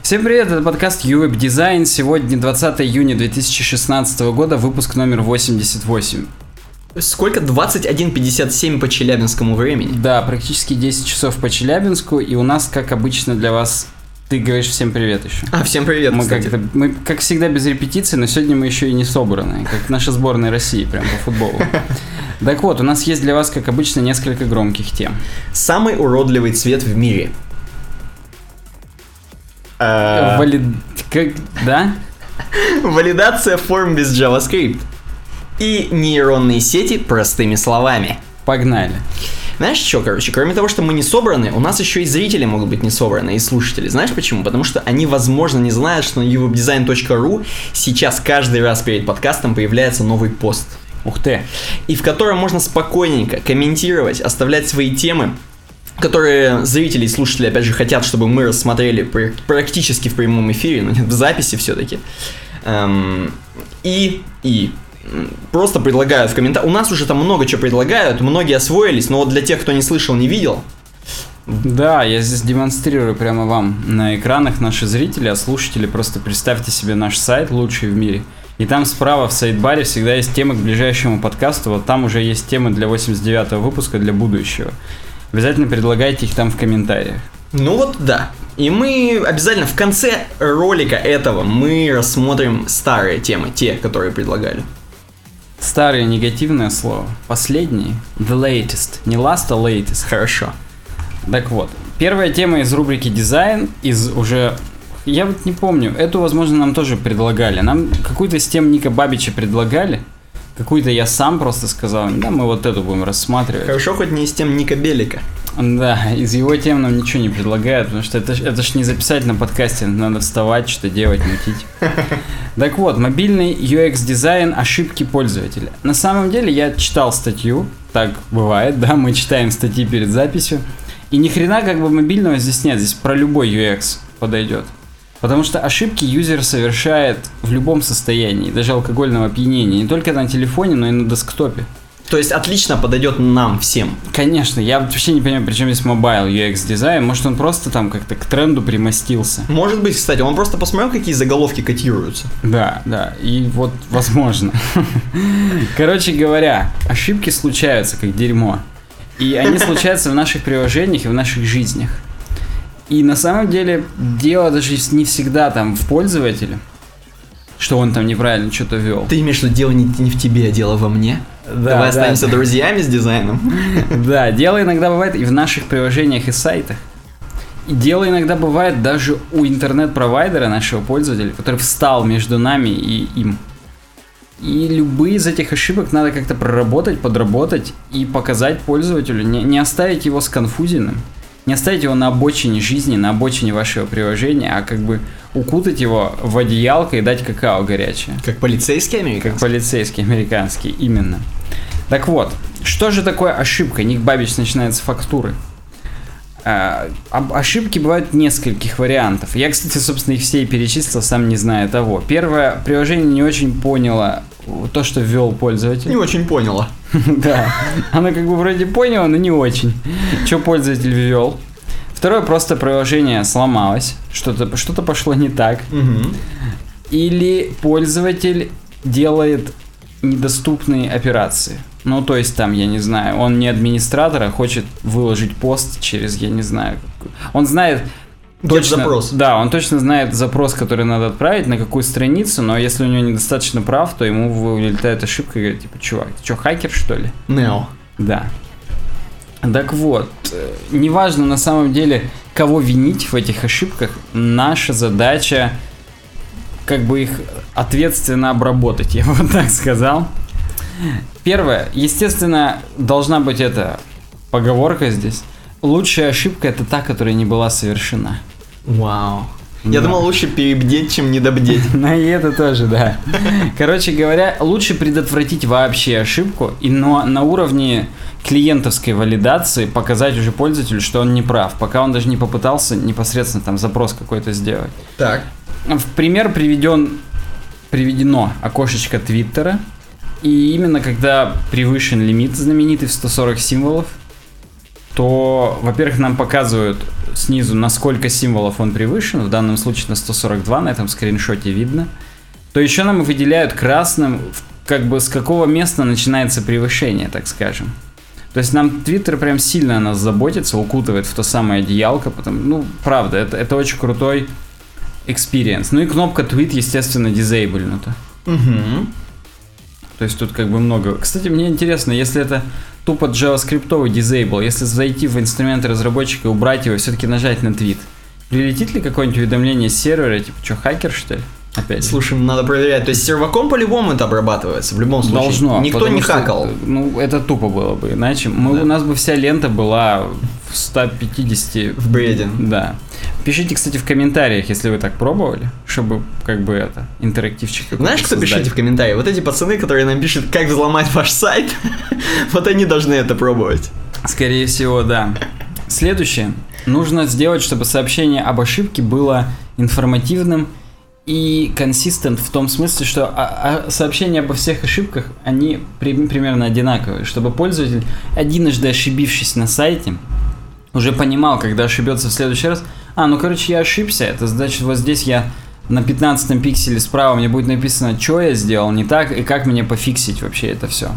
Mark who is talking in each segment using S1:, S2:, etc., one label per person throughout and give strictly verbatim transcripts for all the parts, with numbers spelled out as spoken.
S1: Всем привет, это подкаст ю веб Design. Сегодня двадцатое июня две тысячи шестнадцатого года, выпуск номер восемьдесят восемь.
S2: Сколько? двадцать один пятьдесят семь по челябинскому времени.
S1: Да, практически десять часов по Челябинску, и у нас, как обычно, для вас... Ты говоришь всем привет еще.
S2: А, всем привет,
S1: мы
S2: кстати.
S1: Как мы, как всегда, без репетиции, но сегодня мы еще и не собраны, как наша сборная России, прям по футболу. Так вот, у нас есть для вас, как обычно, несколько громких тем.
S2: Самый уродливый цвет в мире.
S1: Валид... Как... Да?
S2: Валидация форм без JavaScript. И нейронные сети простыми словами.
S1: Погнали.
S2: Знаешь что, короче, кроме того, что мы не собраны, у нас еще и зрители могут быть не собраны, и слушатели. Знаешь почему? Потому что они, возможно, не знают, что на ю веб дизайн точка ру сейчас каждый раз перед подкастом появляется новый пост.
S1: Ух ты.
S2: И в котором можно спокойненько комментировать, оставлять свои темы, которые зрители и слушатели, опять же, хотят, чтобы мы рассмотрели практически в прямом эфире, но нет, в записи все-таки. Эм, и, и просто предлагают в комментариях. У нас уже там много чего предлагают, многие освоились, но вот для тех, кто не слышал, не видел.
S1: Да, я здесь демонстрирую прямо вам на экранах наши зрители, а слушатели просто представьте себе наш сайт, лучший в мире. И там справа в сайт-баре всегда есть темы к ближайшему подкасту, вот там уже есть темы для восемьдесят девятого выпуска, для будущего. Обязательно предлагайте их там в комментариях.
S2: Ну вот, да. И мы обязательно в конце ролика этого мы рассмотрим старые темы, те, которые предлагали.
S1: Старое негативное слово. Последнее. The latest. Не last, а latest.
S2: Хорошо.
S1: Так вот. Первая тема из рубрики дизайн, из уже... Я вот не помню. Эту, возможно, нам тоже предлагали. Нам какую-то с тем Ника Бабича предлагали. Какую-то я сам просто сказал, да, мы вот эту будем рассматривать.
S2: Хорошо, хоть не из тем Ника Белика.
S1: Да, из его тем нам ничего не предлагают, потому что это, это ж не записать на подкасте, надо вставать, что-то делать, мутить. Так вот, мобильный ю экс-дизайн, ошибки пользователя. На самом деле я читал статью, так бывает, да, мы читаем статьи перед записью, и ни хрена как бы мобильного здесь нет, здесь про любой ю экс подойдет. Потому что ошибки юзер совершает в любом состоянии, даже алкогольного опьянения, не только на телефоне, но и на десктопе.
S2: То есть отлично подойдет нам всем.
S1: Конечно, я вообще не понимаю, при чем здесь мобайл ю экс-дизайн, может он просто там как-то к тренду примостился.
S2: Может быть, кстати, он просто посмотрел, какие заголовки котируются.
S1: Да, да, и вот возможно. Короче говоря, ошибки случаются как дерьмо, и они случаются в наших приложениях и в наших жизнях. И на самом деле дело даже не всегда там в пользователе, что он там неправильно что-то вел.
S2: Ты имеешь в виду, дело не, не в тебе, а дело во мне?
S1: Да,
S2: Давай
S1: да,
S2: останемся
S1: да.
S2: друзьями с дизайном.
S1: Да, дело иногда бывает и в наших приложениях и сайтах. И дело иногда бывает даже у интернет-провайдера нашего пользователя, который встал между нами и им. И любые из этих ошибок надо как-то проработать, подработать и показать пользователю, не, не оставить его сконфузенным. Не оставить его на обочине жизни, на обочине вашего приложения, а как бы укутать его в одеялко и дать какао горячее.
S2: Как полицейский американский?
S1: Как полицейский американский, именно. Так вот, что же такое ошибка? Ник Бабич начинает с фактуры. А, ошибки бывают нескольких вариантов. Я, кстати, собственно, их все и перечислил, сам не зная того. Первое, приложение не очень поняло то, что ввел пользователь.
S2: Не очень поняло.
S1: Да, оно как бы вроде поняло, но не очень, что пользователь ввел. Второе, просто приложение сломалось, что-то, что-то пошло не так. Или пользователь делает недоступные операции. Ну, то есть там, я не знаю, он не администратор, а хочет выложить пост через, я не знаю, он знает... Точно,
S2: запрос.
S1: Да, он точно знает запрос, который надо отправить, на какую страницу, но если у него недостаточно прав, то ему вылетает ошибка и говорит, типа, чувак, ты что, хакер, что ли?
S2: Нео.
S1: Да. Так вот, неважно на самом деле, кого винить в этих ошибках, наша задача как бы их ответственно обработать, я бы вот так сказал. Первое, естественно, должна быть эта поговорка здесь. Лучшая ошибка — это та, которая не была совершена.
S2: Вау. Я
S1: Да.
S2: думал, лучше перебдеть, чем недобдеть.
S1: Ну и это тоже, да. Короче говоря, лучше предотвратить вообще ошибку и но на уровне клиентовской валидации показать уже пользователю, что он не прав, пока он даже не попытался непосредственно там запрос какой-то сделать.
S2: Так.
S1: В пример приведен, приведено окошечко Твиттера, и именно когда превышен лимит знаменитый в сто сорок символов, то, во-первых, нам показывают снизу, на сколько символов он превышен, в данном случае на сто сорок два, на этом скриншоте видно, то еще нам выделяют красным, как бы с какого места начинается превышение, так скажем. То есть нам Twitter прям сильно о нас заботится, укутывает в то самое одеялко, потому, ну, правда, это, это очень крутой experience. Ну и кнопка tweet, естественно, дизейблнута.
S2: Угу.
S1: То есть тут как бы много. Кстати, мне интересно, если это тупо JavaScript disable, если зайти в инструменты разработчика и убрать его, все-таки нажать на твит, прилетит ли какое-нибудь уведомление с сервера, типа, что, хакер, что ли? Опять.
S2: Слушай, надо проверять. То есть серваком по-любому это обрабатывается, в любом случае.
S1: Должно.
S2: Никто не
S1: что,
S2: хакал.
S1: Ну, это тупо было бы. Иначе мы,
S2: да.
S1: у нас бы вся лента была в сто пятьдесят...
S2: В бреде.
S1: Да. Пишите, кстати, в комментариях, если вы так пробовали, чтобы как бы это, интерактивчик какой-то
S2: Знаешь, кто
S1: создать.
S2: пишите в комментариях? Вот эти пацаны, которые нам пишут, как взломать ваш сайт, вот они должны это пробовать.
S1: Скорее всего, да. Следующее. Нужно сделать, чтобы сообщение об ошибке было информативным и консистент в том смысле, что сообщения обо всех ошибках, они при, примерно одинаковые, чтобы пользователь, единожды ошибившись на сайте, уже понимал, когда ошибется в следующий раз, а, ну, короче, я ошибся, это значит, вот здесь я на пятнадцатом пикселе справа мне будет написано, что я сделал не так и как мне пофиксить вообще это все.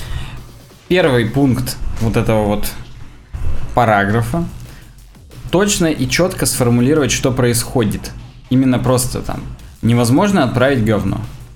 S1: Первый пункт вот этого вот параграфа. Точно и четко сформулировать, что происходит. Именно просто там. Невозможно отправить говно.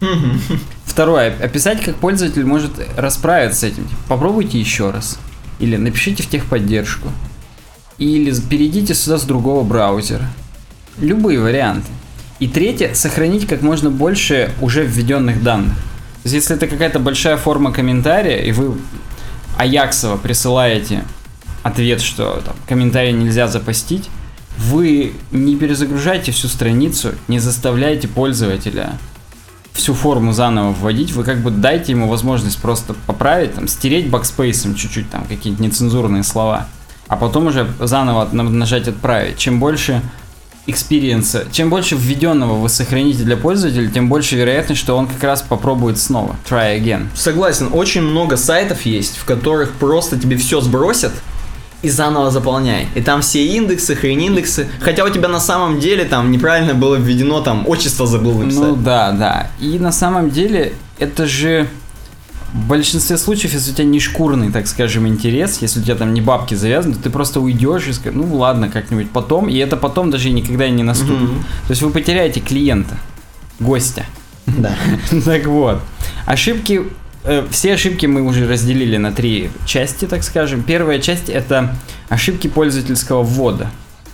S1: Второе. Описать, как пользователь может расправиться с этим. Попробуйте еще раз. Или напишите в техподдержку. Или перейдите сюда с другого браузера. Любые варианты. И третье. Сохранить как можно больше уже введенных данных. То есть, если это какая-то большая форма комментария, и вы аяксово присылаете ответ, что там, комментарий нельзя запостить, вы не перезагружайте всю страницу, не заставляйте пользователя всю форму заново вводить, вы как бы дайте ему возможность просто поправить, там, стереть бэкспейсом чуть-чуть там какие-то нецензурные слова, а потом уже заново нажать «Отправить». Чем больше экспириенса, чем больше введенного вы сохраните для пользователя, тем больше вероятность, что он как раз попробует снова. Try again.
S2: Согласен, очень много сайтов есть, в которых просто тебе все сбросят и заново заполняй. И там все индексы, хрень индексы. Хотя у тебя на самом деле там неправильно было введено, там отчество забыл написать.
S1: Ну да, да. И на самом деле это же в большинстве случаев, если у тебя не шкурный, так скажем, интерес, если у тебя там не бабки завязаны, то ты просто уйдешь и скажешь, ну ладно, как-нибудь потом. И это потом даже никогда и не наступит. Mm-hmm. То есть вы потеряете клиента, гостя.
S2: Да.
S1: Так вот. Ошибки... Все ошибки мы уже разделили на три части, так скажем. Первая часть — это ошибки пользовательского ввода.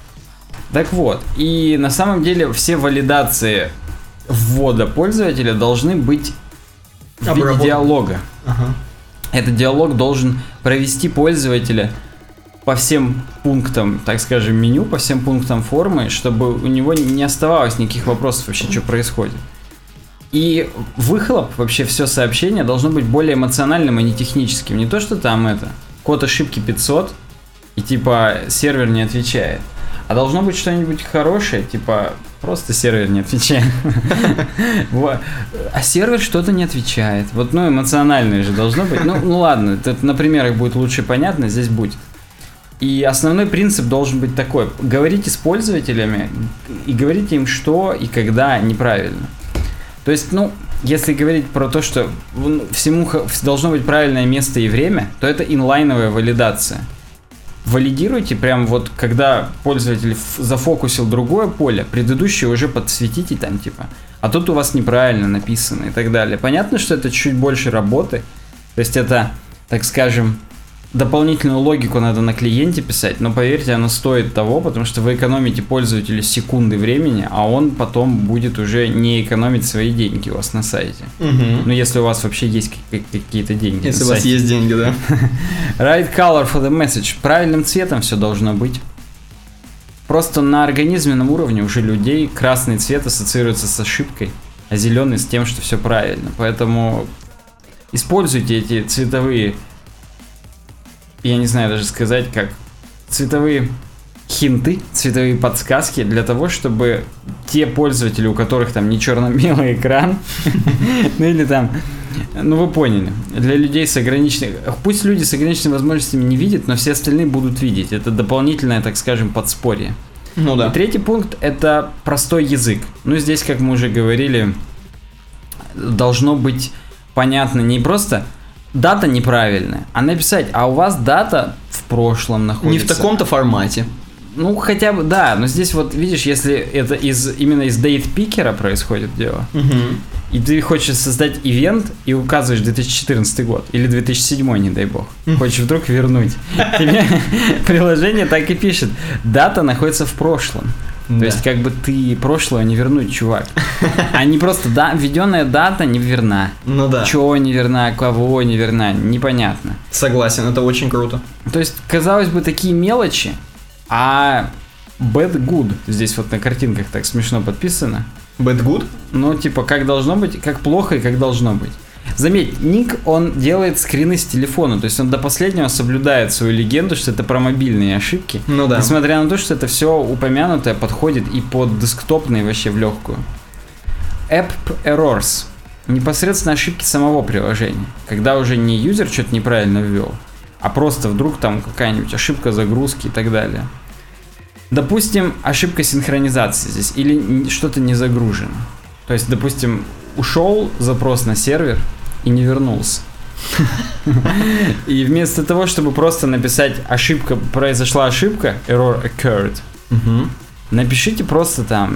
S1: Так вот, и на самом деле все валидации ввода пользователя должны быть в виде
S2: Обработ...
S1: диалога.
S2: Ага.
S1: Этот диалог должен провести пользователя по всем пунктам, так скажем, меню, по всем пунктам формы, чтобы у него не оставалось никаких вопросов вообще, что происходит. И выхлоп, вообще все сообщение должно быть более эмоциональным, а не техническим. Не то, что там это, код ошибки пятьсот, и типа сервер не отвечает. А должно быть что-нибудь хорошее, типа просто сервер не отвечает. А сервер что-то не отвечает. Вот, ну, эмоциональное же должно быть. Ну, ладно, на примерах будет лучше понятно, здесь будет. И основной принцип должен быть такой. Говорите с пользователями и говорите им, что и когда неправильно. То есть, ну, если говорить про то, что всему должно быть правильное место и время, то это инлайновая валидация. Валидируйте прям вот, когда пользователь зафокусил другое поле, предыдущее уже подсветите там типа, а тут у вас неправильно написано и так далее. Понятно, что это чуть больше работы, то есть это, так скажем, дополнительную логику надо на клиенте писать, но поверьте, оно стоит того, потому что вы экономите пользователю секунды времени, а он потом будет уже не экономить свои деньги у вас на сайте.
S2: Угу.
S1: Ну, если у вас вообще есть какие-то деньги.
S2: Если у вас есть деньги, да.
S1: Right color for the message. Правильным цветом все должно быть. Просто на организменном уровне уже людей красный цвет ассоциируется с ошибкой, а зеленый с тем, что все правильно. Поэтому используйте эти цветовые, я не знаю даже сказать, как цветовые хинты, цветовые подсказки для того, чтобы те пользователи, у которых там не черно-белый экран, ну или там Ну, вы поняли. Для людей с ограниченными... Пусть люди с ограниченными возможностями не видят, но все остальные будут видеть. Это дополнительное, так скажем, подспорье.
S2: Ну да.
S1: И третий пункт – это простой язык. Ну, здесь, как мы уже говорили, должно быть понятно не просто дата неправильная, а написать, а у вас дата в прошлом находится.
S2: Не в таком-то формате.
S1: Ну, хотя бы, да, но здесь вот, видишь, если это из именно из дейт-пикера происходит дело,
S2: угу.
S1: и ты хочешь создать ивент и указываешь две тысячи четырнадцатый год, или две тысячи седьмой, не дай бог, хочешь вдруг вернуть, тебе приложение так и пишет, дата находится в прошлом. То да. есть, как бы ты прошлое не вернуть, чувак. А не просто, да, введенная дата не верна.
S2: Ну да.
S1: Чего не верна, кого не верна, непонятно.
S2: Согласен, это очень круто.
S1: То есть, казалось бы, такие мелочи, а bad good здесь вот на картинках так смешно подписано.
S2: Bad good?
S1: Ну, типа, как должно быть, как плохо и как должно быть. Заметь, Ник, он делает скрины с телефона, то есть он до последнего соблюдает свою легенду, что это про мобильные ошибки.
S2: Ну да.
S1: Несмотря на то, что это все упомянутое подходит и под десктопные вообще в легкую. App errors. Непосредственно ошибки самого приложения. Когда уже не юзер что-то неправильно ввел, а просто вдруг там какая-нибудь ошибка загрузки и так далее. Допустим, ошибка синхронизации здесь или что-то не загружено. То есть, допустим, ушел запрос на сервер и не вернулся. И вместо того, чтобы просто написать ошибка, произошла ошибка, error occurred, напишите просто там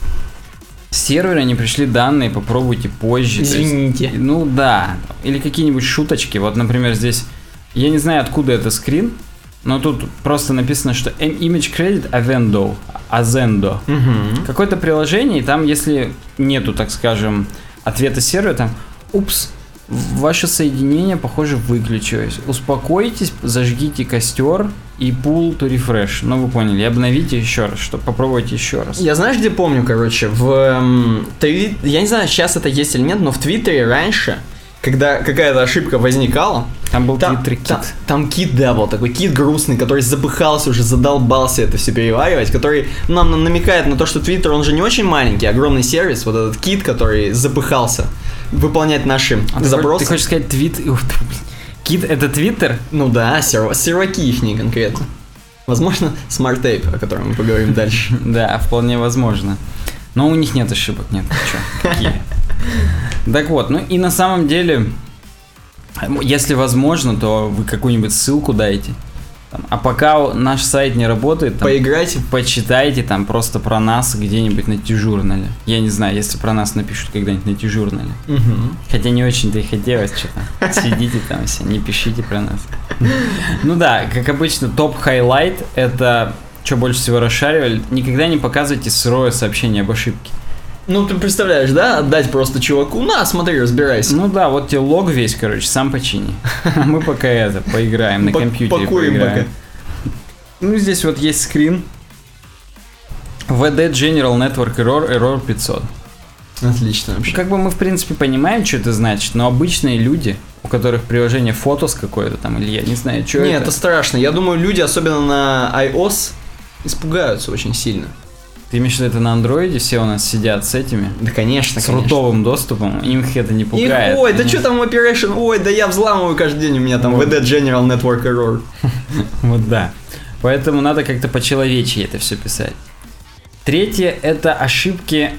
S1: с сервера не пришли данные, попробуйте позже.
S2: Извините.
S1: Есть, ну да. Или какие-нибудь шуточки. Вот, например, здесь, я не знаю, откуда это скрин, но тут просто написано, что image credit avendo, azendo.
S2: Угу.
S1: Какое-то приложение, и там, если нету, так скажем, ответа сервера, там, упс, ваше соединение, похоже, выключилось. Успокойтесь, зажгите костер и pull to refresh. Ну, вы поняли, обновите еще раз, чтобы попробовать еще раз.
S2: Я знаешь, где помню, короче, в эм, твит... Я не знаю, сейчас это есть или нет, но в Твиттере раньше, когда какая-то ошибка возникала,
S1: там был
S2: там,
S1: Twitter Kid.
S2: Там, там Кит, да, был такой Кит грустный, который запыхался уже, задолбался это все переваривать, который нам намекает на то, что Твиттер, он же не очень маленький, огромный сервис, вот этот Кит, который запыхался выполнять наши
S1: а
S2: запросы.
S1: Ты хочешь сказать твит... Кит это Твиттер?
S2: Ну да, серва... серваки ихние конкретно. Возможно, Smart Tape, о котором мы поговорим дальше.
S1: Да, вполне возможно. Но у них нет ошибок, нет, что, какие. Так вот, ну и на самом деле, если возможно, то вы какую-нибудь ссылку дайте. Там, а пока наш сайт не работает, там,
S2: поиграйте,
S1: почитайте там просто про нас где-нибудь на T-журнале. Я не знаю, если про нас напишут когда-нибудь на T-журнале.
S2: Угу.
S1: Хотя не очень-то и хотелось что-то. Сидите там все, не пишите про нас. Ну да, как обычно, топ-хайлайт — это, что больше всего расшаривали, никогда не показывайте сырое сообщение об ошибке.
S2: Ну, ты представляешь, да? Отдать просто чуваку, на, смотри, разбирайся.
S1: Ну да, вот тебе лог весь, короче, сам почини. Мы пока это, поиграем на компьютере.
S2: Покурим пока.
S1: Ну, здесь вот есть скрин. ви ди General Network Error, Error пятьсот.
S2: Отлично вообще.
S1: Как бы мы, в принципе, понимаем, что это значит, но обычные люди, у которых приложение фотос какое-то там, или я не знаю, что это.
S2: Не, это страшно. Я думаю, люди, особенно на iOS, испугаются очень сильно.
S1: Ты имеешь в виду, это на андроиде все у нас сидят с этими?
S2: Да, конечно,
S1: с
S2: конечно.
S1: рутовым доступом, им это не пугает.
S2: Их, ой, да что там Operation, ой, да я взламываю каждый день, у меня там ви ди General Network Error.
S1: Вот да. Поэтому надо как-то по-человечьи это все писать. Третье — это ошибки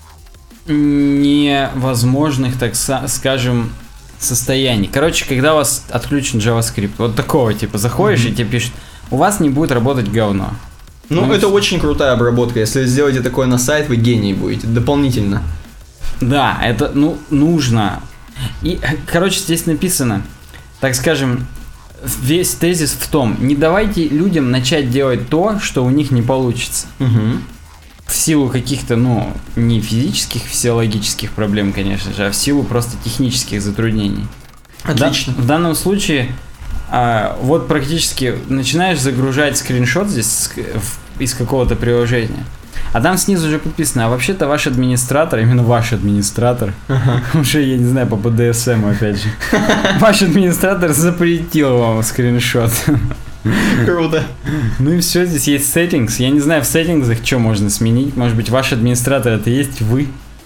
S1: невозможных, так скажем, состояний. Короче, когда у вас отключен JavaScript, вот такого типа, заходишь mm-hmm. и тебе пишут, у вас не будет работать говно.
S2: Ну, ну это очень крутая обработка. Если сделаете такое на сайт, вы гений будете. Дополнительно.
S1: Да, это, ну, нужно. И, короче, здесь написано, так скажем, весь тезис в том, не давайте людям начать делать то, что у них не получится.
S2: Угу.
S1: В силу каких-то, ну, не физических, физиологических проблем, конечно же, а в силу просто технических затруднений.
S2: Отлично.
S1: Да, в данном случае... А, вот практически начинаешь загружать скриншот здесь в, из какого-то приложения, а там снизу уже подписано, а вообще-то ваш администратор, именно ваш администратор, uh-huh. уже, я не знаю, по би ди эс эм опять же, ваш администратор запретил вам скриншот.
S2: Круто.
S1: Ну и все, здесь есть settings, я не знаю в сеттингсах, что можно сменить, может быть ваш администратор это есть вы.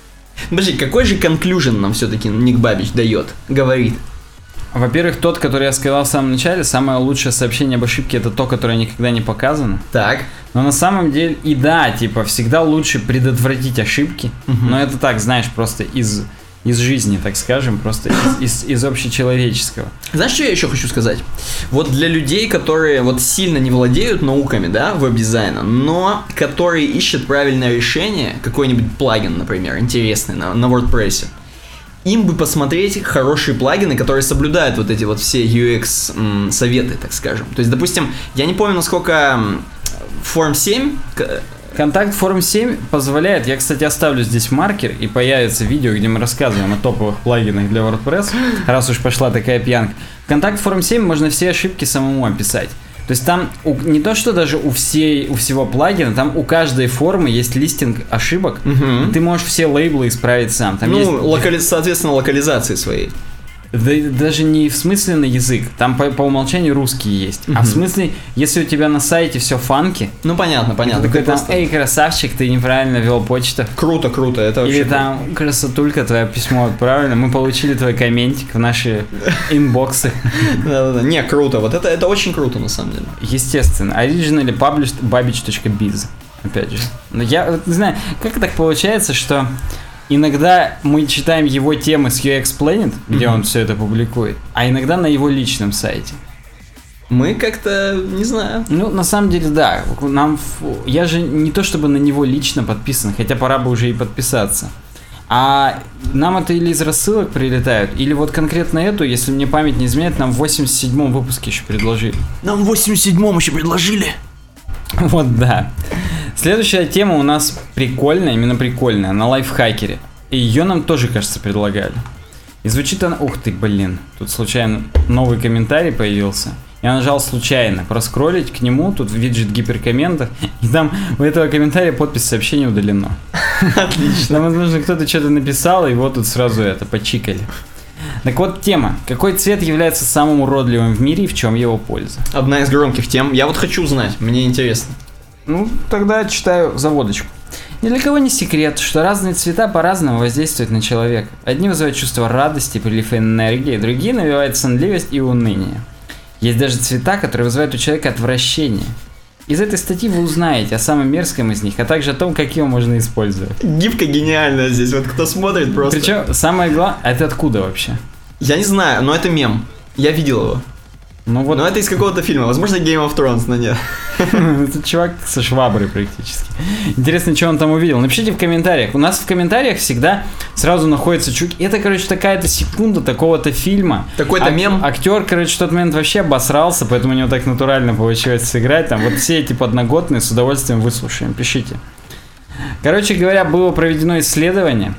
S2: Подожди, какой же конклюжен нам все-таки Ник Бабич дает? Говорит.
S1: Во-первых, тот, который я сказал в самом начале, самое лучшее сообщение об ошибке это то, которое никогда не показано.
S2: Так.
S1: Но на самом деле, и да, типа, всегда лучше предотвратить ошибки. Uh-huh. Но это так, знаешь, просто из, из жизни, так скажем, просто из, из, из общечеловеческого.
S2: Знаешь, что я еще хочу сказать? Вот для людей, которые вот сильно не владеют науками, да, веб-дизайна, но которые ищут правильное решение, какой-нибудь плагин, например, интересный на, на WordPress, им бы посмотреть хорошие плагины, которые соблюдают вот эти вот все ю экс м, советы, так скажем. То есть, допустим, я не помню, насколько Form семь...
S1: Контакт Form семь позволяет, я, кстати, оставлю здесь маркер, и появится видео, где мы рассказываем о топовых плагинах для WordPress, раз уж пошла такая пьянка. Контакт Form семь можно все ошибки самому описать. То есть там у, не то, что даже у, всей, у всего плагина, там у каждой формы есть листинг ошибок, угу. И ты можешь все лейблы исправить сам. Там
S2: ну,
S1: есть...
S2: локали... соответственно, локализации своей.
S1: Да, даже не в смысле на язык, там по, по умолчанию русский есть, угу. А в смысле, если у тебя на сайте все фанки,
S2: ну понятно, понятно.
S1: Такой там, просто... эй, красавчик, ты неправильно ввел почту.
S2: Круто, круто, это вообще.
S1: Или там, круто. Красотулька, твое письмо отправлено, мы получили твой комментик в наши инбоксы.
S2: Да-да-да, не, круто, вот это, это очень круто на самом деле.
S1: Естественно, originally published babbage точка biz, опять же. Но я не знаю, как так получается, что... Иногда мы читаем его темы с ю экс Planet, где mm-hmm. он все это публикует, а иногда на его личном сайте.
S2: Мы как-то, не знаю.
S1: Ну, на самом деле, да. Нам, я же не то чтобы на него лично подписан, хотя пора бы уже и подписаться. А нам это или из рассылок прилетают, или вот конкретно эту, если мне память не изменяет, нам в восемьдесят седьмом выпуске еще предложили.
S2: Нам в восемьдесят седьмом еще предложили?
S1: Вот да. Следующая тема у нас прикольная, именно прикольная, на лайфхакере. И ее нам тоже, кажется, предлагали. И звучит она... Ух ты, блин. Тут случайно новый комментарий появился. Я нажал случайно проскроллить к нему, тут виджет гиперкомментов, и там у этого комментария подпись сообщения удалено.
S2: Отлично.
S1: Там, возможно, кто-то что-то написал, и вот тут сразу это, почикали. Так вот, тема. Какой цвет является самым уродливым в мире и в чем его польза?
S2: Одна из громких тем. Я вот хочу узнать, мне интересно.
S1: Ну, тогда читаю заводочку. Ни для кого не секрет, что разные цвета по-разному воздействуют на человека. Одни вызывают чувство радости, прилив энергии, другие навевают сонливость и уныние. Есть даже цвета, которые вызывают у человека отвращение. Из этой статьи вы узнаете о самом мерзком из них, а также о том, как его можно использовать.
S2: Гифка гениальная здесь, вот кто смотрит просто.
S1: Причем самое главное, это откуда вообще?
S2: Я не знаю, но это мем. Я видел его.
S1: Ну вот...
S2: Но это из какого-то фильма, возможно, Game of Thrones, но нет.
S1: Это чувак со шваброй практически. Интересно, что он там увидел. Напишите в комментариях. У нас в комментариях всегда сразу находится чувак. Это, короче, такая-то секунда такого-то фильма.
S2: Такой-то
S1: Ак-
S2: мем.
S1: Актер, короче, в тот момент вообще обосрался, поэтому у него так натурально получилось сыграть. Там вот все эти подноготные с удовольствием выслушаем. Пишите. Короче говоря, было проведено исследование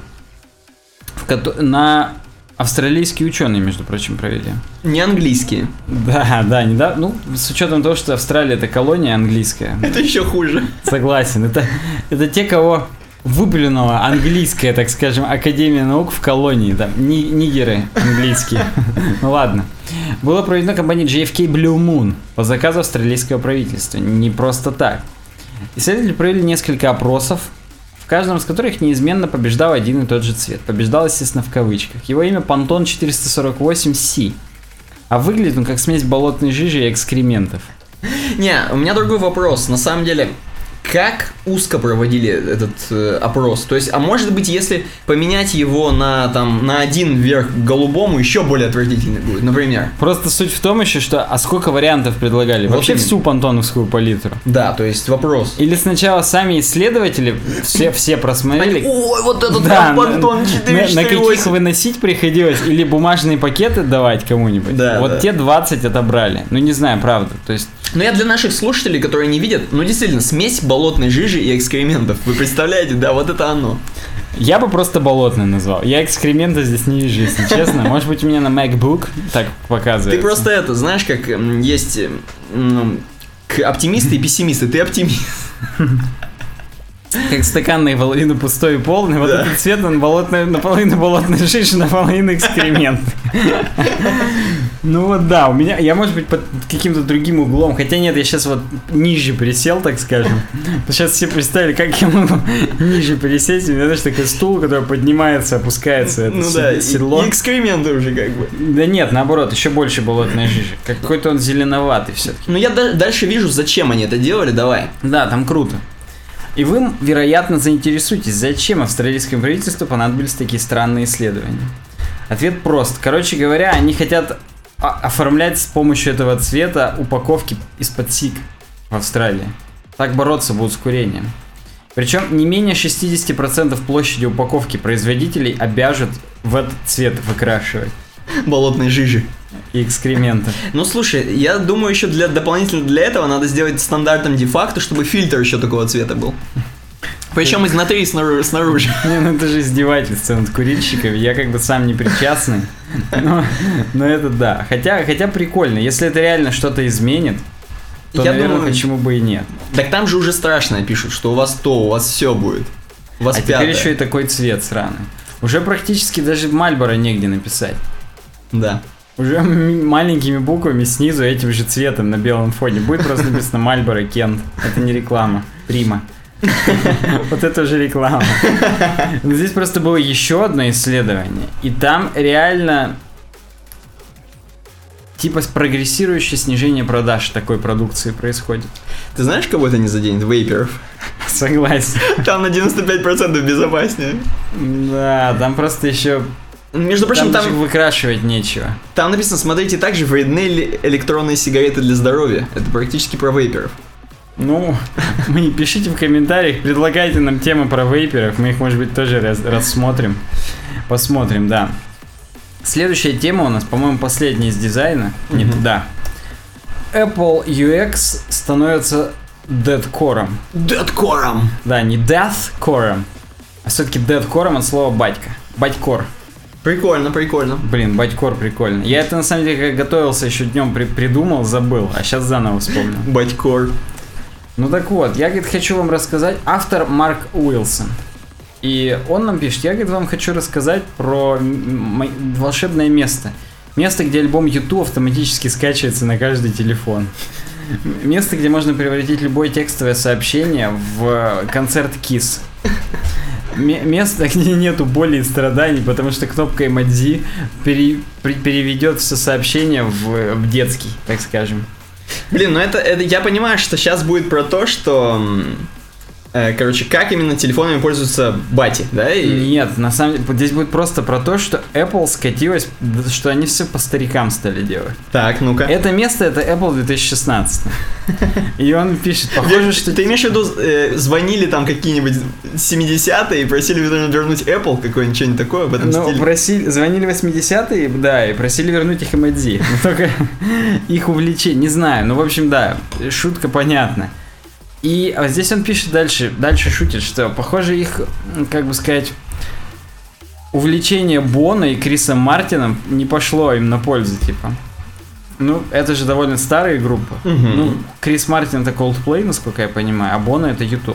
S1: в ко- на... Австралийские ученые, между прочим, провели.
S2: Не английские.
S1: Да, да, не да. Ну, с учетом того, что Австралия это колония английская.
S2: Это еще хуже.
S1: Согласен. Это, это те, кого выплюнула английская, так скажем, Академия наук в колонии. Там ни, нигеры английские. Ну ладно. Было проведено компанией джей эф кей Blue Moon по заказу австралийского правительства. Не просто так. Исследователи провели несколько опросов, в каждом из которых неизменно побеждал один и тот же цвет. Побеждал, естественно, в кавычках. Его имя Pantone четыреста сорок восемь си. А выглядит он как смесь болотной жижи и экскрементов.
S2: Не, у меня другой вопрос. На самом деле, как узко проводили этот э, опрос? То есть, а может быть, если поменять его на, там, на один вверх к голубому, еще более отвратительный будет, например?
S1: Просто суть в том еще, что... А сколько вариантов предлагали?
S2: Вот
S1: Вообще
S2: именно.
S1: всю пантоновскую палитру.
S2: Да, то есть вопрос.
S1: Или сначала сами исследователи все, все просмотрели...
S2: Они, ой, вот этот
S1: да,
S2: Pantone четыреста сорок восемь.
S1: На, на каких выносить приходилось? Или бумажные пакеты давать кому-нибудь?
S2: Да,
S1: вот
S2: да.
S1: те двадцать отобрали. Ну, не знаю, правда. То есть...
S2: Но я для наших слушателей, которые не видят, ну, действительно, смесь болотной жижи и экскрементов. Вы представляете, да, вот это оно.
S1: Я бы просто болотный назвал. Я экскремента здесь не вижу, если честно. Может быть, у меня на MacBook так показывает.
S2: Ты просто это, знаешь, как есть ну, оптимисты и пессимисты. Ты оптимист.
S1: Как стакан наполовину пустой и полный, вот
S2: Да.
S1: этот цвет, он болотный, наполовину болотная жижа, наполовину экскремент. Ну вот да, у меня, я может быть под каким-то другим углом, хотя нет, я сейчас вот ниже пересел, так скажем. Сейчас все представили, как я могу ниже пересесть, у меня даже такой стул, который поднимается, опускается, это
S2: Ну
S1: се-
S2: да, и,
S1: седло.
S2: и экскременты уже как бы.
S1: Да нет, наоборот, еще больше болотной жижи. Какой-то он зеленоватый все-таки.
S2: Ну я да- дальше вижу, зачем они это делали, давай.
S1: Да, там круто. И вы, вероятно, заинтересуетесь, зачем австралийскому правительству понадобились такие странные исследования. Ответ прост. Короче говоря, они хотят о- оформлять с помощью этого цвета упаковки из-под сиг в Австралии. Так бороться будут с курением. Причем не менее шестьдесят процентов площади упаковки производителей обяжут в этот цвет выкрашивать.
S2: Болотной жижи.
S1: И экскременты.
S2: Ну слушай, я думаю, еще для дополнительно для этого надо сделать стандартом де-факто, чтобы фильтр еще такого цвета был. Причем изнутри и снаружи. снаружи.
S1: Не, ну это же издевательство над курильщиками. Я как бы сам не причастный. Но, но это да. Хотя, хотя прикольно. Если это реально что-то изменит, то,
S2: Я
S1: наверное,
S2: думаю-
S1: почему бы и нет.
S2: Так там же уже страшно пишут, что у вас то, у вас все будет. У вас
S1: А
S2: пятое.
S1: теперь еще и такой цвет сраный. Уже практически даже Мальборо негде написать.
S2: Да.
S1: Уже м- маленькими буквами снизу этим же цветом на белом фоне. Будет просто написано Мальборо Кент. Это не реклама. Прима. Вот это уже реклама. Но здесь просто было еще одно исследование. И там реально типа прогрессирующее снижение продаж такой продукции происходит.
S2: Ты знаешь, кого это не заденет? Вейперов.
S1: Согласен.
S2: Там на девяносто пять процентов безопаснее.
S1: Да, там просто еще...
S2: Между прочим,
S1: Там
S2: там,
S1: даже выкрашивать нечего.
S2: там написано, смотрите, также вредны ли электронные сигареты для здоровья. Это практически про вейперов.
S1: Ну, мы пишите в комментариях, предлагайте нам темы про вейперов, мы их, может быть, тоже раз, рассмотрим. Посмотрим, да. Следующая тема у нас, по-моему, последняя из дизайна. Нет,
S2: Мгм.
S1: да. Apple ю экс становится deadcore.
S2: Дедкором.
S1: Да, не deathcore, а все-таки deadcore от слова батька. Батькор.
S2: Прикольно, прикольно.
S1: Блин, батькор прикольно. Я это на самом деле, как готовился еще днем, при- придумал, забыл, а сейчас заново вспомнил.
S2: Батькор.
S1: Ну так вот, я, говорит, хочу вам рассказать, автор Марк Уилсон. И он нам пишет, я, говорит, вам хочу рассказать про м- м- волшебное место. Место, где альбом юту автоматически скачивается на каждый телефон. М- Место, где можно превратить любое текстовое сообщение в концерт Kiss. Ме- Место, где нету боли и страданий, потому что кнопка эмодзи пере- при- переведет все сообщение в, в детский, так скажем.
S2: Блин, ну это, это я понимаю, что сейчас будет про то, что... м, э, короче, как именно телефонами пользуются бати, да? И...
S1: Нет, на самом деле, здесь будет просто про то, что Apple скатилась, что они все по старикам стали делать.
S2: Так, ну-ка.
S1: Это место, это Apple две тысячи шестнадцатый. И он пишет, похоже, что...
S2: Ты имеешь в виду, э, звонили там какие-нибудь семидесятые и просили вернуть Apple какое-нибудь, что-нибудь такое в этом
S1: Ну,
S2: стиле?
S1: просили, звонили восьмидесятые, да, и просили вернуть их эмодзи. Но только их увлечение, не знаю, ну, в общем, да, шутка понятна. И а здесь он пишет дальше, дальше шутит, что, похоже, их, м, как бы сказать, увлечение Бона и Крисом Мартином не пошло им на пользу, типа. Ну, это же довольно старые группы.
S2: Мгм.
S1: Ну, Крис Мартин это Coldplay, насколько я понимаю, а Боно это юту.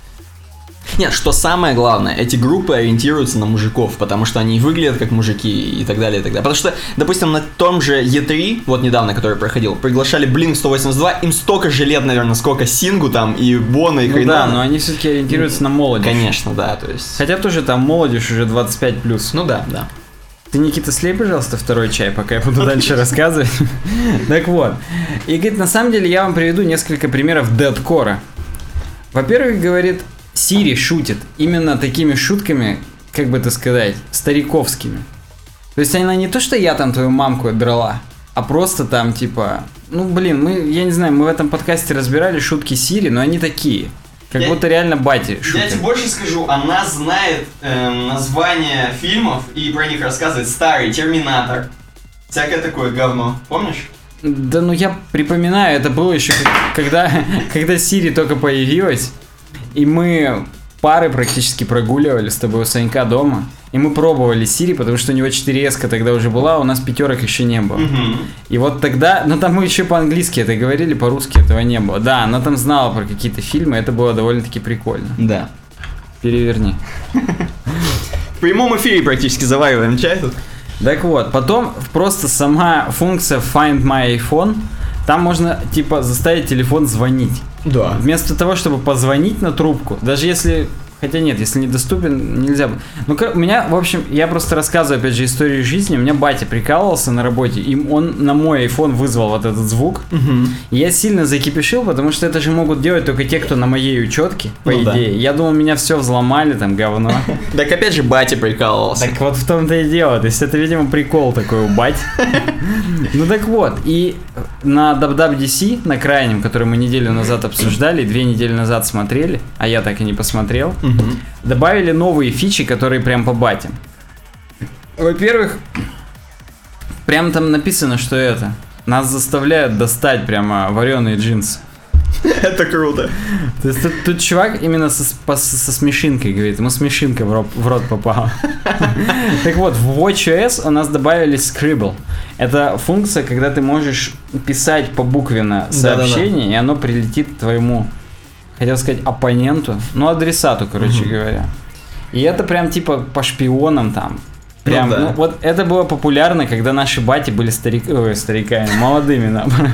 S2: Нет, что самое главное, эти группы ориентируются на мужиков, потому что они выглядят как мужики и так далее, и так далее. Потому что, допустим, на том же и три, вот недавно, который проходил, приглашали блинк сто восемьдесят два, им столько же лет, наверное, сколько Сингу там, и Бона, и
S1: Ну
S2: Хренана.
S1: да, но они все-таки ориентируются на молодежь.
S2: Конечно, да, то есть...
S1: Хотя тоже там молодежь уже двадцать пять плюс.
S2: Ну да, да.
S1: Ты, Никита, слей, пожалуйста, второй чай, пока я буду дальше рассказывать. Так вот. И, говорит, на самом деле я вам приведу несколько примеров дедкора. Во-первых, говорит, Siri шутит именно такими шутками, как бы это сказать, стариковскими. То есть она не то, что я там твою мамку драла, а просто там типа, ну блин, мы, я не знаю, мы в этом подкасте разбирали шутки Siri, но они такие. Как
S2: Я-
S1: будто реально бати
S2: Я
S1: шутят.
S2: тебе больше скажу, она знает эм, названия фильмов и про них рассказывает. Старый, Терминатор, всякое такое говно, помнишь?
S1: Да ну я припоминаю, это было еще когда, когда Siri только появилась, и мы пары практически прогуливали с тобой у Санька дома, и мы пробовали Siri, потому что у него четыре эс тогда уже была, а у нас пятерок еще не было.
S2: Угу.
S1: И вот тогда, ну там мы еще по-английски это говорили, по-русски этого не было. Да, она там знала про какие-то фильмы, это было довольно-таки прикольно.
S2: Да.
S1: Переверни.
S2: В прямом эфире практически завариваем чай тут.
S1: Так вот, потом просто сама функция Find My iPhone, там можно, типа, заставить телефон звонить.
S2: Да.
S1: Вместо того, чтобы позвонить на трубку, даже если... Хотя нет, если недоступен, нельзя. Ну, у меня, в общем, я просто рассказываю, опять же, историю жизни. У меня батя прикалывался на работе, и он на мой iPhone вызвал вот этот звук.
S2: Угу.
S1: И я сильно закипишил, потому что это же могут делать только те, кто на моей учетке, по
S2: ну,
S1: идее.
S2: Да.
S1: Я думал, меня все взломали, там, говно.
S2: Так опять же, батя прикалывался.
S1: Так вот в том-то и дело. То есть это, видимо, прикол такой у бать. Ну так вот, и на дабл ю дабл ю ди си, на крайнем, который мы неделю назад обсуждали, две недели назад смотрели, а я так и не посмотрел, добавили новые фичи, которые прям по бате. Во-первых, прям там написано, что это. Нас заставляют достать прямо вареные джинсы.
S2: Это круто.
S1: То есть тут, тут чувак именно со, со, со смешинкой говорит, ему смешинка в рот, в рот попала. Так вот, в WatchOS у нас добавили Scribble. Это функция, когда ты можешь писать побуквенно сообщение, и оно прилетит твоему, хотел сказать, оппоненту, ну, адресату, короче говоря. И это прям типа по шпионам там. Прям, ну, да. Ну, вот это было популярно, когда наши бати были старик... Ой, стариками, молодыми, наоборот.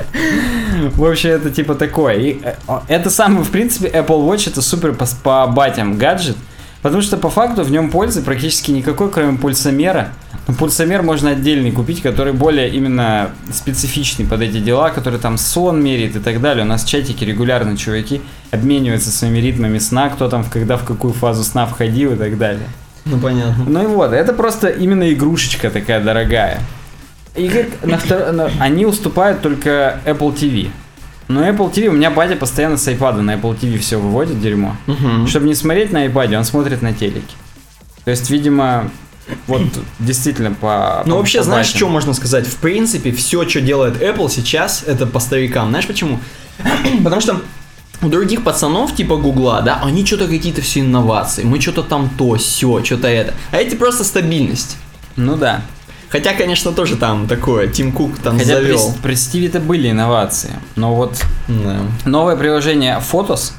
S1: В общем, это типа такое. И это самый, в принципе, Apple Watch это супер по, по батям гаджет, потому что по факту в нем пользы практически никакой, кроме пульсомера. Но пульсомер можно отдельный купить, который более именно специфичный под эти дела, который там сон меряет и так далее. У нас в чатике регулярно чуваки обмениваются своими ритмами сна, кто там когда в какую фазу сна входил и так далее.
S2: Ну понятно.
S1: Ну и вот, это просто именно игрушечка такая дорогая. И как на втор... они уступают только Apple ти ви. Но Apple ти ви, у меня батя постоянно с iPad на Apple ти ви все выводит дерьмо. Uh-huh. Чтобы не смотреть на iPad, он смотрит на телеке. То есть, видимо, вот действительно по...
S2: Ну
S1: по,
S2: вообще,
S1: по
S2: знаешь,
S1: батям.
S2: что можно сказать? В принципе, все, что делает Apple сейчас, это по старикам. Знаешь почему? Потому что у других пацанов, типа Гугла, да, они что-то какие-то все инновации, мы что-то там то, сё, что-то это. А эти просто стабильность.
S1: Ну да.
S2: Хотя, конечно, тоже там такое, Тим Кук там
S1: Хотя
S2: завел.
S1: Хотя при, при Стиве-то были инновации, но вот
S2: да.
S1: Новое приложение Photos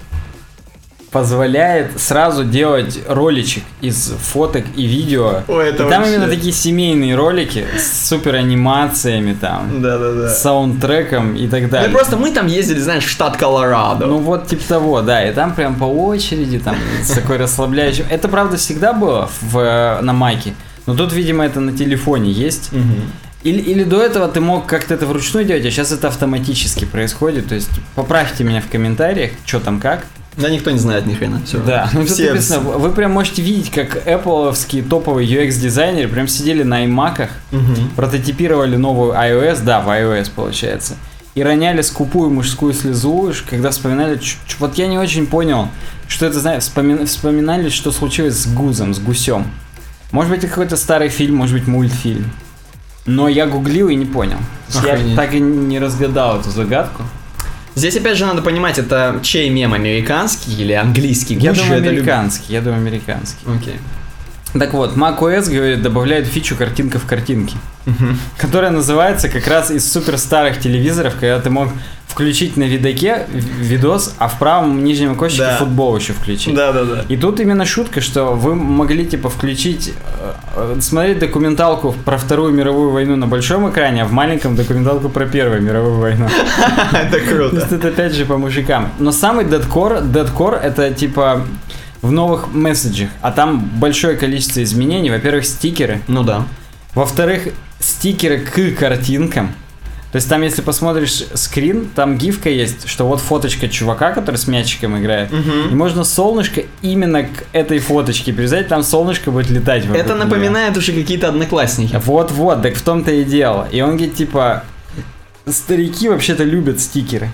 S1: позволяет сразу делать роличек из фоток и видео.
S2: Ой, это
S1: и там
S2: вообще...
S1: именно такие семейные ролики с супер анимациями там,
S2: да-да-да.
S1: с саундтреком и так далее.
S2: Ну просто мы там ездили, знаешь, в штат Колорадо.
S1: Ну вот типа того, да, и там прям по очереди, там с такой расслабляющим. Это правда всегда было в, на Маке, но тут, видимо, это на телефоне есть.
S2: Угу.
S1: Или, или до этого ты мог как-то это вручную делать, а сейчас это автоматически происходит. То есть поправьте меня в комментариях, что там как.
S2: Да, никто не знает ни хрена. Все.
S1: Да, ну тут
S2: все...
S1: написано, вы прям можете видеть, как Apple-овские топовые ю экс-дизайнеры прям сидели на iMac'ах,
S2: угу.
S1: прототипировали новую iOS, да, в iOS получается, и роняли скупую мужскую слезу, когда вспоминали, ч- ч- вот я не очень понял, что это, знаешь, вспоми- вспоминали, что случилось с гузом, с гусем. Может быть, это какой-то старый фильм, может быть, мультфильм. Но я гуглил и не понял.
S2: Охренеть.
S1: Я так и не разгадал эту загадку.
S2: Здесь опять же надо понимать, это чей мем, американский или английский?
S1: Я
S2: Гусь
S1: думаю,
S2: это
S1: американский, люб... я думаю, американский.
S2: Окей.
S1: Так вот, macOS, говорит, добавляет фичу картинка в картинке,
S2: uh-huh.
S1: которая называется как раз из супер старых телевизоров, когда ты мог включить на видоке видос, а в правом нижнем окошечке да. футбол еще включить.
S2: Да, да, да.
S1: И тут именно шутка, что вы могли типа включить, э, смотреть документалку про Вторую мировую войну на большом экране, а в маленьком документалку про Первую мировую войну.
S2: Это круто.
S1: То есть это опять же по мужикам. Но самый дедкор, дедкор это типа в новых месседжах, а там большое количество изменений. Во-первых, стикеры.
S2: Ну да.
S1: Во-вторых, стикеры к картинкам. То есть там, если посмотришь скрин, там гифка есть, что вот фоточка чувака, который с мячиком играет,
S2: угу.
S1: и можно солнышко именно к этой фоточке привязать, там солнышко будет летать.
S2: Это напоминает уже какие-то одноклассники.
S1: Вот-вот, так в том-то и дело. И он говорит, типа, старики вообще-то любят стикеры.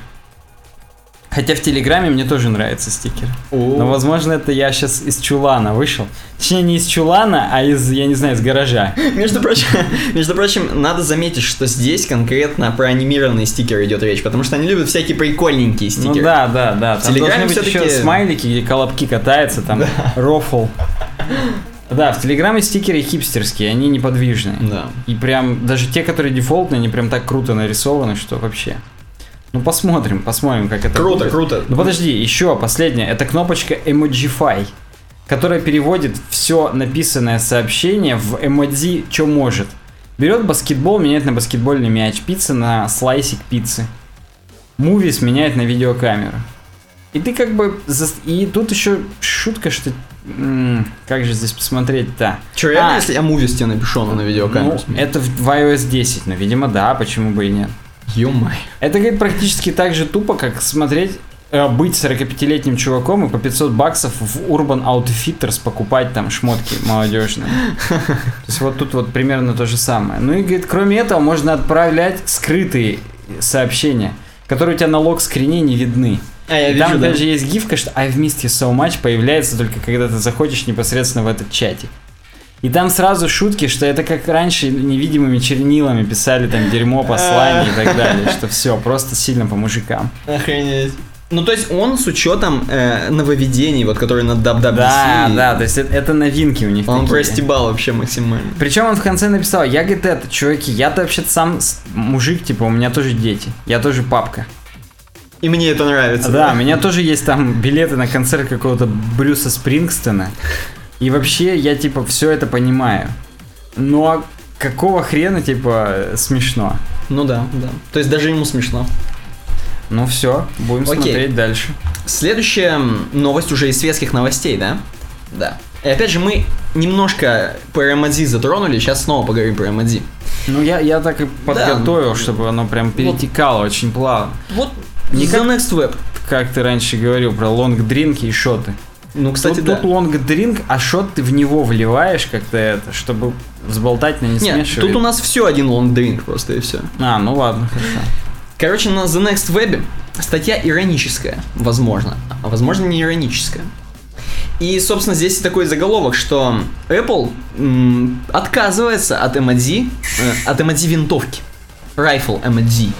S1: Хотя в Телеграме мне тоже нравятся стикеры.
S2: О.
S1: Но, возможно, это я сейчас из чулана вышел. Точнее, не из чулана, а из, я не знаю, из гаража.
S2: Между прочим, между прочим, надо заметить, что здесь конкретно про анимированные стикеры идет речь, потому что они любят всякие прикольненькие стикеры.
S1: Ну да, да, да.
S2: В
S1: там
S2: Телеграме
S1: должны быть
S2: все-таки...
S1: еще смайлики, где колобки катаются, там, рофл. Да, в Телеграме стикеры хипстерские, они неподвижные.
S2: Да.
S1: И прям, даже те, которые дефолтные, они прям так круто нарисованы, что вообще... Ну, посмотрим, посмотрим, как это
S2: Круто,
S1: будет.
S2: круто.
S1: Ну, подожди, еще последнее. Это кнопочка Emojify. которая переводит все написанное сообщение в эмодзи, что может. Берет баскетбол, меняет на баскетбольный мяч, пицца на слайсик пиццы. Мувис меняет на видеокамеру. И ты как бы... И тут еще шутка, что... М-м, как же здесь посмотреть-то?
S2: Че, реально, а, если я Мувис тебе напишу на видеокамеру?
S1: Ну, это в, в ай о эс десять, но, видимо, да, почему бы и нет.
S2: Ё-моё.
S1: Это, говорит, практически так же тупо, как смотреть... быть сорокапятилетним чуваком и по пятьсот баксов в Urban Outfitters покупать там шмотки молодежные. То есть вот тут вот примерно то же самое. Ну и, говорит, кроме этого можно отправлять скрытые сообщения, которые у тебя на лог-скрине не видны.
S2: А, я вижу,
S1: там
S2: да.
S1: даже есть гифка, что I've missed you so much появляется только когда ты заходишь непосредственно в этот чатик. И там сразу шутки, что это как раньше невидимыми чернилами писали там дерьмо, послание и так далее, что все, просто сильно по мужикам.
S2: Охренеть. Ну, то есть он с учетом э, нововведений, вот, которые на даб даб
S1: Да, да, то есть это, это новинки у них
S2: он
S1: такие.
S2: простебал вообще максимально.
S1: Причем он в конце написал, я, говорит, это, чуваки, я-то вообще-то сам мужик, типа, у меня тоже дети, я тоже папка.
S2: И мне это нравится.
S1: Да, да, у меня тоже есть там билеты на концерт какого-то Брюса Спрингстона. И вообще я, типа, все это понимаю. Но какого хрена, типа, смешно?
S2: Ну да, да. То есть даже ему смешно.
S1: Ну все, будем
S2: Окей.
S1: смотреть дальше.
S2: Следующая новость уже из светских новостей, да? Да. И опять же, мы немножко про эмодзи затронули, сейчас снова поговорим про эмодзи.
S1: Ну я, я так и подготовил,
S2: Да.
S1: чтобы оно прям перетекало вот. Очень плавно.
S2: Вот
S1: Не
S2: The
S1: как-
S2: Next Web.
S1: Как ты раньше говорил про лонг-дринки и шоты.
S2: Ну, кстати,
S1: тут,
S2: да.
S1: тут лонг-дринк, а шот ты в него вливаешь как-то это, чтобы взболтать, но не
S2: Нет,
S1: смешивать.
S2: тут у нас все один лонг-дринк просто и все.
S1: А, ну ладно, хорошо.
S2: Короче, на The Next Web статья ироническая, возможно, а возможно не ироническая. И, собственно, здесь такой заголовок, что Apple м, отказывается от эмодзи, э, от эмодзи винтовки. Rifle эмодзи.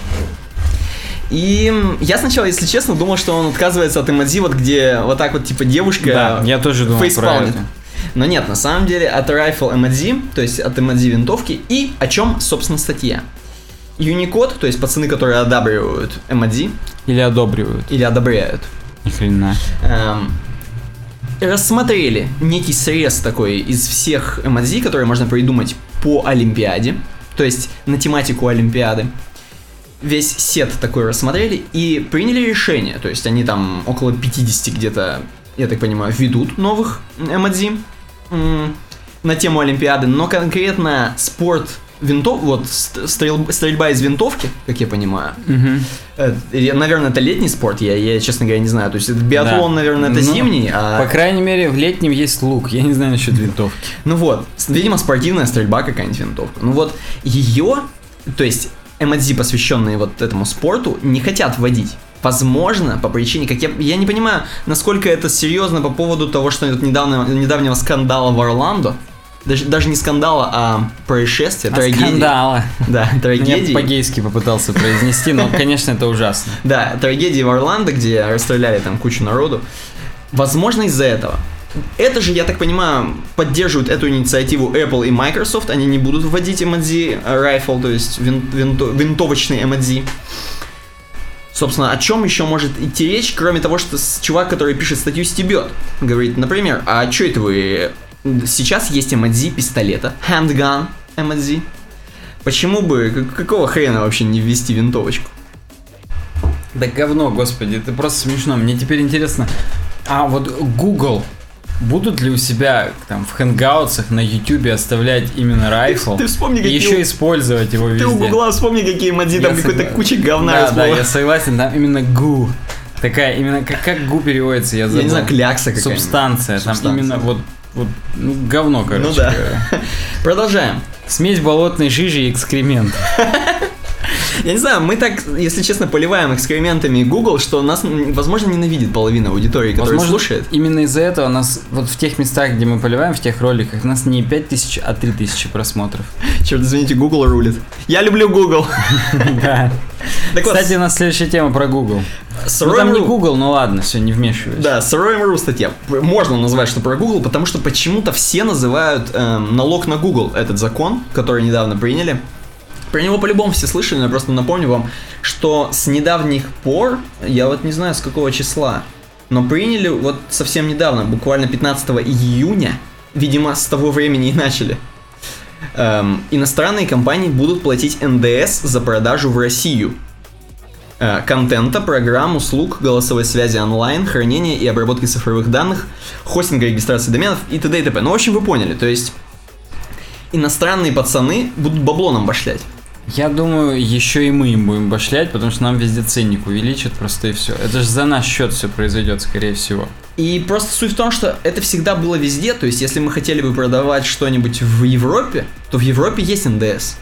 S2: И я сначала, если честно, думал, что он отказывается от эмодзи, вот где вот так вот типа девушка
S1: Да, я тоже думал про
S2: фейспалмит.
S1: это.
S2: Но нет, на самом деле от Rifle эмодзи, то есть от эмодзи винтовки, и о чем, собственно, статья. Unicode, то есть пацаны, которые одабривают эмодзи,
S1: Или одобривают.
S2: или одобряют,
S1: Ни хрена.
S2: эм, рассмотрели некий срез такой из всех эмодзи, которые можно придумать по Олимпиаде, то есть на тематику Олимпиады. Весь сет такой рассмотрели и приняли решение, то есть они там около пятьдесят где-то, я так понимаю, ведут новых эмодзи м, на тему Олимпиады, но конкретно спорт винтов, вот стрель, стрельба из винтовки, как я понимаю,
S1: Угу.
S2: э, я- наверное, это летний спорт, я, я, честно говоря, не знаю, то есть это биатлон,
S1: Да.
S2: наверное, это
S1: Ну,
S2: зимний, а...
S1: По крайней мере, в летнем есть лук. Я не знаю насчет винтовки.
S2: Ну вот, с- видимо, спортивная стрельба какая-нибудь винтовка. Ну вот, ее, то есть эмодзи, посвященные вот этому спорту, не хотят вводить. Возможно, по причине, как я, я не понимаю, насколько это серьезно по поводу того, что вот недавно, недавнего скандала в Орландо. Даже, даже не скандала, а происшествия,
S1: А
S2: трагедии.
S1: скандала.
S2: Да,
S1: Я
S2: трагедии.
S1: по-гейски попытался произнести, но, конечно, это ужасно.
S2: Да, трагедии в Орландо, где расстреляли там кучу народу. Возможно, из-за этого. Это же, я так понимаю, поддерживают эту инициативу Apple и Microsoft. Они не будут вводить эмодзи Rifle, то есть вин- винто- винтовочный эмодзи. Собственно, о чем еще может идти речь, кроме того, что с- чувак, который пишет статью, стебет. Говорит, например, а что это вы... Сейчас есть эмодзи пистолета, handgun эмодзи. Почему бы, как- какого хрена вообще не ввести винтовочку?
S1: Да говно, господи, это просто смешно. Мне теперь интересно, а вот Google будут ли у себя там в хэнгаутсах на Ютубе оставлять именно райфл
S2: Ты вспомни,
S1: и
S2: какие
S1: еще
S2: у-
S1: использовать его везде?
S2: Ты у Гугла вспомни, какие эмодзи, там
S1: Я
S2: какой-то
S1: согла-
S2: куча говна
S1: Да, да,
S2: всплыла.
S1: я согласен, там именно гу. Такая, именно, как, как гу переводится, я забыл.
S2: Я не знаю, клякса какая-нибудь.
S1: Субстанция, там
S2: Субстанция.
S1: именно вот, вот ну, говно, короче
S2: Ну да.
S1: говоря.
S2: Продолжаем.
S1: Смесь болотной жижи и экскремент.
S2: Я не знаю, мы так, если честно, поливаем экспериментами Google, что нас, м, возможно, ненавидит половина аудитории, которая
S1: Возможно,
S2: слушает.
S1: именно из-за этого у нас вот в тех местах, где мы поливаем, в тех роликах, у нас не пять тысяч, а три тысячи просмотров.
S2: Черт, извините, Google рулит. Я люблю Google.
S1: Да.
S2: Так вот,
S1: Кстати, у нас следующая тема про Google.
S2: с
S1: Ну там не
S2: Roam.ru.
S1: Google, ну ладно, все, не вмешиваюсь.
S2: Да, с Roam.ru статья. Можно назвать, что про Google, потому что почему-то все называют эм, налог на Google этот закон, который недавно приняли. Про него по-любому все слышали, но я просто напомню вам, что с недавних пор, я вот не знаю с какого числа, Но приняли вот совсем недавно, буквально пятнадцатого июня, видимо, с того времени и начали. Эм, иностранные компании будут платить эн дэ эс за продажу в Россию э, контента, программ, услуг, голосовой связи онлайн, хранения и обработки цифровых данных, хостинга, регистрации доменов и т.д. и т.п. Ну, в общем, вы поняли, то есть иностранные пацаны будут бабло нам башлять.
S1: Я думаю, еще и мы им будем башлять, потому что нам везде ценник увеличат просто и все. Это же за наш счет все произойдет, скорее всего.
S2: И просто суть в том, что это всегда было везде, то есть если мы хотели бы продавать что-нибудь в Европе, то в Европе есть эн дэ эс.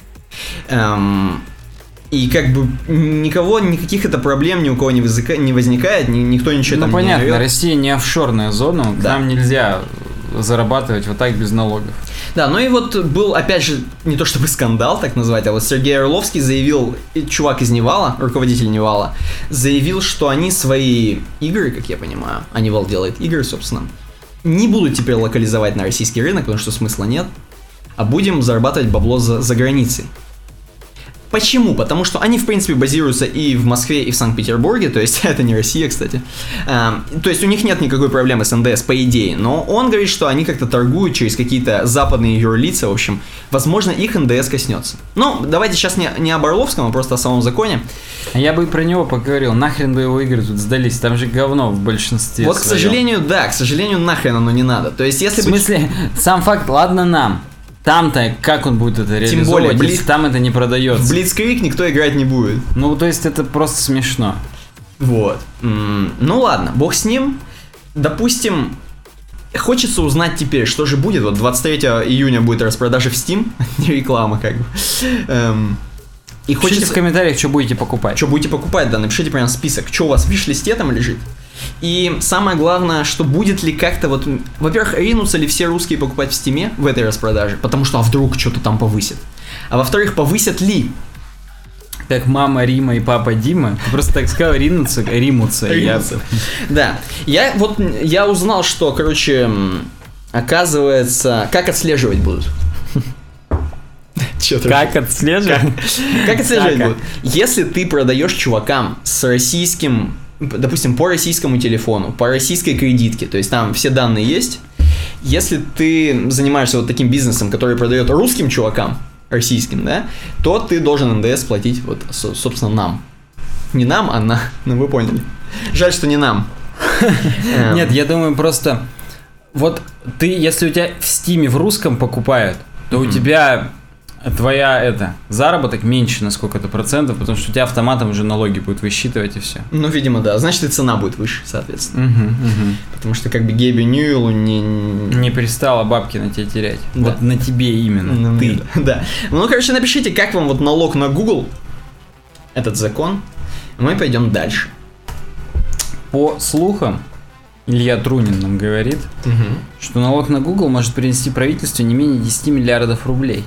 S2: Эм, и как бы никого, никаких это проблем ни у кого не, возыка, не возникает, ни, никто ничего
S1: ну,
S2: там
S1: понятно,
S2: не рвет.
S1: Россия не офшорная зона, да. Там нельзя зарабатывать вот так без налогов.
S2: Да, ну и вот был, опять же, не то чтобы скандал, так назвать, а вот Сергей Орловский заявил, чувак из Невала, руководитель Невала, заявил, что они свои игры, как я понимаю, а Невал делает игры, собственно, не будут теперь локализовать на российский рынок, потому что смысла нет, а будем зарабатывать бабло за, за границей. Почему? Потому что они, в принципе, базируются и в Москве, и в Санкт-Петербурге, то есть это не Россия, кстати. А, то есть у них нет никакой проблемы с эн дэ эс, по идее, но он говорит, что они как-то торгуют через какие-то западные юрлица, в общем, возможно, их эн дэ эс коснется. Ну, давайте сейчас не, не об Орловском, а просто о самом законе.
S1: Я бы про него поговорил, нахрен бы его игры тут сдались, там же говно в большинстве
S2: Вот,
S1: своем.
S2: К сожалению, да, к сожалению, нахрен оно не надо. То есть, если
S1: в смысле,
S2: бы...
S1: сам факт, ладно нам. Там-то как он будет это реализовывать,
S2: Тем более, Блиц...
S1: если там это не продается?
S2: В Блицкриг никто играть не будет.
S1: Ну, то есть это просто смешно.
S2: Вот. М-м, ну ладно, бог с ним. Допустим, хочется узнать теперь, что же будет. Вот двадцать третьего июня будет распродажа в Steam. Не реклама, как бы. Эм...
S1: И Пишите хочется... в комментариях, что будете покупать.
S2: Что будете покупать, да, напишите прям список. Что у вас в виш-листе там лежит. И самое главное, что будет ли как-то вот... Во-первых, ринутся ли все русские покупать в Стиме в этой распродаже? Потому что, а вдруг что-то там повысит? А во-вторых, повысят ли?
S1: Как мама Рима и папа Дима. Ты просто так сказал, ринутся, римутся.
S2: Ринутся. Да. Я вот, я узнал, что, короче, оказывается, как отслеживать будут.
S1: Как отслеживать?
S2: Как отслеживать будут? Если ты продаешь чувакам с российским... Допустим, по российскому телефону, по российской кредитке, то есть там все данные есть. Если ты занимаешься вот таким бизнесом, который продает русским чувакам, российским, да, то ты должен эн дэ эс платить, вот, собственно, нам. Не нам, а на, ну вы поняли. Жаль, что не нам.
S1: Нет, я думаю, просто вот ты, если у тебя в Стиме в русском покупают, то у тебя... Твоя, это, заработок меньше на сколько-то процентов, потому что у тебя автоматом уже налоги будут высчитывать и все.
S2: Ну, видимо, да. Значит, и цена будет выше, соответственно.
S1: Угу, угу.
S2: Потому что как бы Геби Ньюэллу не...
S1: Не перестала бабки на тебя терять. Да. Вот на тебе именно.
S2: На
S1: ты.
S2: Мне, да. Ну, короче, напишите, как вам вот налог на Google, этот закон. Мы пойдем дальше.
S1: По слухам, Илья Трунин нам говорит, угу. что налог на Google может принести правительству не менее десять миллиардов рублей.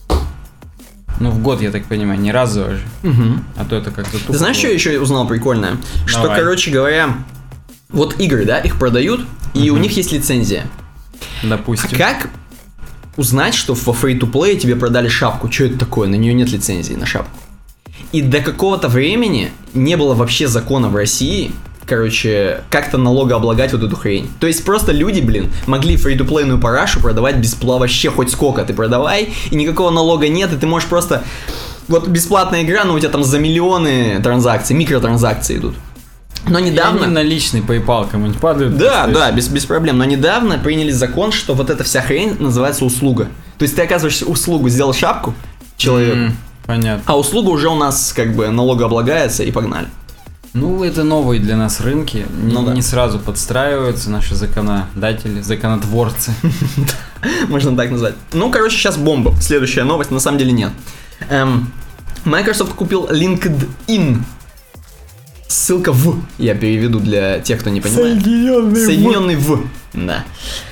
S1: Ну, в год, я так понимаю, не разово же.
S2: Угу.
S1: А то это как-то тупо.
S2: Ты знаешь, было. Что я еще узнал прикольное? Давай. Что, короче говоря, вот игры, да, их продают, и угу. у них есть лицензия.
S1: Допустим.
S2: А как узнать, что во Free-to-Play тебе продали шапку? Что это такое? На нее нет лицензии, на шапку. И до какого-то времени не было вообще закона в России, короче, как-то налогооблагать вот эту хрень. То есть просто люди, блин, могли фри-то-плейную парашу продавать бесплатно вообще хоть сколько ты продавай, и никакого налога нет, и ты можешь просто... Вот бесплатная игра, но у тебя там за миллионы транзакций, микротранзакции идут. Но недавно...
S1: И они наличный PayPal кому-нибудь падают.
S2: Да, да, без, без проблем. Но недавно приняли закон, что вот эта вся хрень называется услуга. То есть ты оказываешь услугу, сделал шапку человеку,
S1: mm, понятно.
S2: А услуга уже у нас как бы налогооблагается, и погнали.
S1: Ну, это новые для нас рынки,
S2: ну,
S1: не,
S2: да.
S1: не сразу подстраиваются наши законодатели, законотворцы.
S2: Можно так назвать. Ну, короче, сейчас бомба. Следующая новость, на самом деле нет. Эм, Microsoft купил LinkedIn. Ссылка в, я переведу для тех, кто не понимает.
S1: Соединенный,
S2: Соединенный в. в. Да.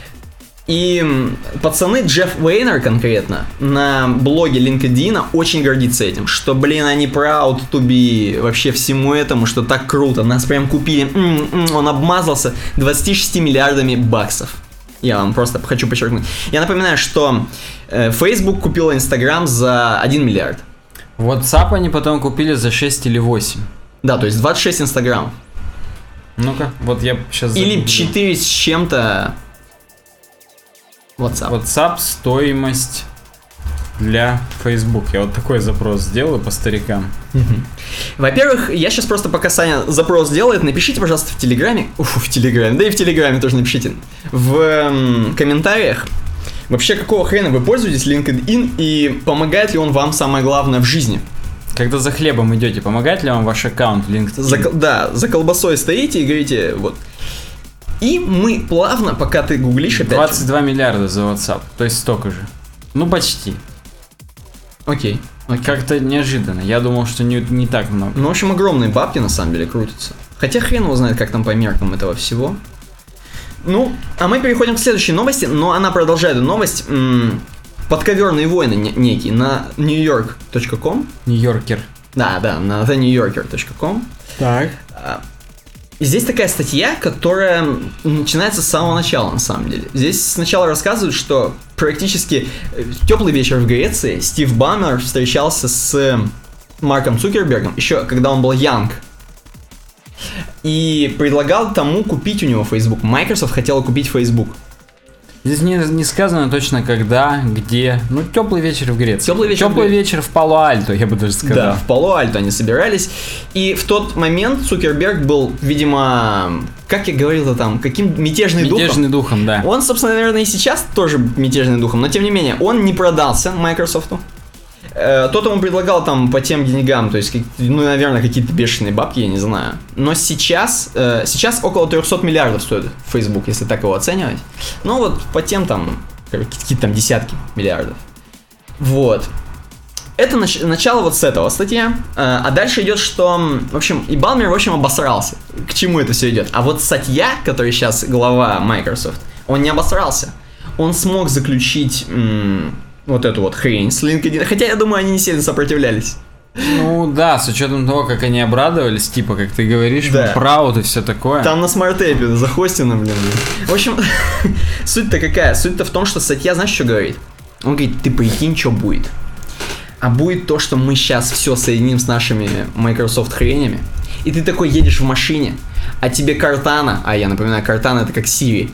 S2: И пацаны, Джефф Вейнер конкретно, на блоге LinkedIn очень гордится этим, что, блин, они proud to be вообще всему этому, что так круто, нас прям купили, м-м-м, он обмазался двадцатью шестью миллиардами баксов. Я вам просто хочу подчеркнуть. Я напоминаю, что э, Facebook купила Instagram за один миллиард.
S1: WhatsApp они потом купили за шесть или восемь.
S2: Да, то есть двадцать шесть Instagram.
S1: Ну-ка, вот я сейчас...
S2: Или четыре с чем-то WhatsApp.
S1: WhatsApp стоимость для Facebook. Я вот такой запрос сделаю по старикам.
S2: Угу. Во-первых, я сейчас просто, пока Саня запрос делает, напишите, пожалуйста, в Телеграме, уф, в Телеграме, да и в Телеграме тоже напишите, в м, комментариях, вообще какого хрена вы пользуетесь LinkedIn и помогает ли он вам, самое главное, в жизни.
S1: Когда за хлебом идете, помогает ли вам ваш аккаунт в LinkedIn?
S2: За, да, за колбасой стоите и говорите, вот. И мы плавно, пока ты гуглишь опять...
S1: двадцать два миллиарда за WhatsApp, то есть столько же. Ну, почти.
S2: Окей. окей.
S1: Как-то неожиданно. Я думал, что не, не так много.
S2: Ну, в общем, огромные бабки на самом деле крутятся. Хотя хрен его знает, как там по меркам этого всего. Ну, а мы переходим к следующей новости, но она продолжает эту новость. М- подковерные войны не- некие на нью йорк точка ком.
S1: Нью-Йоркер.
S2: Да, да, на the new yorker точка com.
S1: Так.
S2: И здесь такая статья, которая начинается с самого начала, на самом деле. Здесь сначала рассказывают, что практически в теплый вечер в Греции Стив Баммер встречался с Марком Цукербергом, еще когда он был янг, и предлагал тому купить у него Facebook. Microsoft хотела купить Facebook.
S1: Здесь не, не сказано точно когда, где. Ну, теплый вечер в Греции.
S2: Теплый вечер,
S1: теплый
S2: в...
S1: вечер в Пало-Альто, я бы даже сказал.
S2: Да, в Пало-Альто они собирались. И в тот момент Цукерберг был, видимо, как я говорил там, каким мятежный,
S1: мятежный
S2: духом.
S1: Мятежный духом, да.
S2: Он, собственно, наверное, и сейчас тоже мятежный духом, но тем не менее, он не продался Microsoft'у. Тот ему предлагал там по тем деньгам, то есть, ну, наверное, какие-то бешеные бабки, я не знаю. Но сейчас, э, сейчас около триста миллиардов стоит Facebook, если так его оценивать. Ну, вот по тем там, какие-то там десятки миллиардов. Вот. Это нач- начало вот с этого статья. Э, а дальше идет, что, в общем, и Балмер, в общем, обосрался. К чему это все идет? А вот Сатья, который сейчас глава Microsoft, он не обосрался. Он смог заключить... М- вот эту вот хрень с LinkedIn. Хотя, я думаю, они не сильно сопротивлялись.
S1: Ну да, с учетом того, как они обрадовались, типа, как ты говоришь,
S2: да.
S1: Прауд и все такое.
S2: Там на смарт-эпе захостено, блин. В общем, суть-то какая? Суть-то в том, что статья, знаешь, что говорит? Он говорит, ты прикинь, что будет. А будет то, что мы сейчас все соединим с нашими Microsoft хренями. И ты такой едешь в машине, а тебе Картана, а я напоминаю, Картана это как Siri,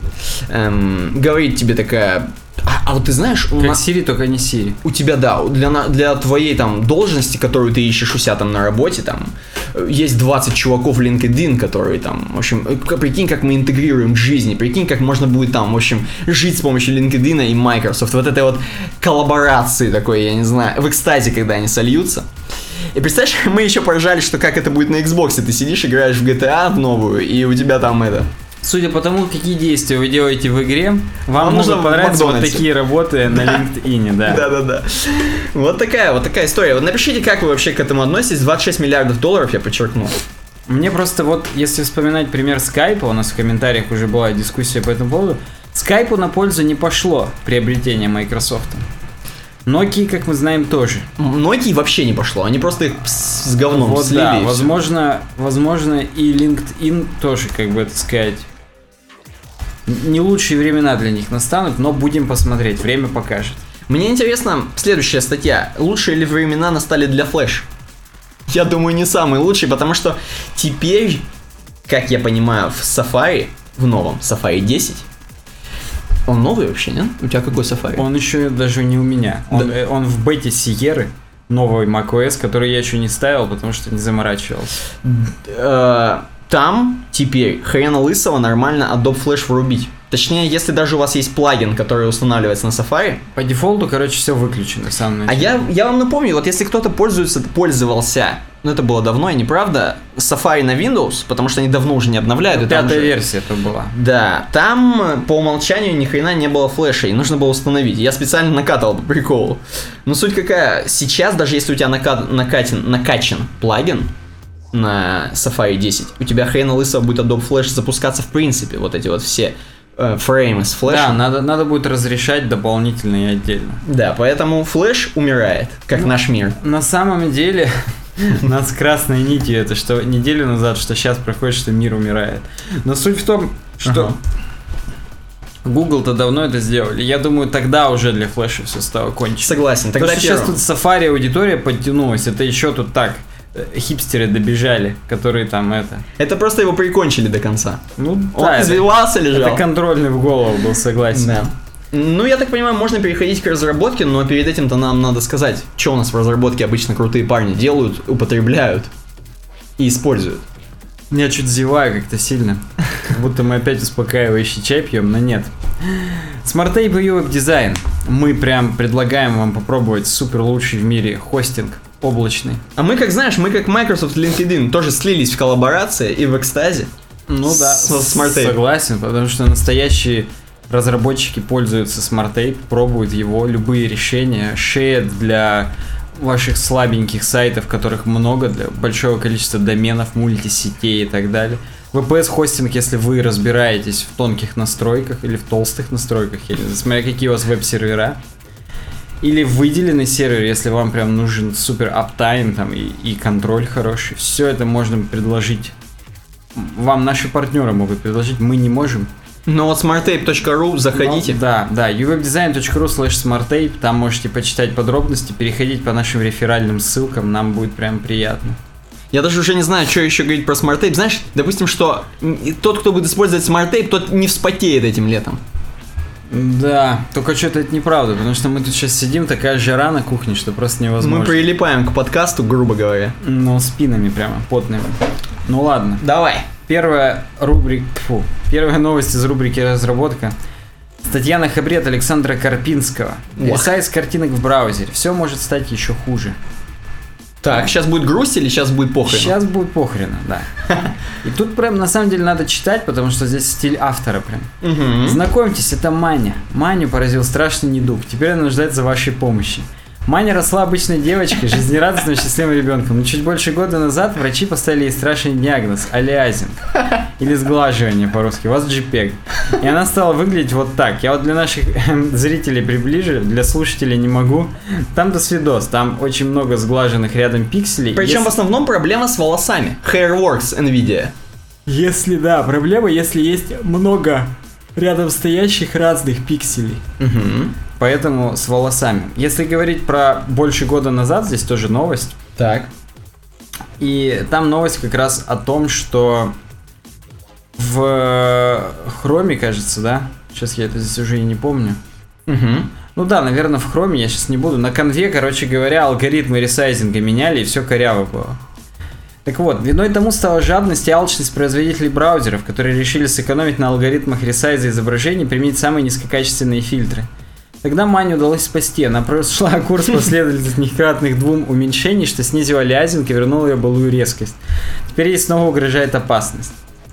S2: эм, говорит тебе такая... А, а вот ты знаешь, у
S1: как
S2: нас...
S1: Siri, только не Siri.
S2: У тебя, да, для, для твоей там должности, которую ты ищешь у себя там на работе, там, есть двадцать чуваков в LinkedIn, которые там, в общем, прикинь, как мы интегрируем к жизни, прикинь, как можно будет там, в общем, жить с помощью LinkedIn и Microsoft, вот этой вот коллаборации такой, я не знаю, в экстазе, когда они сольются. И представляешь, мы еще поражались, что как это будет на Xbox, ты сидишь, играешь в джи ти эй в новую, и у тебя там это...
S1: Судя по тому, какие действия вы делаете в игре, вам, вам
S2: нужно
S1: могут понравиться вот такие работы на LinkedIn, да.
S2: Да-да-да. Вот такая, вот такая история. Вот напишите, как вы вообще к этому относитесь. двадцать шесть миллиардов долларов, я подчеркнул.
S1: Мне просто вот, если вспоминать пример Skype, у нас в комментариях уже была дискуссия по этому поводу, Skype'у на пользу не пошло приобретение Microsoft. Nokia, как мы знаем, тоже.
S2: Nokia вообще не пошло, они просто их с говном
S1: вот,
S2: слили.
S1: Да, возможно, возможно, и LinkedIn тоже, как бы это сказать, не лучшие времена для них настанут, но будем посмотреть, время покажет.
S2: Мне интересно, следующая статья. Лучшие ли времена настали для Flash? Я думаю, не самые лучшие, потому что теперь, как я понимаю, в Safari, в новом Safari десять, он новый вообще, нет? У тебя какой Safari?
S1: Он еще даже не у меня. Он, да. он в бете Sierra, новый macOS, который я еще не ставил, потому что не заморачивался.
S2: Там теперь хрена лысого нормально Adobe Flash врубить. Точнее, если даже у вас есть плагин, который устанавливается на Safari.
S1: По дефолту, короче, все выключено в самом начале.
S2: А я, я вам напомню, вот если кто-то пользуется, пользовался, ну это было давно и неправда, Safari на Windows, потому что они давно уже не обновляют.
S1: Ну, пятая версия это была.
S2: Да, там по умолчанию ни хрена не было флеша, и нужно было установить. Я специально накатывал по приколу. Но суть какая, сейчас даже если у тебя нака- накатен, накачан плагин на Safari десять, у тебя хрена лысого будет Adobe Flash запускаться в принципе, вот эти вот все э, фреймы с флешем.
S1: Да, надо, надо будет разрешать дополнительно и отдельно.
S2: Да, поэтому флеш умирает, как ну, наш мир.
S1: На самом деле, нас красной нитью это, что неделю назад, что сейчас проходит, что мир умирает. Но суть в том, что Google-то давно это сделали. Я думаю, тогда уже для флеша все стало кончено.
S2: Согласен, тогда
S1: то, что сейчас тут Safari аудитория подтянулась, это еще тут так... хипстеры добежали, которые там это...
S2: Это просто его прикончили до конца.
S1: Ну,
S2: Он
S1: да,
S2: извивался,
S1: это,
S2: лежал.
S1: это контрольный в голову был, согласен.
S2: Да. Ну, я так понимаю, можно переходить к разработке, но перед этим-то нам надо сказать, что у нас в разработке обычно крутые парни делают, употребляют и используют.
S1: Я чуть зеваю как-то сильно, как будто мы опять успокаивающий чай пьем, но нет. SmartTape и веб-дизайн. Мы прям предлагаем вам попробовать супер лучший в мире хостинг облачный.
S2: А мы, как знаешь, мы как Microsoft LinkedIn тоже слились в коллаборации и в экстазе.
S1: Ну да,
S2: с SmartTape.
S1: Согласен, потому что настоящие разработчики пользуются SmartTape, пробуют его, любые решения, шеят для ваших слабеньких сайтов, которых много, для большого количества доменов, мультисетей и так далее. ви пи эс-хостинг, если вы разбираетесь в тонких настройках или в толстых настройках, или смотря какие у вас веб-сервера, или выделенный сервер, если вам прям нужен супер аптайм там, и, и контроль хороший, все это можно предложить. Вам наши партнеры могут предложить, мы не можем.
S2: Но вот smarttape точка ру заходите.
S1: Но, да, да, uwebdesign точка ру слэш smarttape, там можете почитать подробности, переходить по нашим реферальным ссылкам, нам будет прям приятно.
S2: Я даже уже не знаю, что еще говорить про SmartTape. Знаешь, допустим, что тот, кто будет использовать SmartTape, тот не вспотеет этим летом.
S1: Да, только что-то это неправда, потому что мы тут сейчас сидим, такая жара на кухне, что просто невозможно.
S2: Мы прилипаем к подкасту, грубо говоря.
S1: Ну, спинами прямо, потными. Ну ладно.
S2: Давай.
S1: Первая рубрика, фу, первая новость из рубрики «Разработка». Статья на Хабре от Александра Карпинского. Ресайз картинок в браузере. Все может стать еще хуже.
S2: Так, сейчас будет грусть или сейчас будет похрена?
S1: Сейчас будет похрена, да. И тут прям на самом деле надо читать, потому что здесь стиль автора прям.
S2: Угу.
S1: Знакомьтесь, это Маня. Маню поразил страшный недуг. Теперь она нуждается в вашей помощи. Маня росла обычной девочкой, жизнерадостным, счастливым ребенком. Но чуть больше года назад врачи поставили ей страшный диагноз – алиазинг. Или сглаживание по-русски. У вас джипег. И она стала выглядеть вот так. Я вот для наших зрителей приближу, для слушателей не могу. Там досвидос. Там очень много сглаженных рядом пикселей.
S2: Причем
S1: если...
S2: в основном проблема с волосами. Hairworks NVIDIA.
S1: Если, да, проблема, если есть много рядом стоящих разных пикселей.
S2: Угу.
S1: Поэтому с волосами. Если говорить про больше года назад, здесь тоже новость.
S2: Так.
S1: И там новость как раз о том, что в Хроме, кажется, да? Сейчас я это здесь уже и не помню.
S2: Угу.
S1: Ну да, наверное, в Хроме, я сейчас не буду. На конве, короче говоря, алгоритмы ресайзинга меняли, и все коряво было. Так вот, виной тому стала жадность и алчность производителей браузеров, которые решили сэкономить на алгоритмах ресайза изображений и применить самые низкокачественные фильтры. Тогда Мане удалось спасти. Она прошла курс последовательных кратных двум уменьшений, что снизило алиазинг и вернуло ее былую резкость. Теперь ей снова угрожает опасность.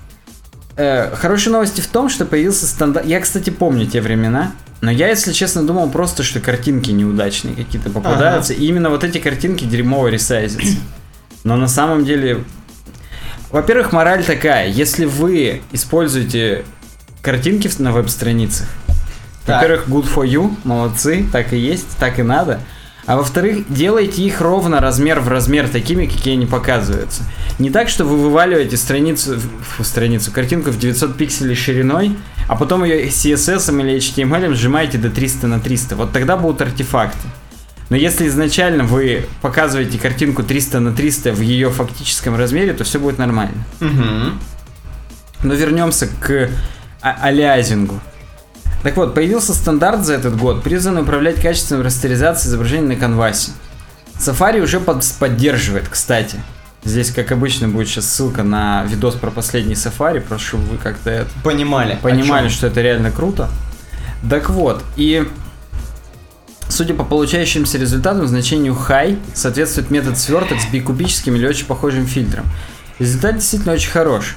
S1: Э, хорошие новости в том, что появился стандарт... Я, кстати, помню те времена, но я, если честно, думал просто, что картинки неудачные какие-то попадаются, ага. И именно вот эти картинки дерьмово ресайзятся. Но на самом деле... Во-первых, мораль такая. Если вы используете картинки на веб-страницах, так. Во-первых, good for you, молодцы, так и есть, так и надо. А во-вторых, делайте их ровно размер в размер такими, какие они показываются. Не так, что вы вываливаете страницу, фу, страницу, картинку в девятьсот пикселей шириной, а потом ее си эс эс или эйч ти эм эль сжимаете до триста на триста. Вот тогда будут артефакты. Но если изначально вы показываете картинку триста на триста в ее фактическом размере, то все будет нормально.
S2: Угу. Но
S1: вернемся к а- алиазингу. Так вот, появился стандарт за этот год, призванный управлять качеством растеризации изображений на канвасе. Safari уже под, поддерживает, кстати. Здесь, как обычно, будет сейчас ссылка на видос про последний Safari, просто чтобы вы как-то это...
S2: Понимали.
S1: Понимали, что это реально круто. Так вот, и... Судя по получающимся результатам, значению high соответствует метод сверток с бикубическим или очень похожим фильтром. Результат действительно очень хорош.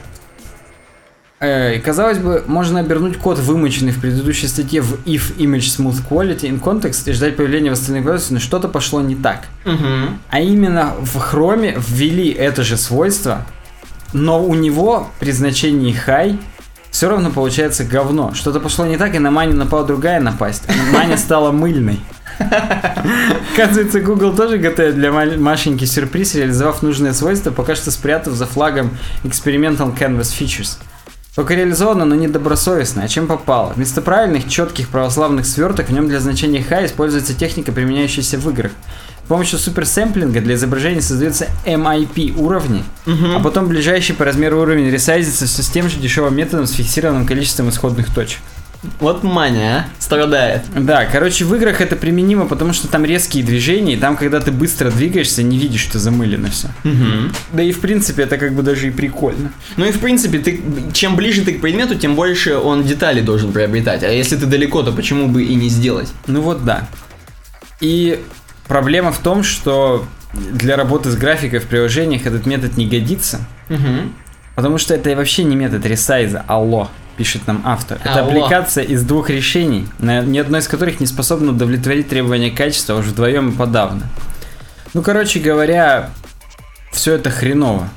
S1: И, казалось бы, можно обернуть код, вымоченный в предыдущей статье в if image smooth quality in context и ждать появления в остальных версиях, но что-то пошло не так.
S2: Угу.
S1: А именно в Chrome ввели это же свойство, но у него при значении high все равно получается говно. Что-то пошло не так, и на Мане напала другая напасть. Маня стала мыльной. Оказывается, Google тоже готовит для Машеньки сюрприз, реализовав нужное свойство, пока что спрятав за флагом Experimental Canvas Features. Только реализовано, но недобросовестно, а чем попало. Вместо правильных, четких православных сверток в нем для значения high используется техника, применяющаяся в играх. С помощью суперсэмплинга для изображения создается эм ай пи уровни,
S2: Угу.
S1: а потом ближайший по размеру уровень ресайзится все с тем же дешевым методом с фиксированным количеством исходных точек.
S2: Вот мания, а? Страдает.
S1: Да, короче, в играх это применимо, потому что там резкие движения, и там, когда ты быстро двигаешься, не видишь, что замылено все.
S2: Угу.
S1: Да и в принципе это как бы даже и прикольно.
S2: Ну и в принципе, ты, чем ближе ты к предмету, тем больше он деталей должен приобретать. А если ты далеко, то почему бы и не сделать?
S1: Ну вот да. И проблема в том, что для работы с графикой в приложениях этот метод не годится,
S2: Угу.
S1: потому что это вообще не метод ресайза, алло, пишет нам автор. Это
S2: Алло.
S1: аппликация из двух решений, на- ни одно из которых не способно удовлетворить требования качества, а уж вдвоем и подавно. Ну, короче говоря, все это хреново.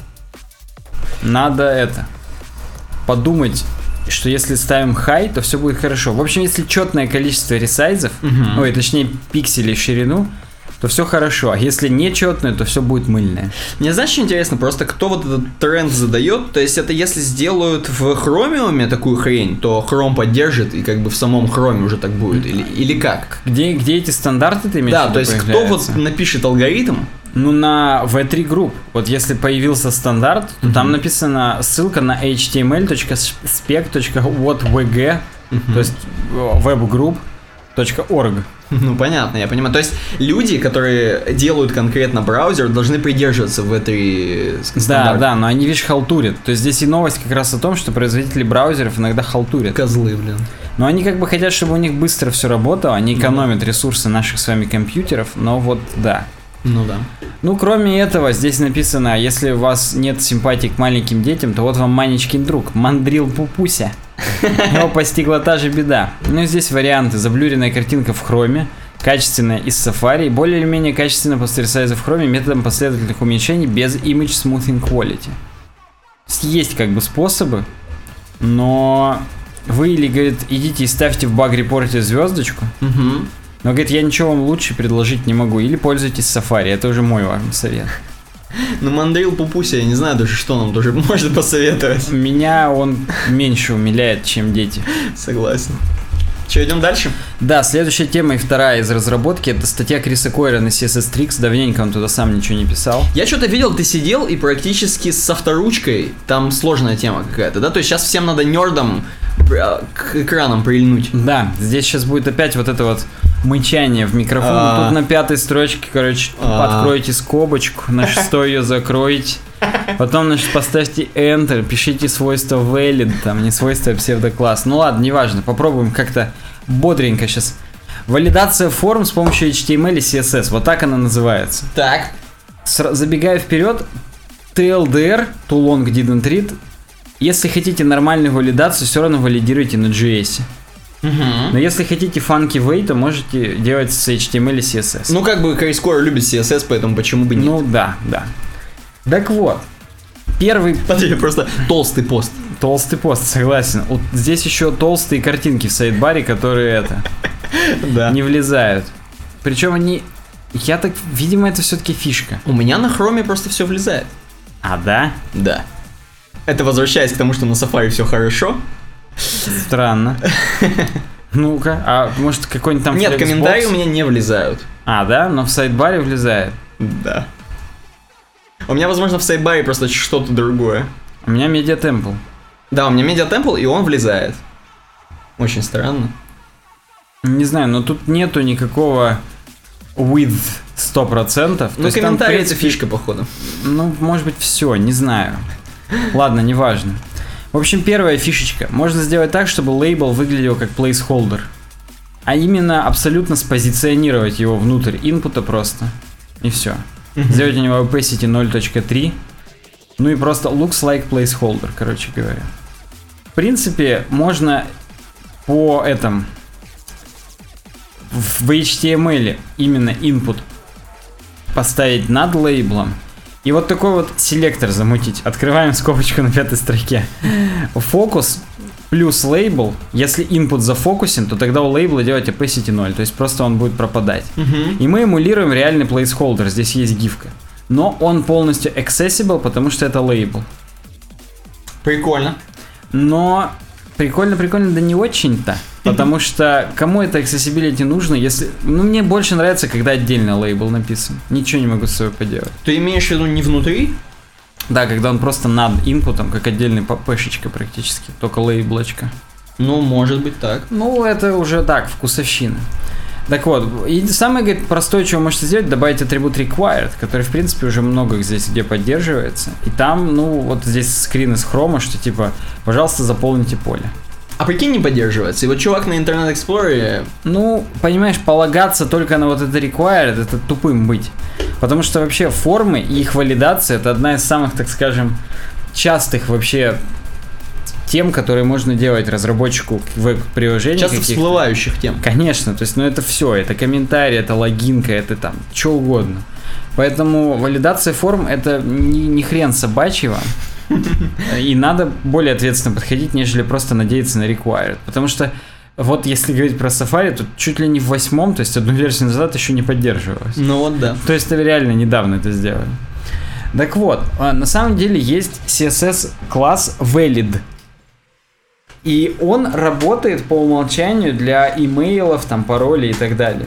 S1: Надо это подумать, что если ставим хай, то все будет хорошо. В общем, если четное количество ресайзов,
S2: Мгм.
S1: ой, точнее пикселей в ширину, то все хорошо. А если нечетное, то все будет мыльное.
S2: Мне знаешь, что интересно? Просто кто вот этот тренд задает? То есть это если сделают в хромиуме такую хрень, то хром поддержит, и как бы в самом хроме уже так будет. Или, или как?
S1: Где, где эти стандарты ты имеешь в
S2: Да,
S1: виду,
S2: то есть кто
S1: появляются?
S2: вот напишет алгоритм?
S1: Ну, на ви три Group. Вот если появился стандарт, то там написана ссылка на эйч ти эм эль точка спек точка вот ви джи, то есть webgroup точка орг.
S2: Ну, понятно, я понимаю. То есть люди, которые делают конкретно браузер, должны придерживаться ви три
S1: Да,
S2: стандарта.
S1: да, но они, видишь, халтурят. То есть здесь и новость как раз о том, что производители браузеров иногда халтурят.
S2: Козлы, блин.
S1: Но они как бы хотят, чтобы у них быстро все работало, они экономят ресурсы наших с вами компьютеров, но вот да.
S2: Ну да.
S1: Ну, кроме этого, здесь написано, если у вас нет симпатии к маленьким детям, то вот вам Манечкин друг, Мандрил Пупуся. Его постигла та же беда. Ну, и здесь варианты. Заблюренная картинка в хроме, качественная из Safari, и более или менее качественно после ресайза в хроме методом последовательных уменьшений без Image Smoothing Quality. То есть есть как бы способы, но вы или, говорит, идите и ставьте в баг-репорте звездочку,
S2: Угу.
S1: но, говорит, я ничего вам лучше предложить не могу. Или пользуйтесь Safari, это уже мой вам совет.
S2: Ну, Мандрил Пупуся, я не знаю даже, что нам тоже может посоветовать.
S1: Меня он меньше умиляет, чем дети.
S2: Согласен. Че, идем дальше?
S1: Да, следующая тема и вторая из разработки — это статья Криса Койера на си эс эс Tricks. Давненько он туда сам ничего не писал.
S2: Я что-то видел, ты сидел и практически с авторучкой, там сложная тема какая-то, да? То есть сейчас всем надо нердом при- к экранам прильнуть.
S1: Да, здесь сейчас будет опять вот это вот мычание в микрофон.
S2: А.
S1: Тут на пятой строчке, короче,
S2: А.
S1: откройте скобочку, на шестой ее закройте. Потом, значит, поставьте Enter, пишите свойство valid, там, не свойство, а псевдокласс. Ну ладно, неважно, попробуем как-то бодренько сейчас. Валидация форм с помощью эйч ти эм эль и си эс эс, вот так она называется.
S2: Так.
S1: Сра- Забегая вперед, ти эл ди эр, Too Long Didn't Read, если хотите нормальную валидацию, все равно валидируйте на джей эс. Но если хотите funky way, то можете делать с эйч ти эм эль и си эс эс.
S2: Ну, как бы Крис Койер любит си эс эс, поэтому почему бы нет?
S1: Ну да, да. Так вот, первый
S2: Смотри, просто толстый пост.
S1: толстый пост, согласен. Вот здесь еще толстые картинки в сайдбаре, которые это
S2: Да.
S1: не влезают. Причем они, я так, видимо, это все-таки фишка.
S2: У меня на хроме просто все влезает.
S1: А да?
S2: Да. Это возвращаясь к тому, что на Safari все хорошо.
S1: Странно. Ну-ка, а может какой-нибудь там
S2: Нет,
S1: Flexbox?
S2: комментарии у меня не влезают.
S1: А, да? Но в сайдбаре влезает.
S2: Да. У меня, возможно, в сайдбаре просто что-то другое.
S1: У меня Media Temple.
S2: Да, у меня Media Temple, и он влезает. Очень странно.
S1: Не знаю, но тут нету никакого with сто процентов. То
S2: Ну,
S1: есть там, в
S2: комментарии это
S1: принципе,
S2: фишка, походу.
S1: Ну, может быть, все, не знаю. Ладно, неважно. В общем, первая фишечка. Можно сделать так, чтобы лейбл выглядел как placeholder. А именно абсолютно спозиционировать его внутрь инпута просто. И все. Сделать у него opacity ноль точка три. Ну и просто looks like placeholder, короче говоря. В принципе, можно по этому в эйч ти эм эль именно input поставить над лейблом. И вот такой вот селектор замутить. Открываем скобочку на пятой строке. Фокус плюс лейбл. Если input зафокусен, то тогда у лейбла делать opacity ноль. То есть просто он будет пропадать. И мы эмулируем реальный placeholder. Здесь есть гифка. Но он полностью accessible, потому что это лейбл.
S2: Прикольно.
S1: Но прикольно-прикольно, да не очень-то. Потому что кому это accessibility нужно, если... Ну, мне больше нравится, когда отдельно лейбл написан. Ничего не могу с собой поделать.
S2: Ты имеешь в виду не внутри?
S1: Да, когда он просто над инпутом, как отдельный пэшечка практически, только лейблочка.
S2: Ну, может быть так.
S1: Ну, это уже так, вкусовщина. Так вот, и самое, говорит, простое, что вы можете сделать, добавить атрибут required, который, в принципе, уже много здесь где поддерживается. И там, ну, вот здесь скрин из хрома, что типа, пожалуйста, заполните поле.
S2: А прикинь, не поддерживается. И вот чувак на Internet Explorer...
S1: Ну, понимаешь, полагаться только на вот это required, это тупым быть. Потому что вообще формы и их валидация, это одна из самых, так скажем, частых вообще тем, которые можно делать разработчику веб-приложений.
S2: Часто всплывающих тем.
S1: Конечно, то есть, ну это все, это комментарий, это логинка, это там, что угодно. Поэтому валидация форм это не, не хрен собачий вам. И надо более ответственно подходить, нежели просто надеяться на required. Потому что вот если говорить про Safari, то чуть ли не в восьмом, то есть одну версию назад еще не поддерживалось.
S2: Ну вот да.
S1: То есть реально недавно это сделали. Так вот, на самом деле есть си эс эс-класс valid. И он работает по умолчанию для имейлов, там, паролей и так далее.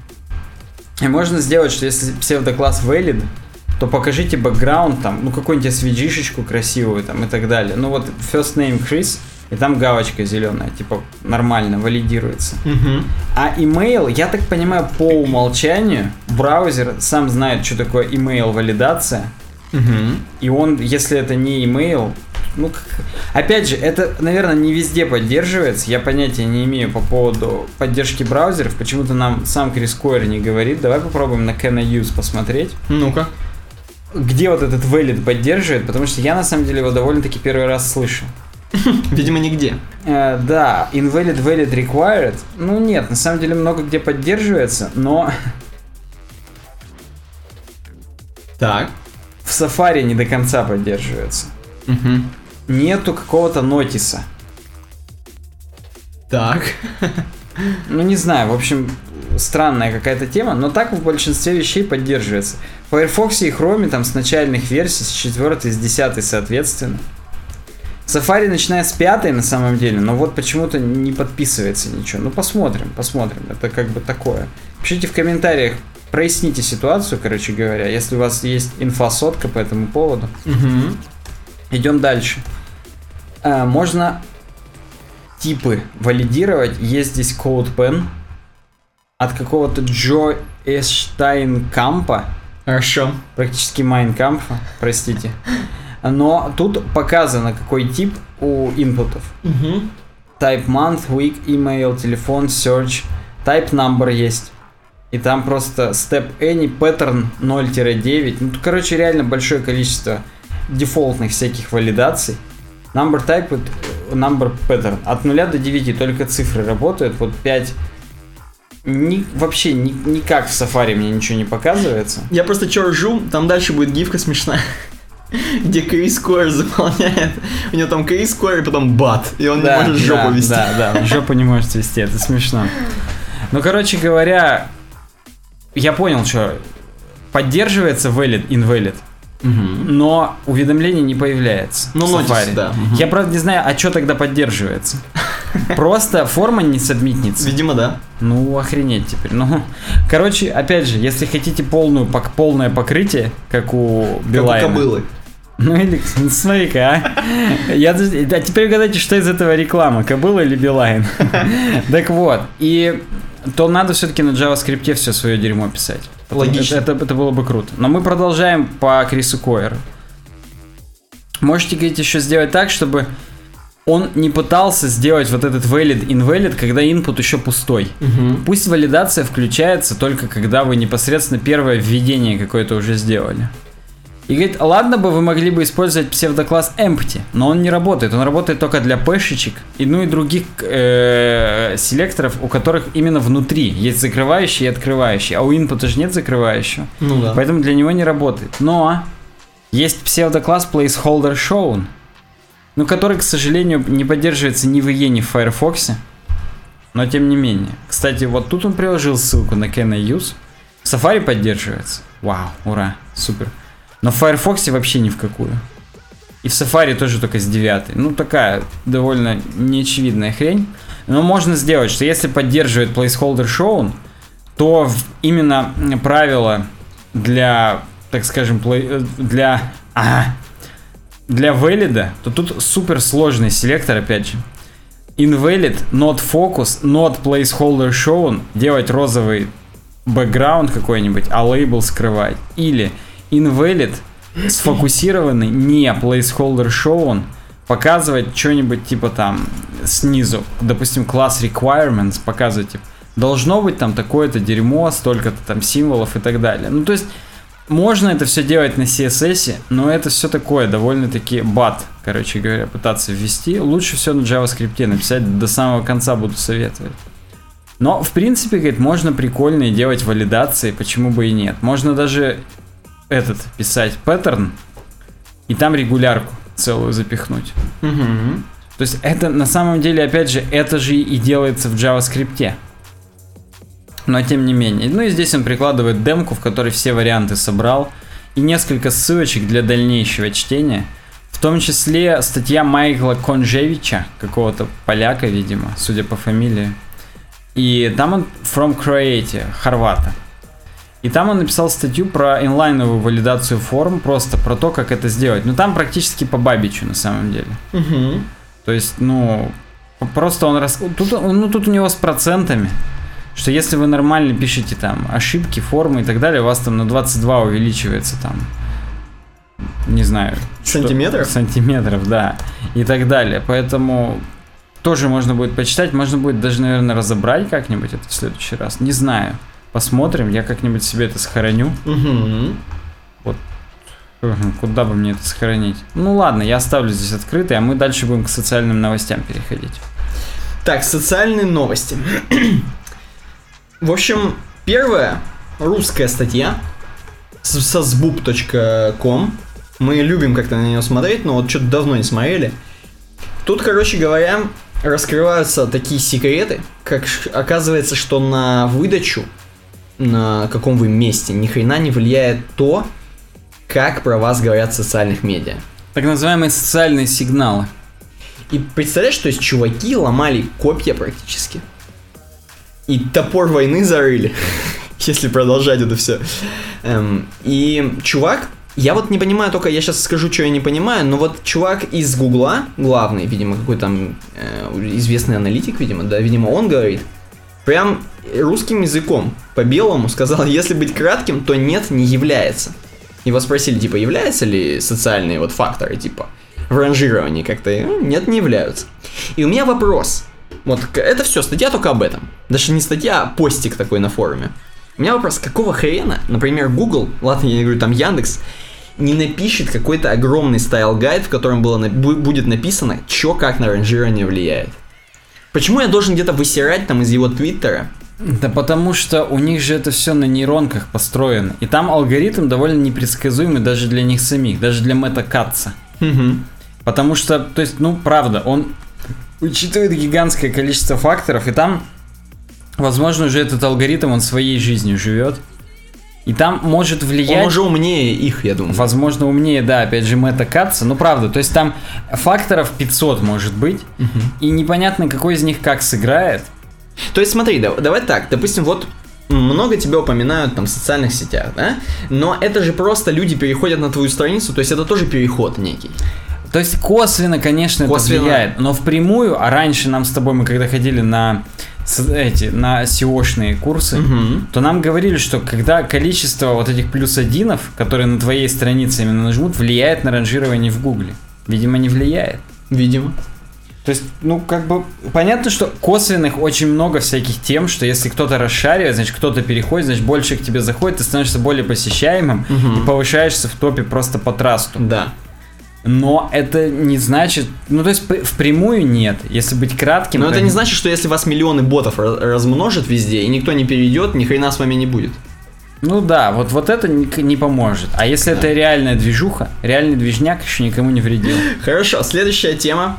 S1: И можно сделать, что если псевдокласс valid, то покажите бэкграунд, там, ну, какую-нибудь эс ви джи-шечку красивую, там, и так далее. Ну, вот first name Chris, и там галочка зеленая, типа, нормально, валидируется.
S2: Угу.
S1: А email, я так понимаю, по умолчанию, браузер сам знает, что такое email-валидация,
S2: угу.
S1: и он, если это не email, ну, как... опять же, это, наверное, не везде поддерживается. Я понятия не имею по поводу поддержки браузеров. Почему-то нам сам Крис Койер не говорит. Давай попробуем на Can I Use посмотреть.
S2: Ну-ка.
S1: Где вот этот valid поддерживает, потому что я, на самом деле, его довольно-таки первый раз слышу.
S2: Видимо, nigде.
S1: Э, да, invalid, valid, required. Ну, нет, на самом деле много где поддерживается, но...
S2: Так.
S1: В Safari не до конца поддерживается.
S2: Угу.
S1: Нету какого-то нотиса.
S2: Так.
S1: Ну, не знаю, в общем, странная какая-то тема, но так в большинстве вещей поддерживается. В Firefox и Chrome там с начальных версий, с четвёртой, с десятой, соответственно. Safari, начиная с пятой, на самом деле, но вот почему-то не подписывается ничего. Ну, посмотрим, посмотрим. Это как бы такое. Пишите в комментариях, проясните ситуацию, короче говоря, если у вас есть инфосотка по этому поводу.
S2: Угу. Идем
S1: дальше. А, можно типы валидировать. Есть здесь CodePen от какого-то Джо Эштайнкампа.
S2: Хорошо.
S1: Практически Майнкампа, простите. Но тут показано, какой тип у инпутов.
S2: Угу.
S1: Type month, week, email, телефон, search. Type number есть. И там просто step any, pattern ноль девять. Ну, короче, реально большое количество дефолтных всяких валидаций. Number type, number pattern. От нуля до девяти только цифры работают. Вот пять ни, вообще ни, никак в Safari мне ничего не показывается.
S2: Я просто чё ржу, там дальше будет гифка смешная, где Крис Койер заполняет. У него там Крис Койер и потом бат. И он да, не может жопу
S1: да,
S2: вести.
S1: Да, да, жопу не может вести, это смешно. Ну, короче говоря, я понял, что поддерживается valid, invalid.
S2: Угу.
S1: Но уведомление не появляется.
S2: Ну,
S1: в Safari.
S2: Да. Угу.
S1: Я, правда, не знаю, а что тогда поддерживается. Просто форма не сабмитнется.
S2: Видимо, да.
S1: Ну, охренеть теперь. Ну, короче, опять же, если хотите полную, полное покрытие, как у Билайна.
S2: Как у кобылы.
S1: Ну, или, смотри-ка, а. Я, а теперь угадайте, что из этого реклама, кобыла или Билайн. Так вот, и то надо все-таки на JavaScript все свое дерьмо писать.
S2: Логично.
S1: Это, это, это было бы круто. Но мы продолжаем по Крису Койеру. Можете, говорить, еще сделать так, чтобы он не пытался сделать вот этот valid, invalid, когда input еще пустой.
S2: Угу.
S1: Пусть валидация включается только когда вы непосредственно первое введение какое-то уже сделали. И говорит, ладно бы вы могли бы использовать псевдокласс empty, но он не работает. Он работает только для пэшечек и ну и других э, селекторов, у которых именно внутри есть закрывающий и открывающий, а у input же нет закрывающего.
S2: Ну да.
S1: Поэтому для него не работает. Но есть псевдокласс placeholder shown, ну который, к сожалению, не поддерживается ни в и и, ни в Firefox, но тем не менее. Кстати, вот тут он приложил ссылку на Can I Use. В Safari поддерживается. Вау, ура, супер. Но в Firefox вообще ни в какую. И в Safari тоже только с девятой. Ну, такая довольно неочевидная хрень. Но можно сделать, что если поддерживает placeholder shown, то именно правило для, так скажем, play, для, ага, для valid, то тут супер сложный селектор, опять же. Invalid, not focus, not placeholder shown, делать розовый бэкграунд какой-нибудь, а лейбл скрывать. Или invalid, сфокусированный, не placeholder shown, показывать что-нибудь типа там снизу. Допустим, class requirements показывать, типа, должно быть там такое-то дерьмо, столько-то там символов и так далее. Ну, то есть, можно это все делать на си эс эс, но это все такое, довольно-таки бат, короче говоря, пытаться ввести. Лучше все на JavaScript написать, до самого конца буду советовать. Но, в принципе, говорит, можно прикольно делать валидации, почему бы и нет. Можно даже этот писать паттерн, и там регулярку целую запихнуть.
S2: Угу.
S1: То есть, это на самом деле, опять же, это же и делается в JavaScript. Но тем не менее. Ну и здесь он прикладывает демку, в которой все варианты собрал. И несколько ссылочек для дальнейшего чтения. В том числе статья Майкла Конжевича, какого-то поляка, видимо, судя по фамилии. И там он from Croatia, хорвата. И там он написал статью про инлайновую валидацию форм, просто про то, как это сделать. Ну там практически по бабичу на самом деле.
S2: Угу.
S1: То есть, ну, просто он... Рас... Тут, ну, тут у него с процентами. Что если вы нормально пишете там ошибки, формы и так далее, у вас там на двадцать два увеличивается там, не знаю...
S2: Сантиметров?
S1: Что, сантиметров, да. И так далее. Поэтому тоже можно будет почитать. Можно будет даже, наверное, разобрать как-нибудь это в следующий раз. Не знаю. Посмотрим. Я как-нибудь себе это сохраню.
S2: Угу.
S1: Вот. Куда бы мне это сохранить? Ну ладно, я оставлю здесь открытый, а мы дальше будем к социальным новостям переходить.
S2: Так, социальные новости. В общем, первая русская статья со сбуп точка ком. Мы любим как-то на нее смотреть, но вот что-то давно не смотрели. Тут, короче говоря, раскрываются такие секреты, как оказывается, что на выдачу, на каком вы месте, ни хрена не влияет то, как про вас говорят в социальных медиа.
S1: Так называемые социальные сигналы.
S2: И представляешь, то есть чуваки ломали копья практически. И топор войны зарыли, если продолжать это все. Эм, и чувак, я вот не понимаю, только я сейчас скажу, что я не понимаю, но вот чувак из Гугла, главный, видимо, какой там э, известный аналитик, видимо, да, видимо, он говорит, прям русским языком, по-белому сказал, если быть кратким, то нет, не является. Его спросили, типа, являются ли социальные вот факторы, типа, в ранжировании как-то? Нет, не являются. И у меня вопрос. Вот это все, статья только об этом. Даже не статья, а постик такой на форуме. У меня вопрос, какого хрена, например, Google, ладно, я не говорю, там Яндекс, не напишет какой-то огромный стайл-гайд, в котором было, будет написано, что как на ранжирование влияет. Почему я должен где-то высирать там из его твиттера?
S1: Да потому что у них же это все на нейронках построено. И там алгоритм довольно непредсказуемый даже для них самих, даже для Мэтта Катца.
S2: Угу.
S1: Потому что, то есть, ну, правда, он учитывает гигантское количество факторов, и там, возможно, уже этот алгоритм, он своей жизнью живет. И там может влиять...
S2: Он уже умнее их, я думаю.
S1: Возможно, умнее, да, опять же, Мэтта Катца. Ну, правда, то есть там факторов пятьсот может быть,
S2: угу.
S1: И непонятно, какой из них как сыграет.
S2: То есть смотри, да, давай так, допустим, вот много тебя упоминают там в социальных сетях, да? Но это же просто люди переходят на твою страницу, то есть это тоже переход некий.
S1: То есть косвенно, конечно, косвенно. Это влияет, но впрямую, а раньше нам с тобой, мы когда ходили на эти, на сеошные курсы,
S2: угу.
S1: то нам говорили, что когда количество вот этих плюс одинов, которые на твоей странице именно нажмут, влияет на ранжирование в Гугле. Видимо, не влияет.
S2: Видимо.
S1: То есть, ну, как бы, понятно, что косвенных очень много всяких тем, что если кто-то расшаривает, значит, кто-то переходит, значит, больше к тебе заходит, ты становишься более посещаемым
S2: угу.
S1: и повышаешься в топе просто по трасту.
S2: Да.
S1: Но это не значит... Ну, то есть, впрямую нет, если быть кратким...
S2: Но
S1: то...
S2: это не значит, что если вас миллионы ботов размножат везде, и никто не перейдет, ни хрена с вами не будет.
S1: Ну да, вот, вот это не, не поможет. А если да. это реальная движуха, реальный движняк еще никому не вредил.
S2: Хорошо, следующая тема.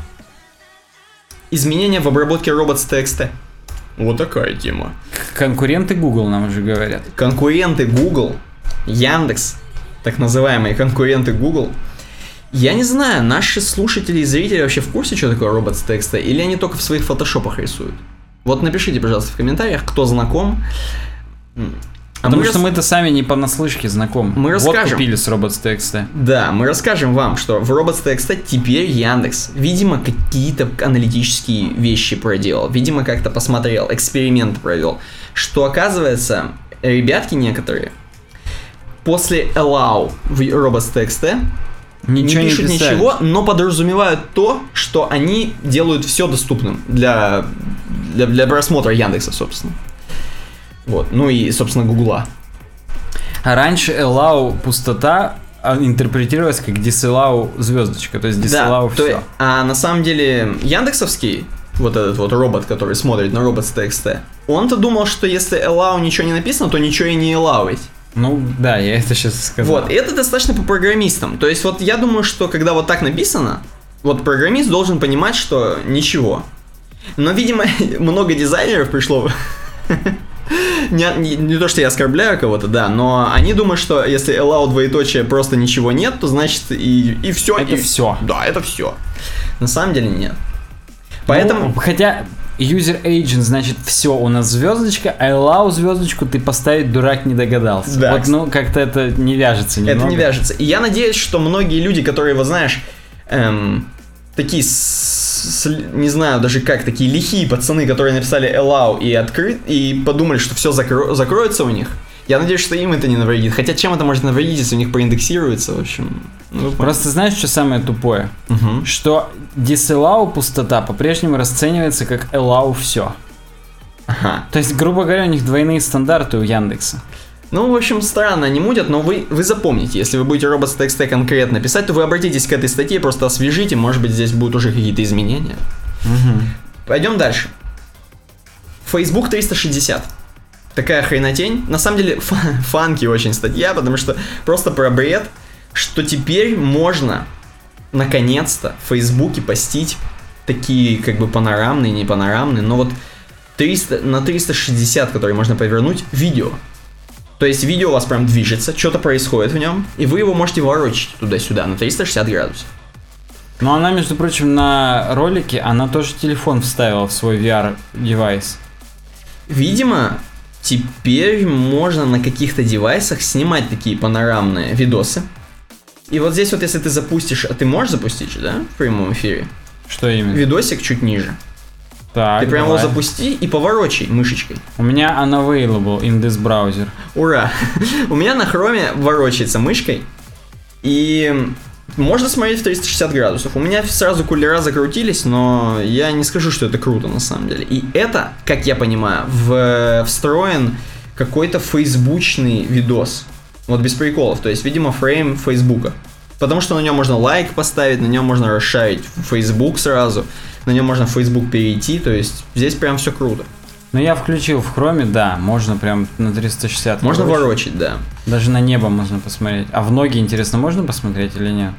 S2: Изменения в обработке robots.txt. Вот такая тема.
S1: Конкуренты Google нам уже говорят.
S2: Конкуренты Google, Яндекс, так называемые конкуренты Google, Я не знаю, наши слушатели и зрители вообще в курсе, что такое робот с текста, или они только в своих фотошопах рисуют? Вот напишите, пожалуйста, в комментариях, кто знаком.
S1: А Потому мы что рас... мы-то сами не понаслышке знакомы.
S2: Мы расскажем.
S1: Вот купили с Robots.txt.
S2: Да, мы расскажем вам, что в Robots.txt теперь Яндекс, видимо, какие-то аналитические вещи проделал, видимо, как-то посмотрел, эксперимент провел, что, оказывается, ребятки некоторые после allow в Robots.txt ничего не пишут не ничего, но подразумевают то, что они делают все доступным для, для, для просмотра Яндекса, собственно. Вот, ну и, собственно, Гугла.
S1: А раньше allow пустота интерпретировалась как disallow звездочка, то есть disallow да, все.
S2: То, а на самом деле Яндексовский, вот этот вот робот, который смотрит на Robots.txt, он-то думал, что если allow ничего не написано, то ничего и не allowить.
S1: Ну, да, я это сейчас сказал.
S2: Вот, и это достаточно по программистам. То есть вот я думаю, что когда вот так написано, вот программист должен понимать, что ничего. Но, видимо, много дизайнеров пришло... Не, не, не то, что я оскорбляю кого-то, да, но они думают, что если allow двоеточие просто ничего нет, то значит и, и все.
S1: Это
S2: и,
S1: все.
S2: Да, это все. На самом деле нет. Поэтому...
S1: Ну, хотя user agent значит все, у нас звездочка, а allow звездочку ты поставить дурак не догадался.
S2: Да.
S1: Вот, ну, как-то это не вяжется немного.
S2: Это не вяжется. И я надеюсь, что многие люди, которые, вот знаешь, эм, такие, с, с, не знаю даже как, такие лихие пацаны, которые написали allow и открыт, и подумали, что все закро- закроется у них, я надеюсь, что им это не навредит. Хотя чем это может навредить, если у них проиндексируется, в общем. Ну,
S1: просто знаешь, что самое тупое?
S2: Угу.
S1: Что disallow пустота по-прежнему расценивается как allow все.
S2: Ага.
S1: То есть, грубо говоря, у них двойные стандарты у Яндекса.
S2: Ну, в общем, странно они мутят, но вы, вы запомните, если вы будете Robots.txt конкретно писать, то вы обратитесь к этой статье, просто освежите, может быть, здесь будут уже какие-то изменения.
S1: Угу.
S2: Пойдем дальше. Facebook триста шестьдесят. Такая хренотень. На самом деле, фан- фанки очень статья, потому что просто про бред, что теперь можно, наконец-то, в Фейсбуке постить такие, как бы, панорамные, не панорамные, но вот триста, на триста шестьдесят, которые можно повернуть, видео. То есть видео у вас прям движется, что-то происходит в нем, и вы его можете ворочать туда-сюда на триста шестьдесят градусов.
S1: Но она, между прочим, на ролике, она тоже телефон вставила в свой ви ар-девайс.
S2: Видимо, теперь можно на каких-то девайсах снимать такие панорамные видосы. И вот здесь вот, если ты запустишь, а ты можешь запустить, да, в прямом эфире?
S1: Что именно?
S2: Видосик чуть ниже.
S1: Так,
S2: ты прям
S1: давай.
S2: его запусти и поворочай мышечкой.
S1: У меня unavailable in this browser.
S2: Ура! У меня на хроме ворочается мышкой. И можно смотреть в триста шестьдесят градусов. У меня сразу кулера закрутились, но я не скажу, что это круто на самом деле. И это, как я понимаю, в... встроен какой-то фейсбучный видос. Вот без приколов. То есть, видимо, фрейм Фейсбука. Потому что на нем можно лайк поставить, на нем можно расшарить в Facebook сразу, на нем можно в Facebook перейти, то есть здесь прям все круто.
S1: Ну я включил в хроме, да, можно прям на триста шестьдесят.
S2: Можно ворочать, ворочать, да.
S1: Даже на небо можно посмотреть. А в ноги, интересно, можно посмотреть или нет?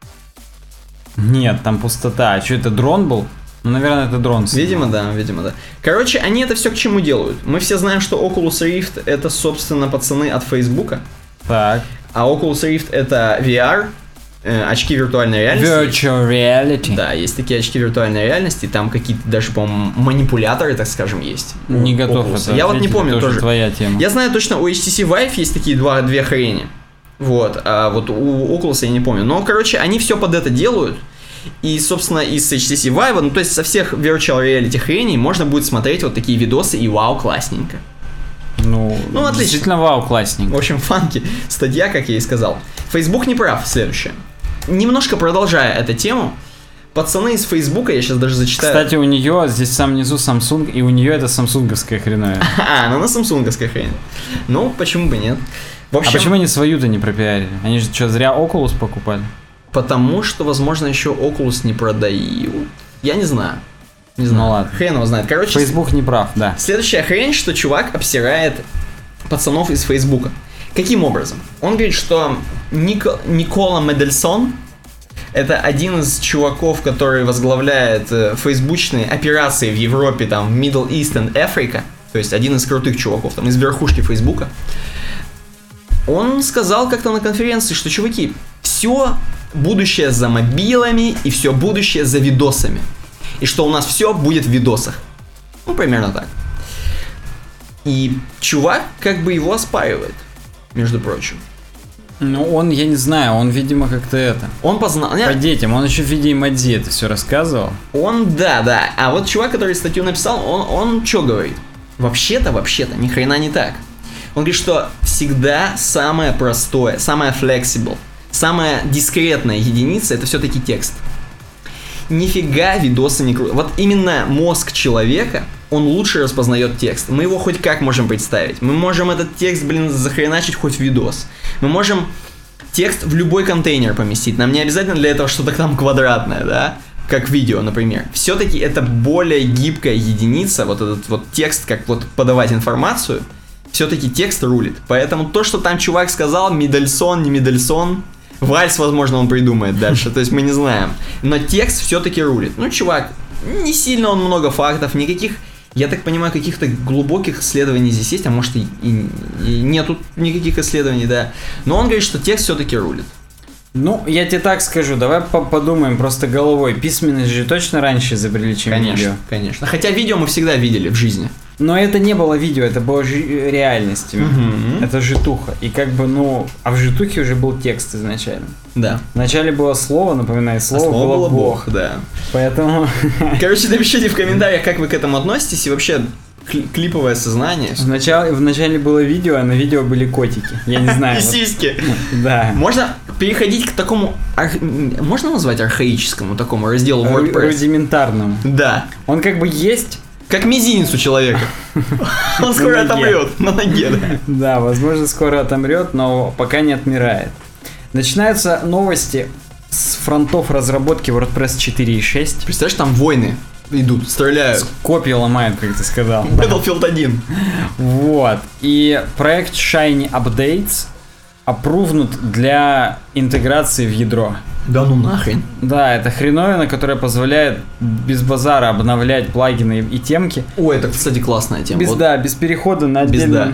S1: Нет, там пустота. А что, это дрон был? Ну, наверное, это дрон.
S2: Видимо, да, видимо, да. Короче, они это все к чему делают? Мы все знаем, что Oculus Rift это, собственно, пацаны от Фейсбука.
S1: Так.
S2: А Oculus Rift это ви ар, э, очки виртуальной реальности.
S1: Virtual reality.
S2: Да, есть такие очки виртуальной реальности, там какие-то даже, по-моему, манипуляторы, так скажем, есть.
S1: Не готов это.
S2: Я вот не помню тоже.
S1: Твоя тема.
S2: Я знаю точно, у эйч ти си Vive есть такие два, две хрени. Вот, а вот у Oculus я не помню. Но, короче, они все под это делают. И, собственно, из эйч ти си Vive, ну, то есть со всех Virtual Reality хреней можно будет смотреть вот такие видосы, и вау, классненько.
S1: Ну,
S2: ну отлично.
S1: Действительно, вау, классненько.
S2: В общем, фанки. Статья, как я и сказал. Facebook не прав, следующее. Немножко продолжая эту тему, пацаны из Фейсбука, я сейчас даже зачитаю.
S1: Кстати, у нее здесь в самом низу Samsung, и у нее это самсунговская хреновая.
S2: А, ну на самсунговская хрень. Ну, почему бы нет?
S1: В общем, а почему они свою-то не пропиарили? Они же что, зря Oculus покупали?
S2: Потому что, возможно, еще Oculus не продают. Я не знаю. Не знаю.
S1: Ну ладно.
S2: Хрен его знает. Короче,
S1: Facebook не прав, да.
S2: Следующая хрень, что чувак обсирает пацанов из Фейсбука. Каким образом? Он говорит, что Нико... Никола Медельсон это один из чуваков, который возглавляет э, фейсбучные операции в Европе, там, в Middle East and Africa. То есть один из крутых чуваков, там, из верхушки Фейсбука. Он сказал как-то на конференции, что, чуваки, все будущее за мобилами и все будущее за видосами. И что у нас все будет в видосах. Ну, примерно так. И чувак как бы его оспаривает, между прочим.
S1: Ну, он, я не знаю, он, видимо, как-то это...
S2: Он познал...
S1: По детям, он еще в виде эмодзи это все рассказывал.
S2: Он, да, да. А вот чувак, который статью написал, он, он что говорит? Вообще-то, вообще-то, ни хрена не так. Он говорит, что всегда самое простое, самое flexible, самая дискретная единица — это все-таки текст. Нифига видосы не крутят. Вот именно мозг человека, он лучше распознает текст. Мы его хоть как можем представить. Мы можем этот текст, блин, захреначить хоть в видос. Мы можем текст в любой контейнер поместить. Нам не обязательно для этого что-то там квадратное, да? Как видео, например. Все-таки это более гибкая единица, вот этот вот текст, как вот подавать информацию, все-таки текст рулит. Поэтому то, что там чувак сказал, Мидельсон, не Мидельсон, вальс, возможно, он придумает дальше, то есть мы не знаем. Но текст все-таки рулит. Ну, чувак, не сильно он много фактов, никаких, я так понимаю, каких-то глубоких исследований здесь есть, а может и, и, и нету никаких исследований, да. Но он говорит, что текст все-таки рулит.
S1: Ну, я тебе так скажу, давай по- подумаем просто головой. Письменность же точно раньше изобрели, чем
S2: конечно,
S1: видео.
S2: Конечно, хотя видео мы всегда видели в жизни.
S1: Но это не было видео, это была жи- реальность.
S2: Mm-hmm.
S1: Это житуха. И как бы, ну, а в житухе уже был текст изначально.
S2: Да.
S1: Вначале было слово, напоминаю, слово,
S2: а слово
S1: было,
S2: было
S1: Бог.
S2: Бог, да.
S1: Поэтому...
S2: Короче, напишите в комментариях, как вы к этому относитесь, и вообще кли- клиповое сознание.
S1: Вначале, вначале было видео, а на видео были котики. Я не знаю.
S2: И сиськи.
S1: Да.
S2: Можно переходить к такому, ар... можно назвать архаическому такому разделу WordPress?
S1: Рудиментарному.
S2: Да.
S1: Он как бы есть...
S2: Как мизинец у человека. Он скоро отомрет на ноге, да.
S1: Да, возможно, скоро отомрет, но пока не отмирает. Начинаются новости с фронтов разработки WordPress четыре и шесть.
S2: Представляешь, там войны идут, стреляют.
S1: Копии ломают, как ты сказал.
S2: Battlefield один.
S1: Вот. И проект Shiny Updates опрувнут для интеграции в ядро.
S2: Да ну нахрен.
S1: Да, это хреновина, которая позволяет без базара обновлять плагины и темки.
S2: Ой, это, кстати, классная тема.
S1: Без,
S2: вот.
S1: Да, без перехода на отдельную...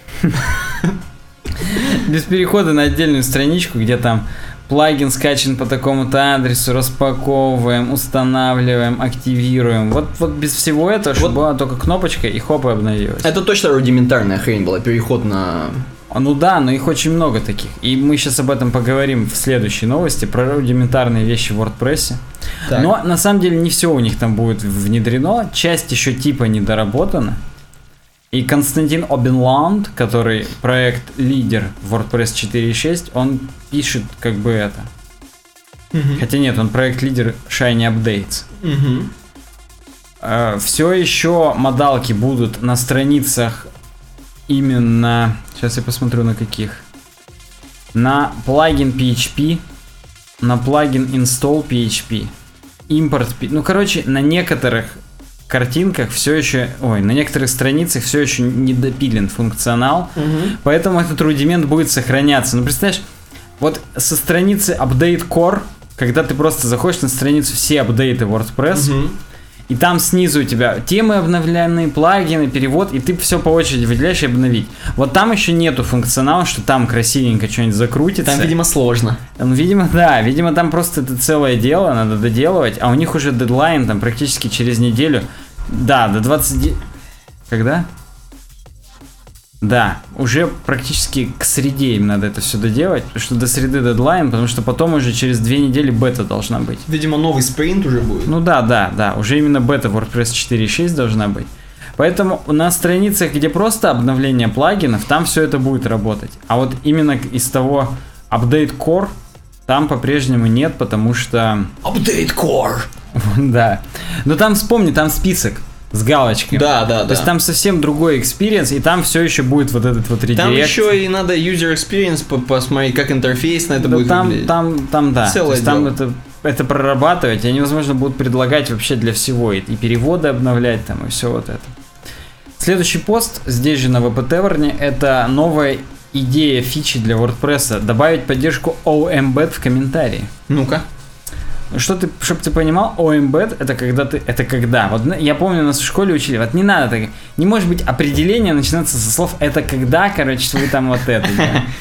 S1: Без перехода на отдельную страничку, где там плагин скачан по такому-то адресу, распаковываем, устанавливаем, активируем. Вот, вот без всего этого, чтобы была только кнопочка и хоп, и обновилась.
S2: Это точно рудиментарная хрень была, переход на...
S1: Ну да, но их очень много таких. И мы сейчас об этом поговорим в следующей новости, про рудиментарные вещи в WordPress. Так. Но на самом деле не все у них там будет внедрено. Часть еще типа недоработана. И Константин Обенланд, который проект-лидер WordPress четыре и шесть, он пишет как бы это. Mm-hmm. Хотя нет, он проект-лидер Shiny Updates.
S2: Mm-hmm.
S1: Uh, все еще модалки будут на страницах именно... Сейчас я посмотрю на каких. На плагин пи эйч пи, на плагин install пи эйч пи, импорт... Ну, короче, на некоторых картинках все еще... Ой, на некоторых страницах все еще не допилен функционал, угу. Поэтому этот рудимент будет сохраняться. Ну, представляешь, вот со страницы Update Core, когда ты просто заходишь на страницу все апдейты WordPress, угу. И там снизу у тебя темы обновленные, плагины, перевод, и ты все по очереди выделяешь и обновить. Вот там еще нету функционала, что там красивенько что-нибудь закрутится.
S2: Там, видимо, сложно.
S1: Ну, видимо, да. Видимо, там просто это целое дело, надо доделывать. А у них уже дедлайн там практически через неделю. Да, до двадцати... Когда? Да, уже практически к среде им надо это все доделать, потому что до среды дедлайн, потому что потом уже через две недели бета должна быть.
S2: Видимо, новый спринт уже будет.
S1: Ну да, да, да, уже именно бета WordPress четыре и шесть должна быть. Поэтому на страницах, где просто обновление плагинов, там все это будет работать. А вот именно из того Update Core там по-прежнему нет, потому что...
S2: Update Core!
S1: Да. Но там вспомни, там список с галочкой.
S2: Да, да, да.
S1: То есть там совсем другой экспириенс, и там все еще будет вот этот вот редирект.
S2: Там еще и надо user experience посмотреть, как интерфейс на это
S1: да,
S2: будет
S1: там,
S2: выглядеть.
S1: Там, там, да.
S2: Целое
S1: То есть там это, это прорабатывать, и они, возможно, будут предлагать вообще для всего. И, и переводы обновлять там, и все вот это. Следующий пост, здесь же на ви пи Tavern, это новая идея фичи для WordPress. Добавить поддержку о-Embed в комментарии.
S2: Ну-ка.
S1: Что ты, чтобы ты понимал, о-Embed это когда ты, это когда. Вот я помню, нас в школе учили, вот не надо так, не может быть определение начинаться со слов это когда, короче, вы там вот это. Да.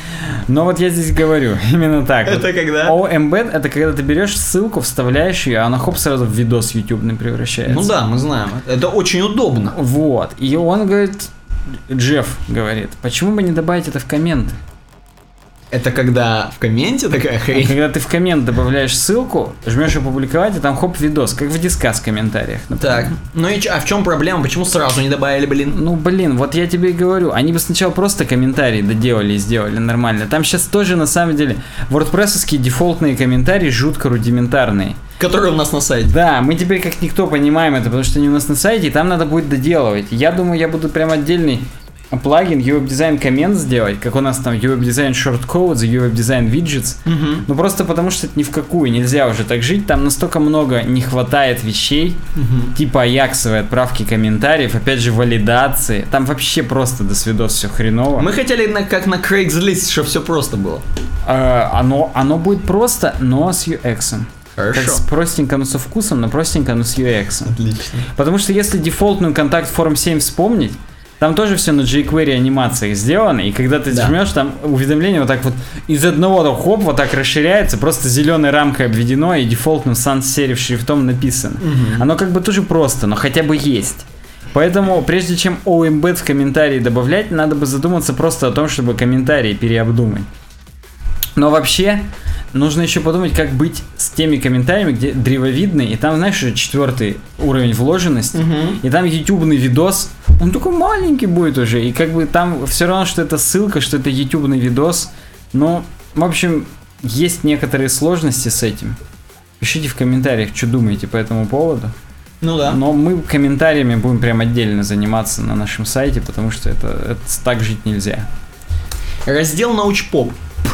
S1: Но вот я здесь говорю, именно так.
S2: Это
S1: вот.
S2: когда?
S1: O-Embed — это когда ты берешь ссылку, вставляешь ее, а она хоп, сразу в видос ютубный превращается.
S2: Ну да, мы знаем. Это очень удобно.
S1: Вот. И он говорит, Джефф говорит, почему бы не добавить это в комменты?
S2: Это когда в комменте такая хрень?
S1: Когда ты в коммент добавляешь ссылку, жмешь опубликовать, и там хоп, видос, как в дискас в комментариях. Например.
S2: Так, ну и чё, а в чем проблема? Почему сразу не добавили, блин?
S1: Ну, блин, вот я тебе и говорю, они бы сначала просто комментарии доделали и сделали нормально. Там сейчас тоже, на самом деле, вордпрессовские дефолтные комментарии жутко рудиментарные.
S2: Которые у нас на сайте.
S1: Да, мы теперь как никто понимаем это, потому что они у нас на сайте, и там надо будет доделывать. Я думаю, я буду прям отдельный плагин ю веб-дизайн коммент сделать, как у нас там ю веб-дизайн shortcodes, ю веб-дизайн widgets.
S2: Угу.
S1: Ну просто потому что это ни в какую, нельзя уже так жить, там настолько много не хватает вещей,
S2: Угу.
S1: типа аяксовой отправки комментариев, опять же валидации, там вообще просто до свидос все хреново.
S2: Мы хотели на, как на Craigslist, чтобы все просто было.
S1: А, оно, оно будет просто, но с ю экс.
S2: Хорошо.
S1: Как с простенько, но со вкусом, но простенько, но с ю экс.
S2: Отлично.
S1: Потому что если дефолтную контакт форм семь вспомнить, там тоже все на jQuery анимациях сделано, и когда ты
S2: Да.
S1: жмешь, там уведомление вот так вот из одного там хоп, вот так расширяется, просто зеленой рамкой обведено и дефолтным sans-serif шрифтом написано.
S2: Мгм.
S1: Оно как бы тоже просто, но хотя бы есть. Поэтому прежде чем O-Embed в комментарии добавлять, надо бы задуматься просто о том, чтобы комментарии переобдумать. Но вообще, нужно еще подумать, как быть с теми комментариями, где древовидные, и там, знаешь, четвертый уровень вложенности,
S2: Мгм.
S1: и там ютубный видос, он такой маленький будет уже, и как бы там все равно, что это ссылка, что это ютубный видос. Ну, в общем, есть некоторые сложности с этим. Пишите в комментариях, что думаете по этому поводу.
S2: Ну да.
S1: Но мы комментариями будем прям отдельно заниматься на нашем сайте, потому что это, это так жить нельзя.
S2: Раздел научпоп.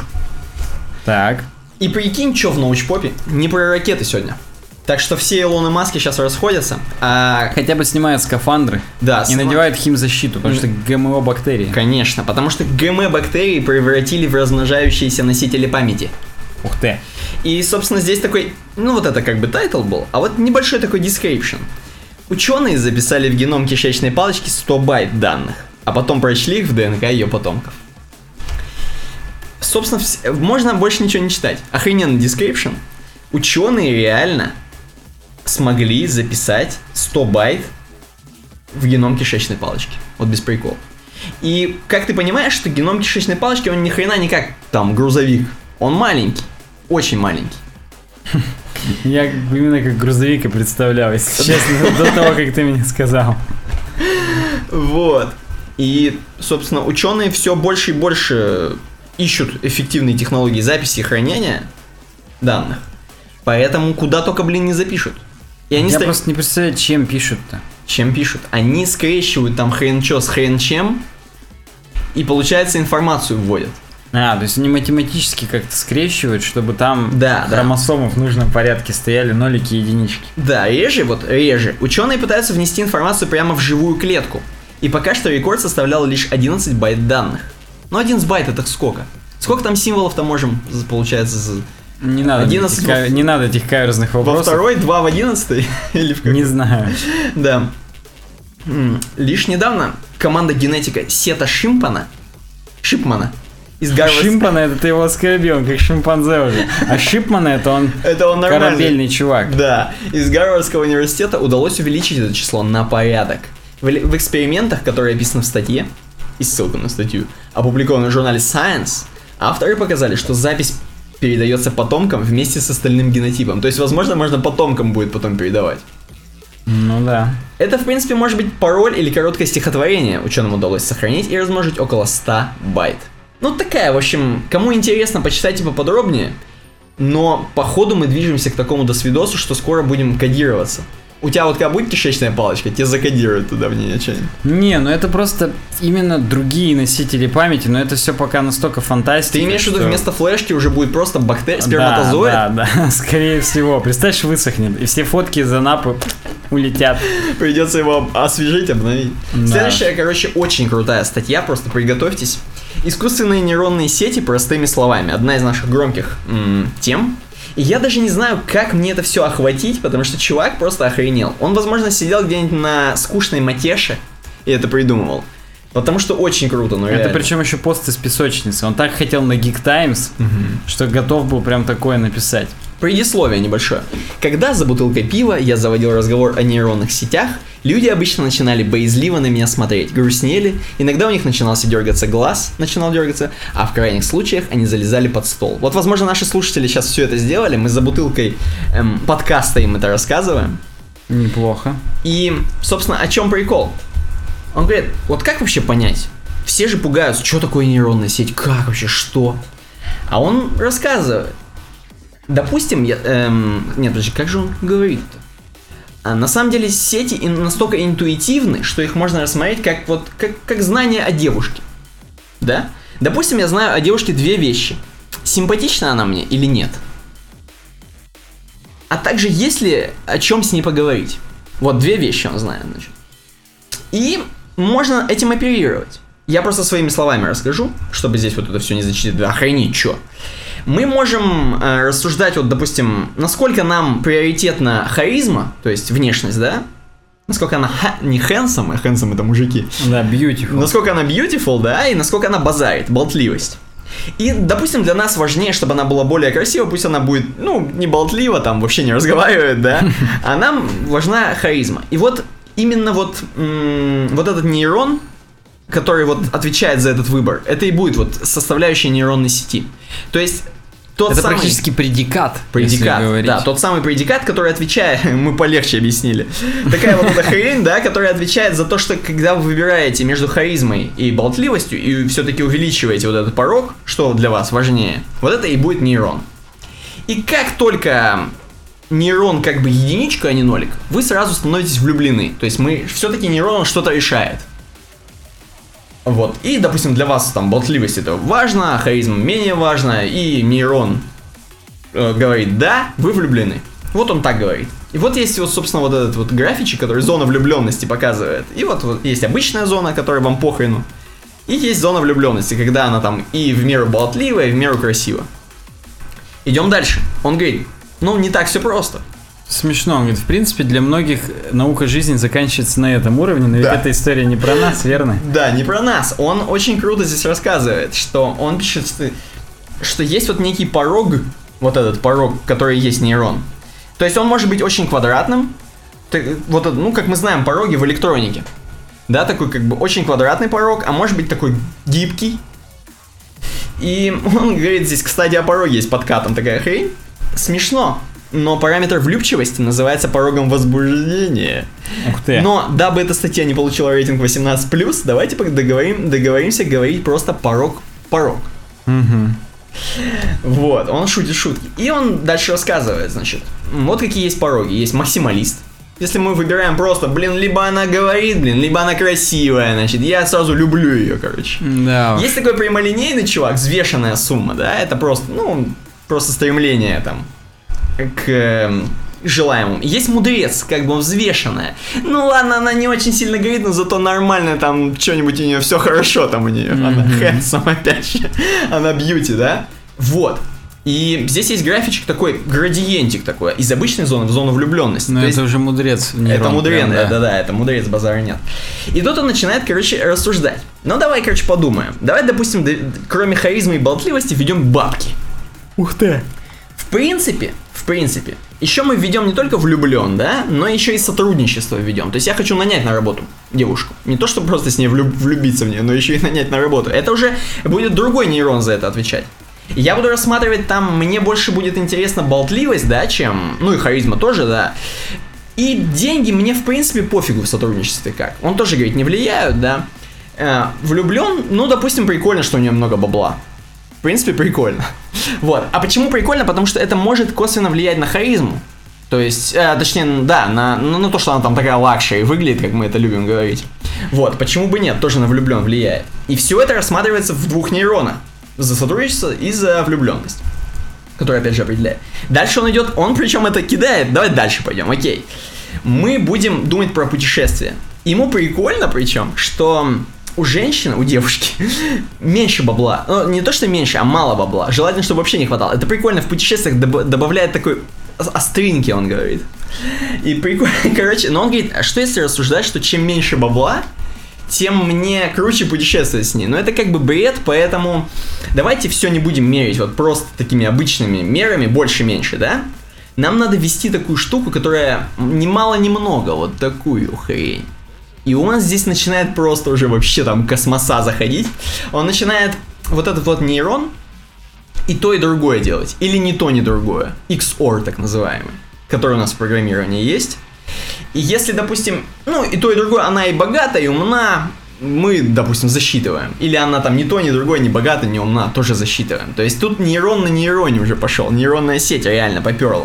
S1: Так.
S2: И прикинь, что в научпопе? Не про ракеты сегодня. Так что все Илоны Маски сейчас расходятся. А,
S1: Хотя бы снимают скафандры
S2: да,
S1: и
S2: сма-
S1: надевают химзащиту, потому что ГМО бактерии.
S2: Конечно, потому что ГМ-бактерии превратили в размножающиеся носители памяти.
S1: Ух ты.
S2: И, собственно, здесь такой, ну вот это как бы тайтл был, а вот небольшой такой description. Ученые записали в геном кишечной палочки сто байт данных, а потом прочли их в ДНК ее потомков. Собственно, вс- можно больше ничего не читать. Охрененный description. Ученые реально смогли записать сто байт в геном кишечной палочки. Вот без прикола. И как ты понимаешь, что геном кишечной палочки, он ни хрена не как там грузовик. Он маленький. Очень маленький.
S1: Я именно как грузовик и представлял, если честно, до того, как ты мне сказал.
S2: Вот. И, собственно, ученые все больше и больше ищут эффективные технологии записи и хранения данных. Поэтому куда только, блин, не запишут. И они
S1: Я
S2: ста-
S1: просто не представляю, чем пишут-то.
S2: Чем пишут? Они скрещивают там хрен чё с хрен чем, и, получается, информацию вводят.
S1: А, то есть они математически как-то скрещивают, чтобы там
S2: Да, да.
S1: хромосомы в нужном порядке стояли, нолики и единички.
S2: Да, реже, вот реже, ученые пытаются внести информацию прямо в живую клетку. И пока что рекорд составлял лишь одиннадцать байт данных. Ну, одиннадцать байт это сколько? Сколько там символов-то можем, за- получается, за-
S1: Не надо,
S2: одиннадцать
S1: этих, ка- не надо этих каверзных
S2: во
S1: вопросов.
S2: второй, два в одиннадцатой? Или в какой?
S1: Не знаю.
S2: Да. М, Лишь недавно команда генетика Сета Шимпана, Шипмана из Гарвард...
S1: Шимпана это ты его оскорбил, он как шимпанзе уже. А Шипмана это он
S2: Это он нормальный.
S1: корабельный чувак.
S2: Да, из Гарвардского университета удалось увеличить это число на порядок. В, ли- в экспериментах, которые описаны в статье, и ссылка на статью, опубликованной в журнале Science, авторы показали, что запись передается потомкам вместе с остальным генотипом. То есть, возможно, можно потомкам будет потом передавать.
S1: Ну да.
S2: Это, в принципе, может быть пароль или короткое стихотворение ученым удалось сохранить и размножить около ста байт. Ну, такая, в общем, кому интересно, почитайте поподробнее. Но, походу, мы движемся к такому досвидосу, что скоро будем кодироваться. У тебя вот когда будет кишечная палочка, тебе закодируют туда в ней что-нибудь.
S1: Не, ну это просто именно другие носители памяти, но это все пока настолько фантастика.
S2: Ты имеешь в виду,
S1: что-
S2: вместо флешки уже будет просто бактер... сперматозоид?
S1: Да, да, да, скорее всего. Представляешь, высохнет, и все фотки из Анапы улетят.
S2: Придется его освежить, обновить.
S1: Да.
S2: Следующая, короче, очень крутая статья, просто приготовьтесь. Искусственные нейронные сети простыми словами. Одна из наших громких м, тем. И я даже не знаю, как мне это все охватить, потому что чувак просто охренел. Он, возможно, сидел где-нибудь на скучной матеше и это придумывал. Потому что очень круто, ну реально.
S1: Это причем еще пост из песочницы. Он так хотел на Geek Times, угу. что готов был прям такое написать.
S2: Предисловие небольшое. Когда за бутылкой пива я заводил разговор о нейронных сетях, люди обычно начинали боязливо на меня смотреть, грустнели, иногда у них начинался дергаться глаз, начинал дергаться, а в крайних случаях они залезали под стол. Вот, возможно, наши слушатели сейчас все это сделали, мы за бутылкой эм, подкаста им это рассказываем.
S1: Неплохо.
S2: И, собственно, о чем прикол? Он говорит, вот как вообще понять? Все же пугаются, что такое нейронная сеть, как вообще, что? А он рассказывает. Допустим, я... Эм, нет, подожди, как же он говорит-то? А на самом деле сети настолько интуитивны, что их можно рассмотреть как вот как, как знание о девушке. Да? Допустим, я знаю о девушке две вещи. Симпатична она мне или нет? А также есть ли о чем с ней поговорить? Вот две вещи он знает, значит. И можно этим оперировать. Я просто своими словами расскажу, чтобы здесь вот это все не зачитать. Да охренеть, чё. Мы можем э, рассуждать, вот, допустим, насколько нам приоритетна харизма, то есть внешность, да? Насколько она ха- не handsome, а handsome это мужики.
S1: Да, beautiful.
S2: Насколько она beautiful, да, и насколько она базарит, болтливость. И, допустим, для нас важнее, чтобы она была более красива, пусть она будет, ну, не болтлива, там, вообще не разговаривает, да, а нам важна харизма. И вот именно вот, м- вот этот нейрон, который вот отвечает за этот выбор, это и будет вот составляющая нейронной сети. То есть тот
S1: это
S2: самый...
S1: практически предикат.
S2: Предикат, да, тот самый предикат, который отвечает, мы полегче объяснили. Такая вот эта хрень, да, которая отвечает за то, что когда вы выбираете между харизмой и болтливостью, и все-таки увеличиваете вот этот порог, что для вас важнее, вот это и будет нейрон. И как только нейрон как бы единичка, а не нолик, вы сразу становитесь влюблены. То есть мы все-таки нейрон что-то решает. Вот. И, допустим, для вас там болтливость это важно, а харизма менее важно, и нейрон э, говорит да, вы влюблены. Вот он так говорит. И вот есть вот, собственно, вот этот вот графичек, который зона влюбленности показывает. И вот, вот есть обычная зона, которая вам похрену. И есть зона влюбленности, когда она там и в меру болтливая, и в меру красива. Идем дальше. Он говорит, ну не так все просто.
S1: Смешно, он говорит, в принципе, для многих наука жизни заканчивается на этом уровне, но ведь да. эта история не про нас, верно?
S2: Да, не про нас. Он очень круто здесь рассказывает, что он пишет, что, что есть вот некий порог, вот этот порог, который есть нейрон. То есть он может быть очень квадратным, вот, ну, как мы знаем, пороги в электронике. Да, такой как бы очень квадратный порог, а может быть такой гибкий. И он говорит здесь, кстати, о пороге есть подкатом такая хрень. Смешно. Но параметр влюбчивости называется порогом возбуждения.
S1: Ух ты.
S2: Но дабы эта статья не получила рейтинг восемнадцать плюс, давайте договорим, договоримся говорить просто порог порог.
S1: Угу.
S2: Вот, он шутит шутки. И он дальше рассказывает, значит, вот какие есть пороги. Есть максималист. Если мы выбираем просто, блин, либо она говорит, блин, либо она красивая, значит, я сразу люблю ее, короче.
S1: Да.
S2: Есть такой прямолинейный чувак, взвешенная сумма, да, это просто, ну, просто стремление там к э, желаемому. Есть мудрец, как бы взвешенная. Ну ладно, она не очень сильно говорит, но зато нормально, там что-нибудь у нее все хорошо там у нее. Mm-hmm. Она handsome опять же. Она бьюти, да? Вот. И здесь есть графичек такой, градиентик такой, из обычной зоны в зону влюбленности.
S1: Но
S2: То
S1: это есть, уже мудрец. Нейрон,
S2: это мудрец,
S1: прям, да.
S2: да, да, это мудрец, базара нет. И тут он начинает, короче, рассуждать. Ну давай, короче, подумаем. Давай, допустим, д- кроме харизмы и болтливости введем бабки.
S1: Ух ты.
S2: В принципе, в принципе, еще мы введем не только влюблен, да, но еще и сотрудничество введем. То есть я хочу нанять на работу девушку. Не то, чтобы просто с ней влюб- влюбиться в нее, но еще и нанять на работу. Это уже будет другой нейрон за это отвечать. Я буду рассматривать там, мне больше будет интересна болтливость, да, чем, ну и харизма тоже, да. И деньги мне, в принципе, пофигу в сотрудничестве как. Он тоже говорит, не влияют, да. Э, влюблен, ну, допустим, прикольно, что у нее много бабла. В принципе, прикольно. Вот. А почему прикольно? Потому что это может косвенно влиять на харизму. То есть, э, точнее, да, на, на, на то, что она там такая лакшери выглядит, как мы это любим говорить. Вот. Почему бы нет? Тоже на влюблен влияет. И все это рассматривается в двух нейронах. За сотрудничество и за влюбленность. Которая, опять же, определяет. Дальше он идет, он причем это кидает. Давай дальше пойдем, окей. Мы будем думать про путешествия. Ему прикольно причем, что... У женщины, у девушки меньше бабла. Ну, не то, что меньше, а мало бабла. Желательно, чтобы вообще не хватало. Это прикольно, в путешествиях доб- добавляет такой остринки, он говорит. И прикольно, короче, но он говорит, а что если рассуждать, что чем меньше бабла, тем мне круче путешествовать с ней. Но это как бы бред, поэтому давайте все не будем мерить вот просто такими обычными мерами, больше-меньше, да? Нам надо ввести такую штуку, которая ни мало ни много, вот такую хрень. И он здесь начинает просто уже вообще там космоса заходить. Он начинает вот этот вот нейрон и то, и другое делать. Или не то, не другое. икс ор так называемый, который у нас в программировании есть. И если, допустим, ну и то, и другое, она и богата, и умна, мы, допустим, засчитываем. Или она там ни то, ни другое, не богата, не умна, тоже засчитываем. То есть тут нейрон на нейроне уже пошел. Нейронная сеть реально поперла.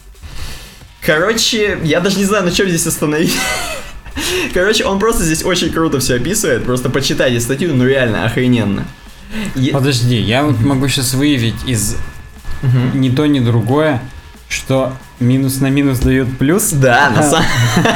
S2: Короче, я даже не знаю, на чем здесь остановить. Короче, он просто здесь очень круто все описывает. Просто почитайте статью, ну реально охрененно. Е...
S1: Подожди, я вот могу сейчас выявить из uh-huh. ни то, ни другое, что минус на минус дает плюс.
S2: Да, на, сам...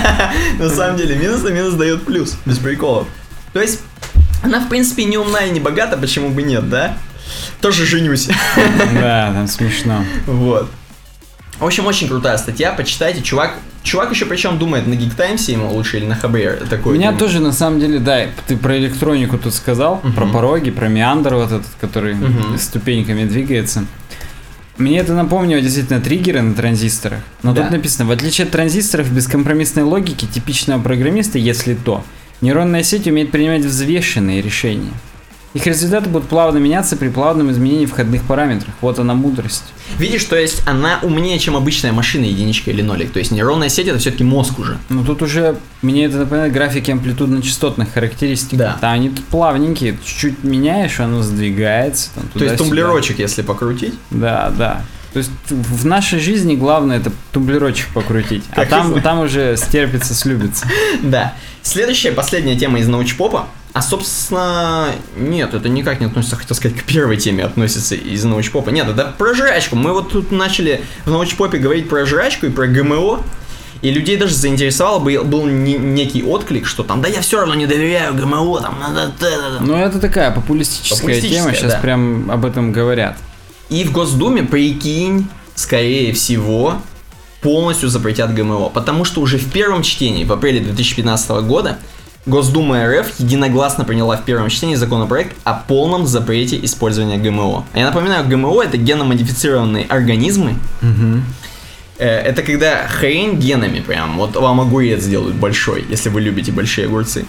S2: на самом деле, минус на минус дает плюс. Без приколов. То есть, она в принципе не умна и не богата, почему бы нет, да? Тоже женюсь.
S1: Да, там смешно.
S2: Вот. В общем, очень крутая статья, почитайте. Чувак, чувак еще причем думает на Geek Times ему лучше или на Хабре.
S1: У меня думаю. Тоже, на самом деле, да, ты про электронику тут сказал, uh-huh. про пороги, про меандр вот этот, который uh-huh. ступеньками двигается. Мне это напомнило действительно триггеры на транзисторах. Но да. Тут написано, в отличие от транзисторов бескомпромиссной логики типичного программиста, если то, нейронная сеть умеет принимать взвешенные решения. Их результаты будут плавно меняться при плавном изменении входных параметров. Вот она мудрость.
S2: Видишь, то есть она умнее, чем обычная машина, единичка или нолик. То есть нейронная сеть это все-таки мозг уже.
S1: Ну тут уже, мне это напоминает графики амплитудно-частотных характеристик.
S2: Да.
S1: Там они тут плавненькие, чуть-чуть меняешь, оно сдвигается. Там,
S2: то есть тумблерочек, если покрутить.
S1: Да, да. То есть в нашей жизни главное это тумблерочек покрутить, а там, там уже стерпится, слюбится.
S2: Да. Следующая, последняя тема из научпопа. А, собственно, нет, это никак не относится, хотел сказать, к первой теме относится из научпопа. Нет, это про жрачку. Мы вот тут начали в научпопе говорить про жрачку и про ГМО. И людей даже заинтересовало, был, был некий отклик, что там, да я все равно не доверяю ГМО, там надо...
S1: Ну, это такая популистическая, популистическая тема, сейчас да. Прям об этом говорят.
S2: И в Госдуме, прикинь, скорее всего, полностью запретят ГМО. Потому что уже в первом чтении, в апреле две тысячи пятнадцатого года, Госдума РФ единогласно приняла в первом чтении законопроект о полном запрете использования ГМО. А я напоминаю, ГМО это генно-модифицированные организмы.
S1: Угу.
S2: Это когда хрень генами прям, вот вам огурец делают большой, если вы любите большие огурцы.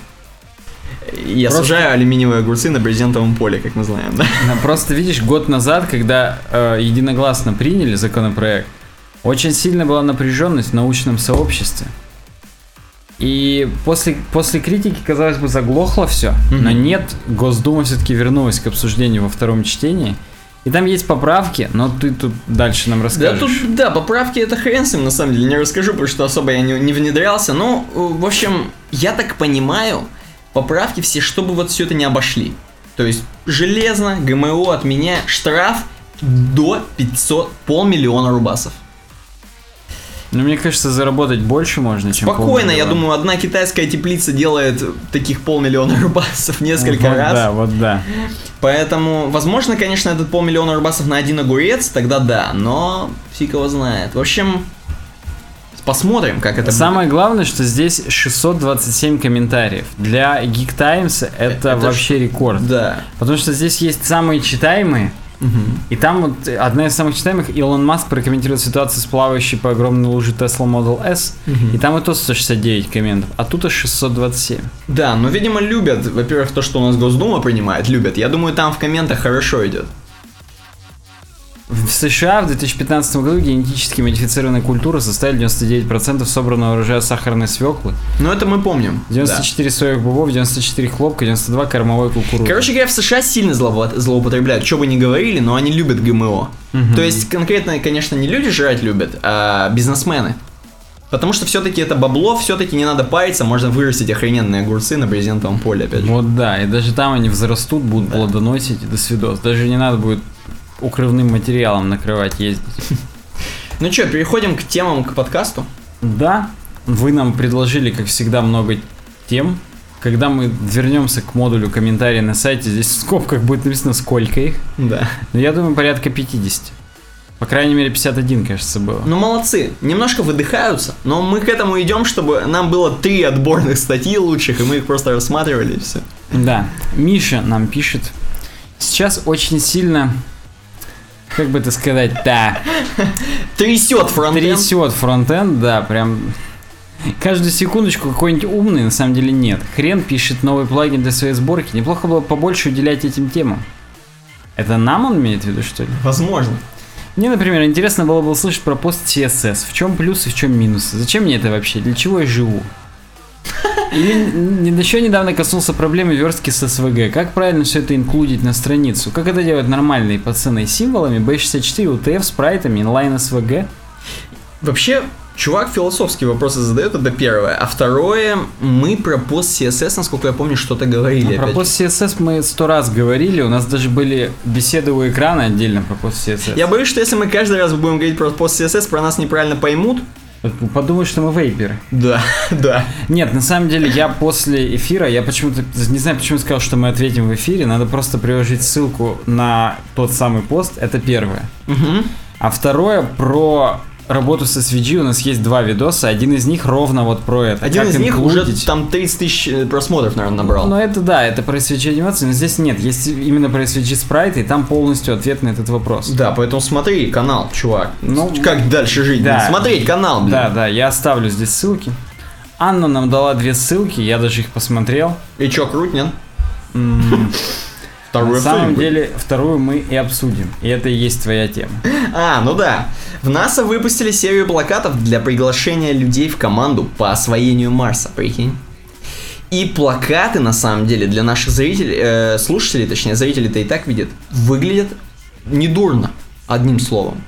S2: Я просто... сажаю алюминиевые огурцы на брезентовом поле, как мы знаем, да?
S1: Просто видишь, год назад, когда э, единогласно приняли законопроект, очень сильно была напряженность в научном сообществе. И после, после критики, казалось бы, заглохло все. Mm-hmm. Но нет, Госдума все-таки вернулась к обсуждению во втором чтении. И там есть поправки, но ты тут дальше нам расскажешь.
S2: Да, тут, да, поправки это хрен с ним, на самом деле, не расскажу, потому что особо я не, не внедрялся. Но, в общем, я так понимаю, поправки все, чтобы вот все это не обошли. То есть, железно, ГМО от меня, штраф до пятьсот, полмиллиона рубасов.
S1: Ну, мне кажется, заработать больше можно, чем
S2: спокойно, я думаю, одна китайская теплица делает таких полмиллиона рубасов несколько
S1: вот
S2: раз.
S1: Да, вот да.
S2: Поэтому, возможно, конечно, этот полмиллиона рубасов на один огурец, тогда да, но фиг его знает. В общем, посмотрим, как это
S1: Самое
S2: будет.
S1: главное, что здесь шестьсот двадцать семь комментариев. Для Geek Times это, это вообще ж... рекорд.
S2: Да.
S1: Потому что здесь есть самые читаемые.
S2: Угу.
S1: И там вот одна из самых читаемых, Илон Маск прокомментирует ситуацию с плавающей по огромной луже Tesla Model S, угу. И там и то сто шестьдесят девять комментов, а тут аж шестьсот двадцать семь.
S2: Да, но, видимо, любят, во-первых, то, что у нас Госдума принимает, любят. Я думаю, там в комментах хорошо идет.
S1: В США в две тысячи пятнадцатом году генетически модифицированные культуры составили девяносто девять процентов собранного урожая сахарной свеклы.
S2: Ну, это мы помним.
S1: девяносто четыре да. соевых бобов, девяносто четыре хлопка, девяносто два кормовой кукурузы.
S2: Короче говоря, в США сильно зло- злоупотребляют. Что бы ни говорили, но они любят ГМО. Угу. То есть, конкретно, конечно, не люди жрать любят, а бизнесмены. Потому что все-таки это бабло, все-таки не надо париться, можно вырастить охрененные огурцы на брезентовом поле, опять же.
S1: Вот да, и даже там они взрастут, будут да. плодоносить, и до свидос. Даже не надо будет укрывным материалом накрывать, ездить.
S2: Ну что, переходим к темам, к подкасту?
S1: Да, вы нам предложили, как всегда, много тем. Когда мы вернемся к модулю комментарий на сайте, здесь в скобках будет написано, сколько их.
S2: Да.
S1: Но я думаю, порядка пятьдесят. По крайней мере, пятьдесят один, кажется, было.
S2: Ну, молодцы. Немножко выдыхаются, но мы к этому идем, чтобы нам было три отборных статьи лучших, и мы их просто рассматривали, и все.
S1: Да. Миша нам пишет. Сейчас очень сильно, как бы это сказать, да.
S2: Трясет фронтенд.
S1: Трясет фронтенд, да, прям... Каждую секундочку какой-нибудь умный, на самом деле нет. Хрен пишет новый плагин для своей сборки. Неплохо было побольше уделять этим темам. Это нам он имеет в виду, что ли?
S2: Возможно.
S1: Мне, например, интересно было бы услышать про пост си эс эс. В чем плюсы, в чем минусы? Зачем мне это вообще? Для чего я живу? Или еще недавно коснулся проблемы верстки с эс ви джи. Как правильно все это инклюдить на страницу? Как это делать нормальные пацаны символами, би шестьдесят четыре, ю ти эф, спрайтами, инлайн эс ви джи?
S2: Вообще, чувак философские вопросы задает, это первое. А второе, мы про пост си эс эс, насколько я помню, что-то говорили.
S1: Про пост си эс эс мы сто раз говорили, у нас даже были беседы у экрана отдельно про пост си эс эс.
S2: Я боюсь, что если мы каждый раз будем говорить про пост си эс эс, про нас неправильно поймут.
S1: Подумают, что мы вейперы.
S2: Да, да.
S1: Нет, на самом деле я после эфира, я почему-то, не знаю, почему сказал, что мы ответим в эфире, надо просто приложить ссылку на тот самый пост, это первое.
S2: Угу.
S1: А второе, про работу с эс ви джи у нас есть два видоса, один из них ровно вот про это.
S2: Один
S1: как
S2: из них
S1: инклюдить.
S2: уже там тридцать тысяч просмотров, наверное, набрал.
S1: Ну это да, это про эс ви джи анимации, но здесь нет, есть именно про эс ви джи спрайты, и там полностью ответ на этот вопрос.
S2: Да, поэтому смотри канал, чувак.
S1: Ну,
S2: как дальше жить?
S1: Да.
S2: Смотреть канал, блин.
S1: Да, да, я оставлю здесь ссылки. Анна нам дала две ссылки, я даже их посмотрел.
S2: И чё, круть, нет?
S1: Вторую На самом деле, вторую мы и обсудим. И это и есть твоя тема.
S2: А, ну да. В НАСА выпустили серию плакатов для приглашения людей в команду по освоению Марса, прикинь. И плакаты, на самом деле, для наших зрителей, э, слушателей, точнее, зрителей-то и так видят, выглядят недурно, одним словом.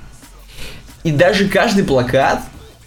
S2: И даже каждый плакат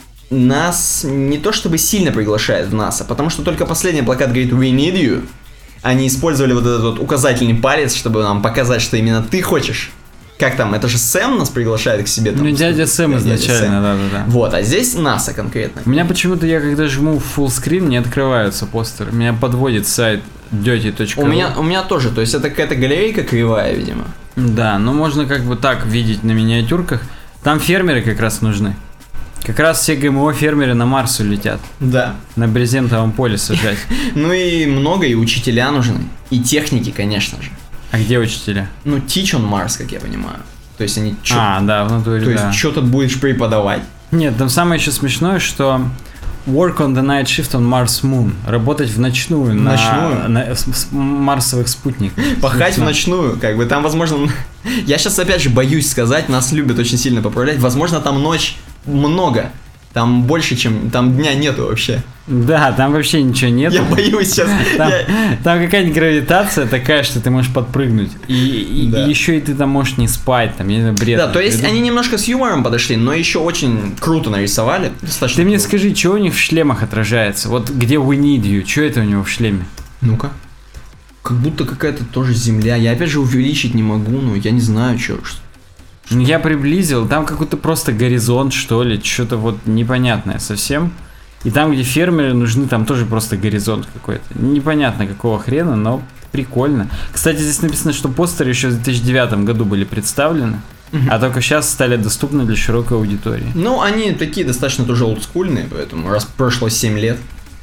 S2: нас не то чтобы сильно приглашает в НАСА, потому что только последний плакат говорит «We need you». Они использовали вот этот вот указательный палец, чтобы нам показать, что именно ты хочешь. Как там, это же Сэм нас приглашает к себе. Там,
S1: ну, дядя Сэм
S2: да,
S1: изначально, да-да-да.
S2: Вот, а здесь НАСА конкретно.
S1: У меня почему-то, я когда жму в full screen, не открываются постеры. Меня подводит сайт dirty точка ру.
S2: У меня, у меня тоже, то есть это какая-то галерейка кривая, видимо.
S1: Да, но можно как бы так видеть на миниатюрках. Там фермеры как раз нужны. Как раз все ГМО фермеры на Марс улетят.
S2: Да.
S1: На брезентовом поле сажать.
S2: Ну и много, и учителя нужны. И техники, конечно же.
S1: А где учителя?
S2: Ну, teach on Mars, как я понимаю. То есть они...
S1: А, да, в натуре,
S2: То
S1: да.
S2: есть что-то будешь преподавать.
S1: Нет, там самое еще смешное, что work on the night shift on Mars Moon. Работать в ночную, на,
S2: ночную?
S1: на с, с, марсовых спутниках.
S2: Пахать в ночную, как бы там, возможно... Я сейчас, опять же, боюсь сказать, нас любят очень сильно поправлять. Возможно, там ночь много. Там больше, чем... Там дня нету вообще.
S1: Да, там вообще ничего нет.
S2: Я боюсь сейчас.
S1: Там,
S2: я...
S1: там какая-нибудь гравитация такая, что ты можешь подпрыгнуть. И, и,
S2: да.
S1: и еще и ты там можешь не спать, там, я не знаю, бред.
S2: Да, то есть
S1: придумать.
S2: они немножко с юмором подошли, но еще очень круто нарисовали. Достаточно
S1: ты
S2: круто.
S1: мне скажи, что у них в шлемах отражается? Вот где We Need You, что это у него в шлеме?
S2: Ну-ка. Как будто какая-то тоже земля. Я опять же увеличить не могу, но я не знаю, что...
S1: Ну, я приблизил, там какой-то просто горизонт, что ли, что-то вот непонятное совсем. И там, где фермеры нужны, там тоже просто горизонт какой-то. Непонятно какого хрена, но прикольно. Кстати, здесь написано, что постеры еще в две тысячи девятом году были представлены, mm-hmm. а только сейчас стали доступны для широкой аудитории.
S2: Ну, они такие достаточно тоже олдскульные, поэтому раз прошло семь лет.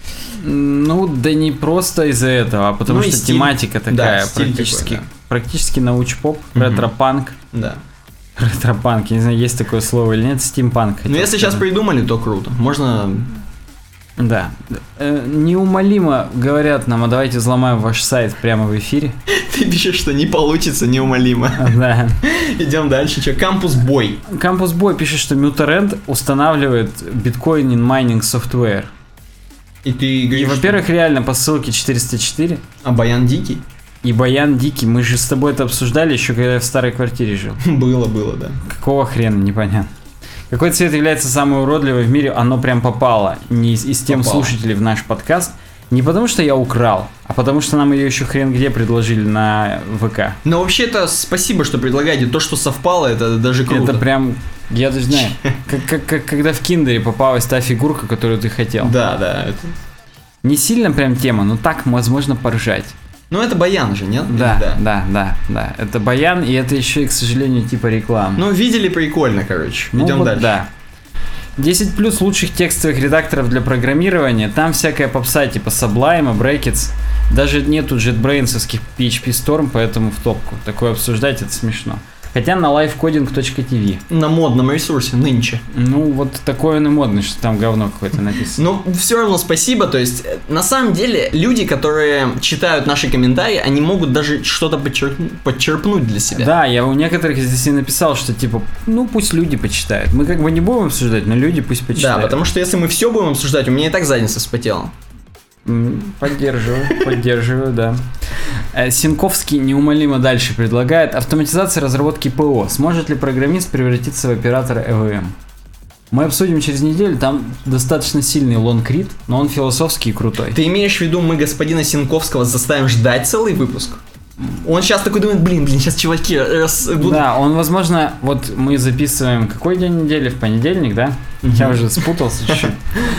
S1: Ну, да не просто из-за этого, а потому
S2: ну,
S1: что
S2: стиль...
S1: тематика такая,
S2: да,
S1: практически,
S2: такой, да.
S1: практически научпоп, mm-hmm. ретро-панк.
S2: Да.
S1: Ретро-панк, я не знаю, есть такое слово или нет, стимпанк.
S2: Ну, если сейчас придумали, то круто. Можно...
S1: Да. Э, неумолимо говорят нам, а давайте взломаем ваш сайт прямо в эфире.
S2: Ты пишешь, что не получится неумолимо.
S1: Да.
S2: Идем дальше. Что? Кампус Бой.
S1: Кампус Бой пишет, что Mutarend устанавливает биткоин in mining software.
S2: И ты говоришь,
S1: И, во-первых, что... реально по ссылке четыреста четыре.
S2: А Баян Дикий?
S1: И Баян Дикий. Мы же с тобой это обсуждали еще, когда я в старой квартире жил.
S2: Было, было, да.
S1: Какого хрена, непонятно. Какой цвет является самой уродливой в мире? Оно прям попало. Не из, из тем
S2: попало.
S1: слушателей в наш подкаст. Не потому, что я украл, а потому, что нам ее еще хрен где предложили на ВК.
S2: Но вообще-то спасибо, что предлагаете. То, что совпало, это даже круто.
S1: Это прям, я даже знаю, как, как, как когда в Киндере попалась та фигурка, которую ты хотел.
S2: Да, да. Это...
S1: Не сильно прям тема, но так возможно поржать.
S2: Ну, это баян же, нет?
S1: Да, да, да, да, да. Это баян, и это еще и, к сожалению, типа реклама.
S2: Ну, видели, прикольно, короче.
S1: Ну,
S2: Идем
S1: вот
S2: дальше.
S1: Да. десять плюс лучших текстовых редакторов для программирования. Там всякая попса типа Sublime, Brackets. Даже нету JetBrains-овских пи эйч пи Storm, поэтому в топку. Такое обсуждать, это смешно. Хотя на лайфкодинг точка ти ви.
S2: На модном ресурсе нынче.
S1: Ну, вот такой он и модный, что там говно какое-то написано.
S2: Ну, все равно спасибо. То есть, на самом деле, люди, которые читают наши комментарии, они могут даже что-то подчеркнуть, подчерпнуть для себя.
S1: Да, я у некоторых здесь и написал, что типа, ну, пусть люди почитают. Мы как бы не будем обсуждать, но люди пусть почитают.
S2: Да, потому что если мы все будем обсуждать, у меня и так задница вспотела.
S1: Поддерживаю, поддерживаю, да. Синковский неумолимо дальше предлагает автоматизация разработки ПО. Сможет ли программист превратиться в оператора и ви эм? Мы обсудим через неделю, там достаточно сильный лонгрид, но он философский и крутой.
S2: Ты имеешь в виду, мы господина Синковского заставим ждать целый выпуск? Он сейчас такой думает, блин, блин, сейчас чуваки раз будут...
S1: Да, он, возможно, вот мы записываем какой день недели? В понедельник, да? Uh-huh. Я уже спутался чуть-чуть.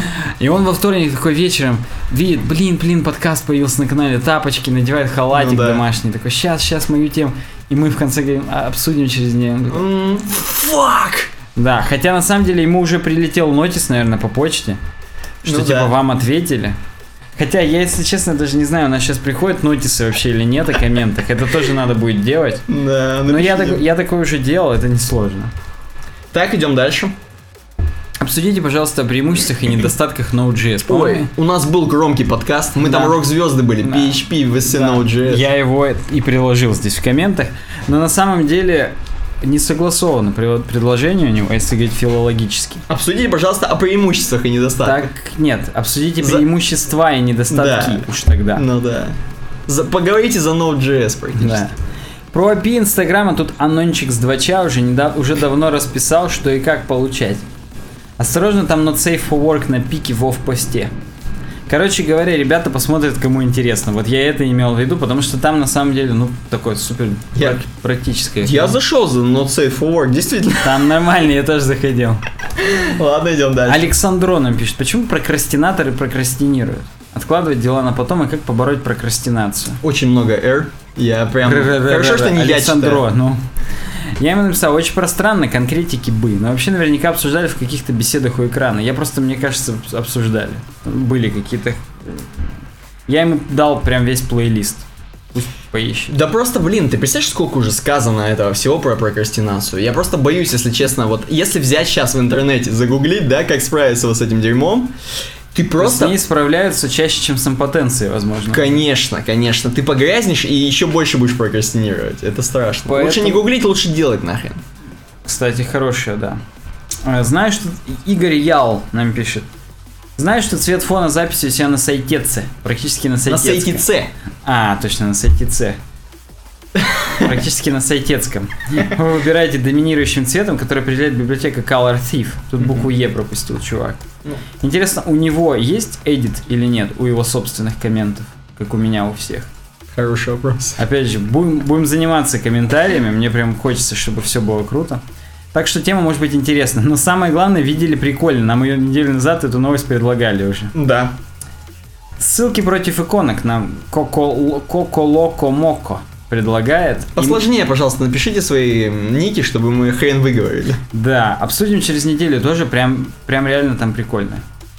S1: И он во вторник такой вечером видит, блин, блин, подкаст появился на канале, тапочки, надевает халатик ну, да. домашний, такой, сейчас, сейчас мою тему. И мы в конце говорим, а, обсудим через неделю.
S2: Mm, fuck!
S1: Да, хотя на самом деле ему уже прилетел нотис, наверное, по почте, что ну, типа да. вам ответили. Хотя я, если честно, даже не знаю, у нас сейчас приходят нотисы вообще или нет о комментах. Это тоже надо будет делать.
S2: Да,
S1: но я, так, я такое уже делал, это несложно.
S2: Так, идем дальше.
S1: Обсудите, пожалуйста, о преимуществах и недостатках Node.js.
S2: Ой, у нас был громкий подкаст, мы да. там рок-звезды были, да. пи эйч пи, ви эс, да. Node.js.
S1: Я его и приложил здесь в комментах, но на самом деле... не согласовано предложение у него, если говорить филологически.
S2: Обсудите, пожалуйста, о преимуществах и недостатках.
S1: Так, нет, обсудите За... преимущества и недостатки да. уж тогда.
S2: Ну да. За... Поговорите за Node.js практически. Да.
S1: Про эй пи ай Инстаграма тут Анончик с два ча уже, недав... уже давно расписал, что и как получать. Осторожно, там not safe for work на пике в офф-посте. Короче говоря, ребята посмотрят, кому интересно. Вот я это имел в виду, потому что там на самом деле, ну, такое супер я, практическое.
S2: Я зашел за Not Safe for Work, действительно.
S1: Там нормально, я тоже заходил.
S2: Ладно, идем дальше.
S1: Александро нам пишет, почему прокрастинаторы прокрастинируют? Откладывать дела на потом, и как побороть прокрастинацию?
S2: Очень много R. Я прям... Хорошо, что не я читаю.
S1: ну... Я ему написал, очень пространно, конкретики бы. Но вообще наверняка обсуждали в каких-то беседах у экрана. Я просто, мне кажется, обсуждали. Были какие-то... Я ему дал прям весь плейлист. Пусть поищет.
S2: Да просто, блин, ты представляешь, сколько уже сказано этого всего про прокрастинацию? Я просто боюсь, если честно, вот если взять сейчас в интернете, загуглить, да, как справиться вот с этим дерьмом, ты просто...
S1: С ней справляются чаще, чем с импотенцией, возможно.
S2: Конечно, конечно. Ты погрязнешь и еще больше будешь прокрастинировать. Это страшно. Поэтому... Лучше не гуглить, лучше делать нахрен.
S1: Кстати, хорошая, да. Знаешь, что Игорь Ял нам пишет. Знаешь, что цвет фона записи у себя на сайте Ц? Практически на сайте
S2: На сайте Ц.
S1: А, точно, на сайте Ц. Практически на сайтецком. Вы выбираете доминирующим цветом, который определяет библиотека Color Thief. Тут букву Е пропустил чувак. Интересно, у него есть edit или нет у его собственных комментов, как у меня у всех?
S2: Хороший вопрос.
S1: Опять же, будем, будем заниматься комментариями, мне прям хочется, чтобы все было круто. Так что тема может быть интересна. Но самое главное, видели прикольно. Нам ее неделю назад эту новость предлагали уже.
S2: Да.
S1: Ссылки против иконок нам Коколокомоко предлагает.
S2: Посложнее, и... пожалуйста, напишите свои ники, чтобы мы хрен выговорили.
S1: Да, обсудим через неделю, тоже прям, прям реально там прикольно.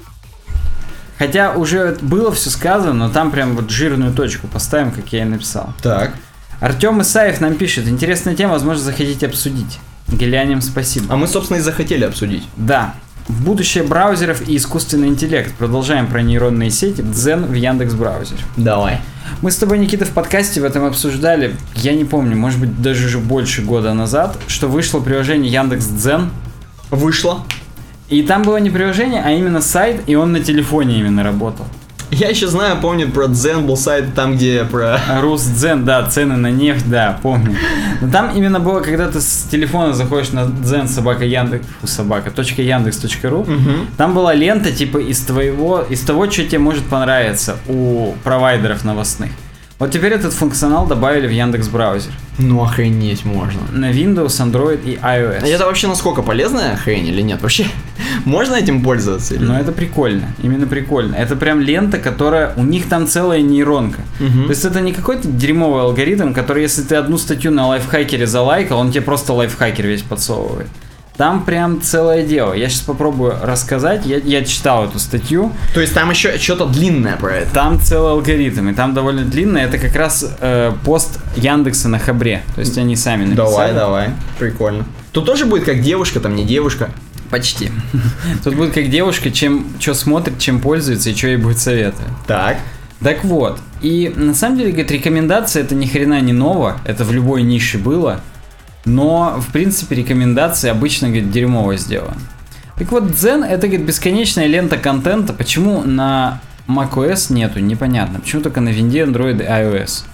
S1: Хотя уже было все сказано, но там прям вот жирную точку поставим, как я и написал.
S2: Так.
S1: Артем Исаев нам пишет, интересная тема, возможно, захотите обсудить. Глянем, спасибо.
S2: А мы, собственно, и захотели обсудить.
S1: Да. В будущее браузеров и искусственный интеллект. Продолжаем про нейронные сети. Дзен в Яндекс.Браузере.
S2: Давай.
S1: Мы с тобой, Никита, в подкасте в этом обсуждали, я не помню, может быть, даже уже больше года назад, что вышло приложение Яндекс.Дзен.
S2: Вышло.
S1: И там было не приложение, а именно сайт, и он на телефоне именно работал.
S2: Я еще знаю, помню, про Дзен был сайт там, где про...
S1: Русдзен, да, цены на нефть, да, помню. Но там именно было, когда ты с телефона заходишь на Дзен собака Яндекс, фу, собака, точка яндекс точка ру, угу. Там была лента, типа, из твоего, из того, что тебе может понравиться у провайдеров новостных. Вот теперь этот функционал добавили в Яндекс.Браузер.
S2: Ну охренеть можно.
S1: На Windows, Android и iOS.
S2: Это вообще насколько полезная хрень или нет? Вообще можно этим пользоваться? Или...
S1: Ну это прикольно, именно прикольно. Это прям лента, которая... У них там целая нейронка.
S2: Угу.
S1: То есть это не какой-то дерьмовый алгоритм, который, если ты одну статью на лайфхакере залайкал, он тебе просто лайфхакер весь подсовывает. Там прям целое дело. Я сейчас попробую рассказать. Я, я читал эту статью.
S2: То есть там еще что-то длинное про это?
S1: Там целый алгоритм, и там довольно длинное. Это как раз э, пост Яндекса на Хабре. То есть они сами написали.
S2: Давай, давай. Прикольно. Тут тоже будет как девушка, там не девушка.
S1: Почти. Тут будет как девушка, чем что смотрит, чем пользуется и что ей будет советовать.
S2: Так.
S1: Так вот. И на самом деле, говорит, рекомендация это ни хрена не ново. Это в любой нише было. Но, в принципе, рекомендации обычно, говорит, дерьмово сделаны. Так вот, Zen это, говорит, бесконечная лента контента. Почему на macOS нету, непонятно. Почему только на Винде, Android и iOS?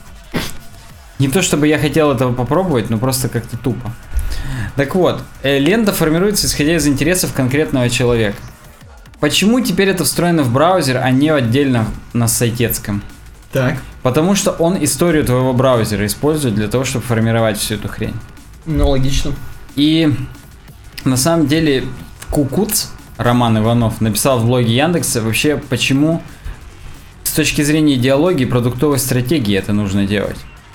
S1: Не то, чтобы я хотел этого попробовать, но просто как-то тупо. Так вот, лента формируется, исходя из интересов конкретного человека. Почему теперь это встроено в браузер, а не отдельно на сайтецком?
S2: Так.
S1: Потому что он историю твоего браузера использует для того, чтобы формировать всю эту хрень.
S2: Ну, логично.
S1: И на самом деле Кукуц, Роман Иванов, написал в блоге Яндекса вообще, почему с точки зрения идеологии, продуктовой стратегии это нужно делать.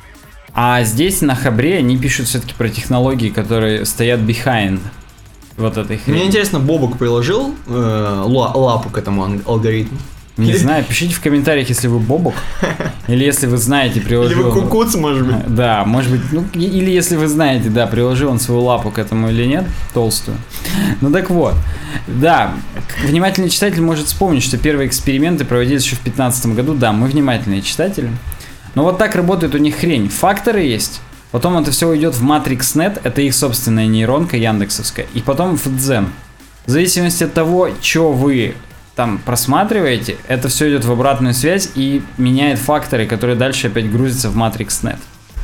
S1: А здесь на Хабре они пишут все-таки про технологии, которые стоят behind вот этой хрени.
S2: Мне интересно, Бобок приложил э, лапу к этому алгоритму?
S1: Не или... знаю, пишите в комментариях, если вы Бобок, или если вы знаете, приложил...
S2: Или вы Кукуц, может быть.
S1: Да, может быть, ну, или если вы знаете, да, приложил он свою лапу к этому или нет, толстую. Ну так вот, да, внимательный читатель может вспомнить, что первые эксперименты проводились еще в две тысячи пятнадцатом году, да, мы внимательные читатели. Но вот так работает у них хрень, факторы есть, потом это все уйдет в MatrixNet, это их собственная нейронка яндексовская, и потом в Zen. В зависимости от того, что вы... там просматриваете, это все идет в обратную связь и меняет факторы, которые дальше опять грузятся в MatrixNet.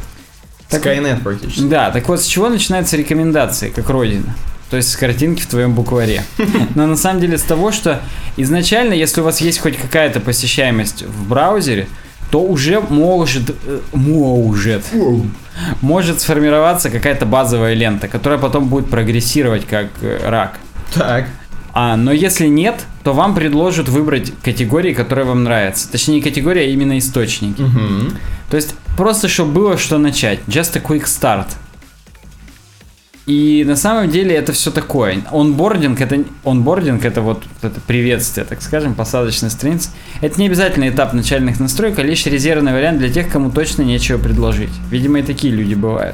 S2: Skynet практически.
S1: Да, так вот с чего начинаются рекомендации, как родина? То есть с картинки в твоем букваре. Но на самом деле с того, что изначально, если у вас есть хоть какая-то посещаемость в браузере, то уже может, может, может сформироваться какая-то базовая лента, которая потом будет прогрессировать как рак.
S2: Так.
S1: А, но если нет, то вам предложат выбрать категории, которые вам нравятся. Точнее, не категории, а именно источники.
S2: Угу.
S1: То есть, просто чтобы было что начать. Just a quick start. И на самом деле это все такое. Онбординг это, онбординг это вот это приветствие, так скажем, посадочная страница. Это не обязательный этап начальных настроек, а лишь резервный вариант для тех, кому точно нечего предложить. Видимо, и такие люди бывают.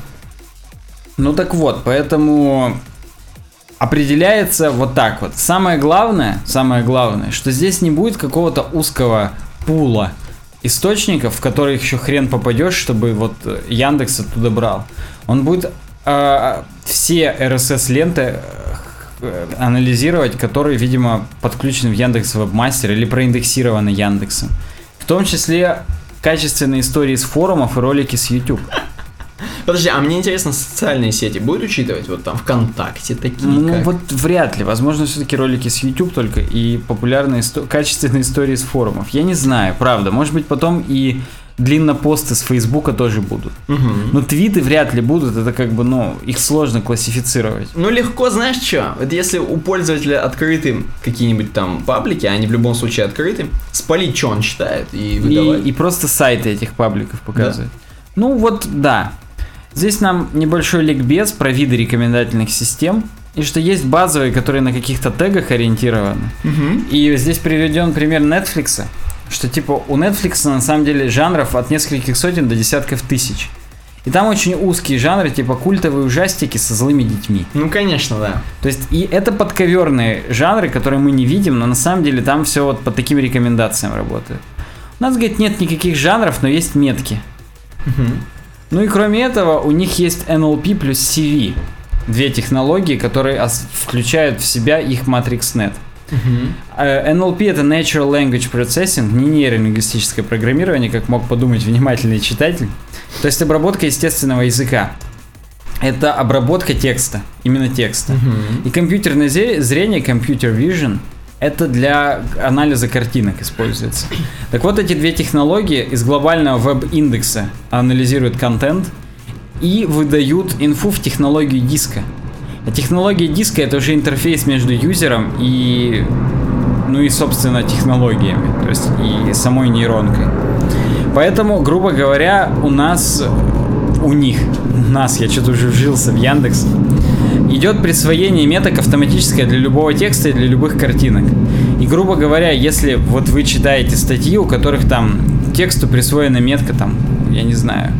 S1: Ну так вот, поэтому... определяется вот так вот. Самое главное, самое главное, что здесь не будет какого-то узкого пула источников, в которых еще хрен попадешь, чтобы вот Яндекс оттуда брал. Он будет э, все эр эс эс-ленты э, анализировать, которые, видимо, подключены в Яндекс Вебмастер или проиндексированы Яндексом. В том числе качественные истории с форумов и ролики с YouTube.
S2: Подожди, а мне интересно, социальные сети будут учитывать? Вот там ВКонтакте такие
S1: Ну
S2: как?
S1: вот вряд ли. Возможно, все-таки ролики с YouTube только и популярные, исто- качественные истории с форумов. Я не знаю, правда. Может быть, потом и длиннопосты с Фейсбука тоже будут.
S2: Угу.
S1: Но твиты вряд ли будут. Это как бы, ну, их сложно классифицировать.
S2: Ну легко, знаешь что? Вот если у пользователя открыты какие-нибудь там паблики, а они в любом случае открыты, спалить, что он читает, и выдавать.
S1: И, и просто сайты этих пабликов показывать. Да. Ну вот, да. Здесь нам небольшой ликбез про виды рекомендательных систем. И что есть базовые, которые на каких-то тегах ориентированы.
S2: Угу.
S1: И здесь приведен пример Netflix. Что типа у Netflix на самом деле жанров от нескольких сотен до десятков тысяч. И там очень узкие жанры, типа культовые ужастики со злыми детьми.
S2: Ну, конечно, да.
S1: То есть, и это подковерные жанры, которые мы не видим, но на самом деле там все вот по таким рекомендациям работает. У нас, говорит, нет никаких жанров, но есть метки.
S2: Угу.
S1: Ну и кроме этого, у них есть эн эл пи плюс си ви. Две технологии, которые включают в себя их MatrixNet. Uh-huh. эн эл пи это Natural Language Processing, не нейролингвистическое программирование, как мог подумать внимательный читатель. То есть обработка естественного языка. Это обработка текста, именно текста. Uh-huh. И компьютерное зрение, Computer Vision, это для анализа картинок используется. Так вот, эти две технологии из глобального веб-индекса анализируют контент и выдают инфу в технологию диска. А технология диска — это уже интерфейс между юзером и, ну и, собственно, технологиями, то есть и самой нейронкой. Поэтому, грубо говоря, у нас, у них, у нас, я что-то уже вжился в Яндекс, идет присвоение меток автоматическое для любого текста и для любых картинок. И, грубо говоря, если вот вы читаете статьи, у которых там тексту присвоена метка, там, я не знаю,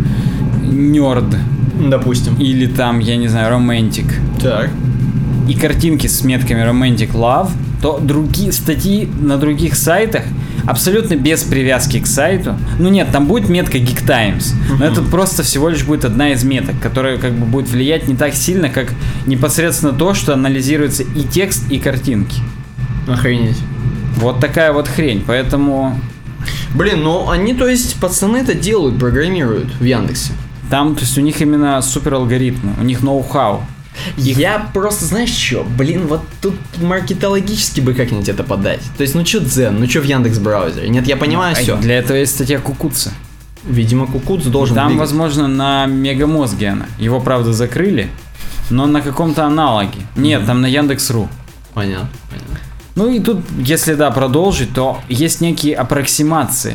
S1: nerd,
S2: допустим,
S1: или там, я не знаю, romantic,
S2: так,
S1: и картинки с метками romantic love, то другие статьи на других сайтах абсолютно без привязки к сайту. Ну нет, там будет метка Geek Times, но это просто всего лишь будет одна из меток, которая как бы будет влиять не так сильно, как непосредственно то, что анализируется и текст, и картинки.
S2: Охренеть.
S1: Вот такая вот хрень, поэтому...
S2: Блин, ну они, то есть, пацаны это делают, программируют в Яндексе.
S1: Там, то есть, у них именно супер алгоритмы, у них ноу-хау.
S2: Их... Я просто, знаешь что, блин, вот тут маркетологически бы как-нибудь это подать. То есть, ну что Дзен, ну что в Яндекс браузере? Нет, я понимаю, ну, все.
S1: Для этого есть статья Кукуца.
S2: Видимо, Кукуц должен
S1: Там,
S2: двигаться.
S1: возможно, на Мегамозге она. Его, правда, закрыли, но на каком-то аналоге. Нет, mm-hmm. там на Яндекс.ру.
S2: Понятно, понятно.
S1: Ну и тут, если да, продолжить, то есть некие аппроксимации.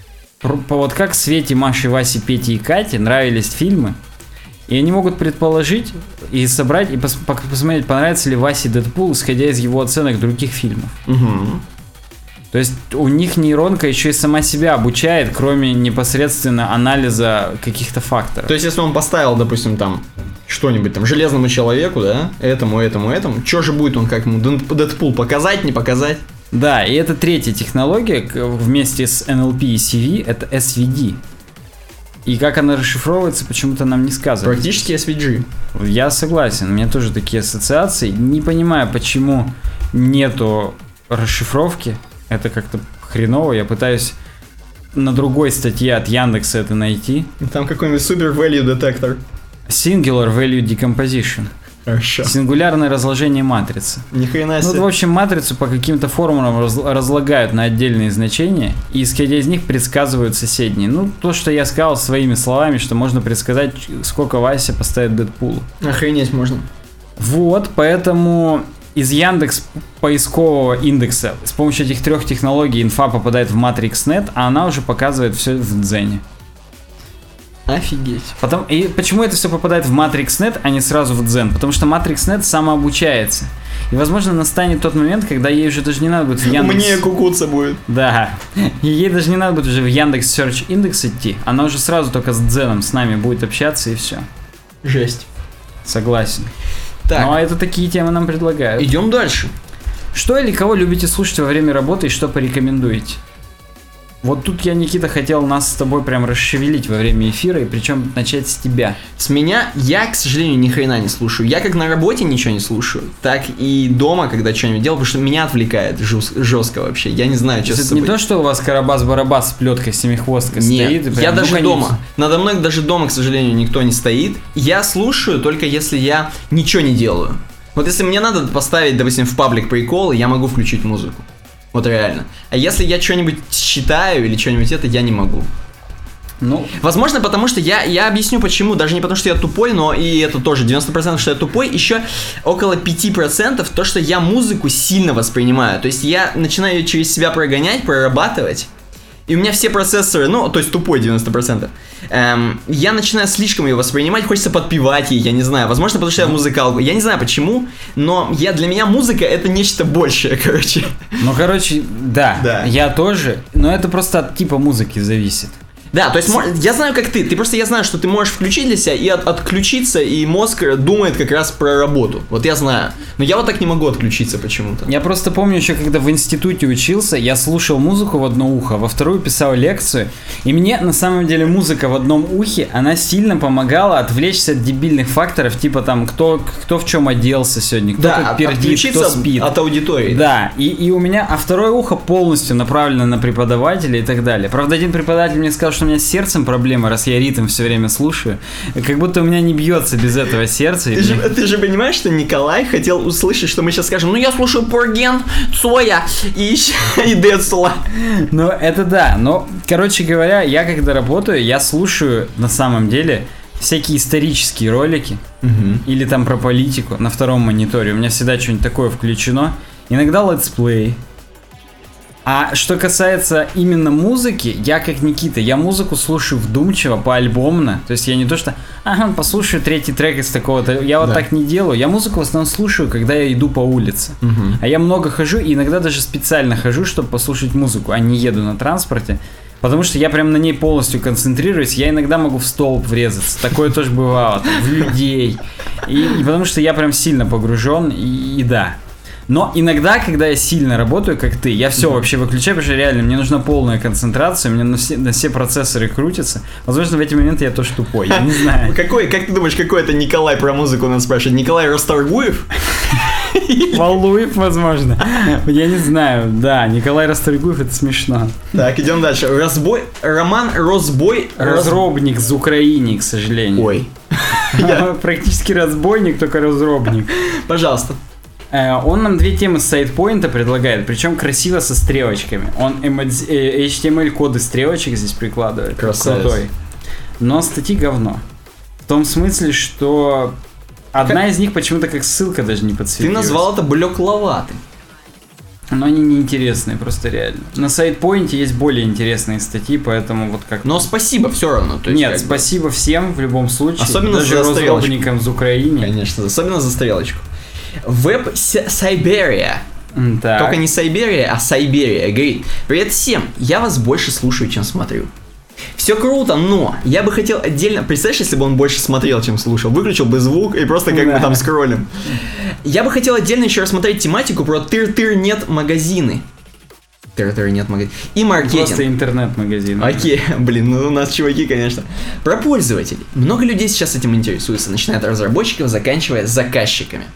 S1: Вот как Свете, Маше, Васе, Пете и Кате нравились фильмы, и они могут предположить и собрать, и пос- посмотреть, понравится ли Васе Дэдпул, исходя из его оценок других фильмов.
S2: Угу.
S1: То есть у них нейронка еще и сама себя обучает, кроме непосредственно анализа каких-то факторов.
S2: То есть если он поставил, допустим, там что-нибудь там железному человеку, да, этому, этому, этому, что же будет он как ему Дэдпул показать, не показать?
S1: Да, и это третья технология вместе с эн эл пи и си ви, это эс ви ди. И как она расшифровывается, почему-то нам не сказано.
S2: Практически эс ви джи.
S1: Я согласен, у меня тоже такие ассоциации. Не понимаю, почему нету расшифровки. Это как-то хреново. Я пытаюсь на другой статье от Яндекса это найти.
S2: Там какой-нибудь супер value детектор.
S1: Singular value decomposition.
S2: Хорошо.
S1: Сингулярное разложение матрицы.
S2: Ни хрена себе.
S1: Ну, в общем, матрицу по каким-то формулам раз, разлагают на отдельные значения, и исходя из них предсказывают соседние. Ну, то, что я сказал своими словами, что можно предсказать, сколько Вася поставит Дэдпулу.
S2: Охренеть можно.
S1: Вот, поэтому из Яндекс поискового индекса с помощью этих трех технологий инфа попадает в Matrix точка нет, а она уже показывает все в Дзене.
S2: Офигеть.
S1: Потом, и почему это все попадает в Matrix точка нет, а не сразу в Дзен? Потому что Matrix точка нет самообучается. И, возможно, настанет тот момент, когда ей уже даже не надо будет в Яндекс...
S2: Мне Кукуца будет.
S1: Да. И ей даже не надо будет уже в Яндекс Search Index идти. Она уже сразу только с Дзеном с нами будет общаться, и все.
S2: Жесть.
S1: Согласен.
S2: Так.
S1: Ну, а это такие темы нам предлагают.
S2: Идем дальше.
S1: Что или кого любите слушать во время работы и что порекомендуете? Вот тут я, Никита, хотел нас с тобой прям расшевелить во время эфира, и причем начать с тебя.
S2: С меня я, к сожалению, ни хрена не слушаю. Я как на работе ничего не слушаю, так и дома, когда что-нибудь делаю, потому что меня отвлекает жестко вообще. Я не знаю, что с собой.
S1: Это не то, что у вас Карабас-Барабас с плеткой семихвосткой
S2: Нет,
S1: стоит? И прям,
S2: я
S1: ну,
S2: даже
S1: конечно.
S2: дома. Надо мной даже дома, к сожалению, никто не стоит. Я слушаю только если я ничего не делаю. Вот если мне надо поставить, допустим, в паблик прикол, я могу включить музыку. Вот реально. А если я что-нибудь читаю или что-нибудь это, я не могу.
S1: Ну,
S2: возможно, потому что я, я объясню почему. Даже не потому, что я тупой, но и это тоже девяносто процентов, что я тупой. Еще около пять процентов то, что я музыку сильно воспринимаю. То есть я начинаю ее через себя прогонять, прорабатывать. И у меня все процессоры, ну, то есть тупой девяносто процентов. Эм, я начинаю слишком ее воспринимать, хочется подпевать ей, я не знаю. Возможно, потому что я музыкалку. Я не знаю почему, но я, для меня музыка это нечто большее, короче.
S1: Ну, короче, да,
S2: да,
S1: я тоже, но это просто от типа музыки зависит.
S2: Да, то есть я знаю, как ты. Ты просто, я знаю, что ты можешь включить для себя и от, отключиться, и мозг думает как раз про работу. Вот я знаю. Но я вот так не могу отключиться почему-то.
S1: Я просто помню еще, когда в институте учился, я слушал музыку в одно ухо, во вторую писал лекцию, и мне на самом деле музыка в одном ухе, она сильно помогала отвлечься от дебильных факторов, типа там, кто, кто в чем оделся сегодня, кто
S2: да,
S1: как пердит, кто спит.
S2: От аудитории.
S1: Да, и, и у меня, а второе ухо полностью направлено на преподавателя и так далее. Правда, один преподаватель мне сказал, что у меня с сердцем проблема, раз я ритм все время слушаю. Как будто у меня не бьется без этого сердца.
S2: Ты, же, ты же понимаешь, что Николай хотел услышать, что мы сейчас скажем, ну я слушаю Порген, Цоя и, и Децла.
S1: Ну, это да. Но, короче говоря, я когда работаю, я слушаю на самом деле всякие исторические ролики. Угу. Или там про политику на втором мониторе. У меня всегда что-нибудь такое включено. Иногда летсплей. А что касается именно музыки, я как Никита, я музыку слушаю вдумчиво, поальбомно. То есть я не то что, ага, послушаю третий трек из такого-то. Я вот да. так не делаю. Я музыку в основном слушаю, когда я иду по улице. Угу. А я много хожу и иногда даже специально хожу, чтобы послушать музыку, а не еду на транспорте. Потому что я прям на ней полностью концентрируюсь. Я иногда могу в столб врезаться. Такое тоже бывало. Там, в людей. И, и потому что я прям сильно погружен. И, и да. Но иногда, когда я сильно работаю, как ты, я все вообще выключаю, потому что реально мне нужна полная концентрация, у меня на все, на все процессоры крутятся. Возможно, в эти моменты я тоже тупой, я не знаю.
S2: Какой, как ты думаешь, какой это Николай про музыку нас спрашивает? Николай Расторгуев?
S1: Валуев, возможно. Я не знаю, да, Николай Расторгуев, это смешно.
S2: Так, идем дальше. Разбой, Роман Розбой.
S1: Разробник с Украины, к сожалению.
S2: Ой.
S1: Практически разбойник, только разробник.
S2: Пожалуйста.
S1: Он нам две темы с сайдпоинта предлагает, причем красиво со стрелочками. Он эйч ти эм эль-коды стрелочек здесь прикладывает. Крутой. Но статьи говно. В том смысле, что одна как? из них почему-то как ссылка даже не подсветилась.
S2: Ты назвал это блекловатым.
S1: Но они неинтересные, просто реально. На сайдпоинте есть более интересные статьи, поэтому вот как...
S2: Но спасибо все равно. То есть
S1: Нет, спасибо бы... всем в любом случае.
S2: Особенно
S1: даже
S2: за
S1: разработчикам из Украины.
S2: Конечно, особенно за стрелочку. Веб Сайберия.
S1: Так.
S2: Только не Сайберия, а Сайберия. Говорит, привет всем, я вас больше слушаю, чем смотрю. Все круто, но я бы хотел отдельно... Представляешь, если бы он больше смотрел, чем слушал? Выключил бы звук и просто как да. бы там скроллим. Я бы хотел отдельно еще рассмотреть тематику про тыр-тыр-нет магазины. Тыр-тыр нет магазин. И маркетинг.
S1: Просто интернет-магазин.
S2: Окей, блин, ну у нас чуваки, конечно. Про пользователей. Много людей сейчас этим интересуется, начиная от разработчиков, заканчивая заказчиками.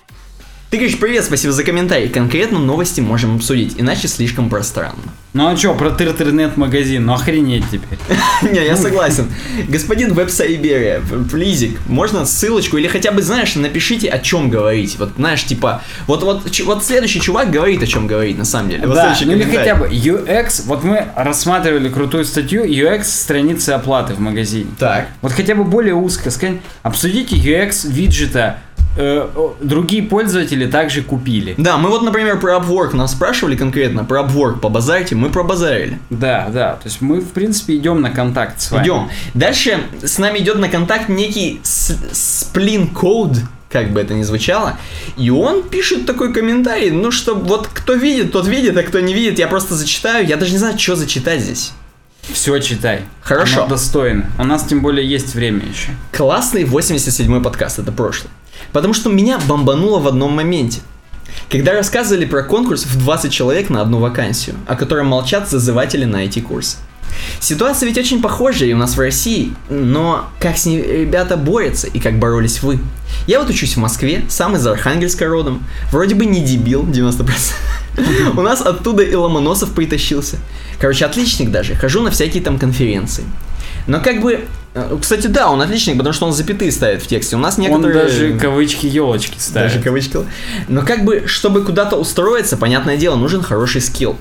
S2: Ты говоришь, привет, спасибо за комментарий. Конкретно новости можем обсудить, иначе слишком пространно.
S1: Ну а чё, про интернет-магазин, ну охренеть теперь.
S2: Не, я согласен. Господин Веб Сайберия, плизик, можно ссылочку или хотя бы, знаешь, напишите, о чем говорить. Вот, знаешь, типа, вот, вот, вот следующий чувак говорит, о чем говорит, на самом деле. Вот
S1: да, ну или хотя бы ю экс, вот мы рассматривали крутую статью ю экс страницы оплаты в магазине.
S2: Так.
S1: Вот хотя бы более узко сказать, обсудите ю экс виджета. Э, другие пользователи также купили.
S2: Да, мы вот, например, про Upwork нас спрашивали конкретно, про Upwork побазарите, мы пробазарили.
S1: Да, да, то есть мы, в принципе, идем на контакт с вами.
S2: Идем. Дальше с нами идет на контакт некий Splin Code, как бы это ни звучало, и он пишет такой комментарий, ну, что вот кто видит, тот видит, а кто не видит, я просто зачитаю, я даже не знаю, что зачитать здесь.
S1: Все читай.
S2: Хорошо.
S1: Оно достойно. У нас тем более есть время еще.
S2: Классный восемьдесят седьмой подкаст, это прошлый. Потому что меня бомбануло в одном моменте. Когда рассказывали про конкурс в двадцать человек на одну вакансию, о котором молчат зазыватели на ай ти-курс. Ситуация ведь очень похожая и у нас в России, но как с ней ребята борются и как боролись вы? Я вот учусь в Москве, сам из Архангельска родом, вроде бы не дебил, девяносто процентов. У нас оттуда и Ломоносов притащился. Короче, отличник даже, хожу на всякие там конференции. Но как бы, кстати, да, он отличник, потому что он запятые ставит в тексте. У нас некоторые...
S1: Он даже кавычки-елочки ставит.
S2: Даже кавычки. Но как бы, чтобы куда-то устроиться, понятное дело, нужен хороший скилл.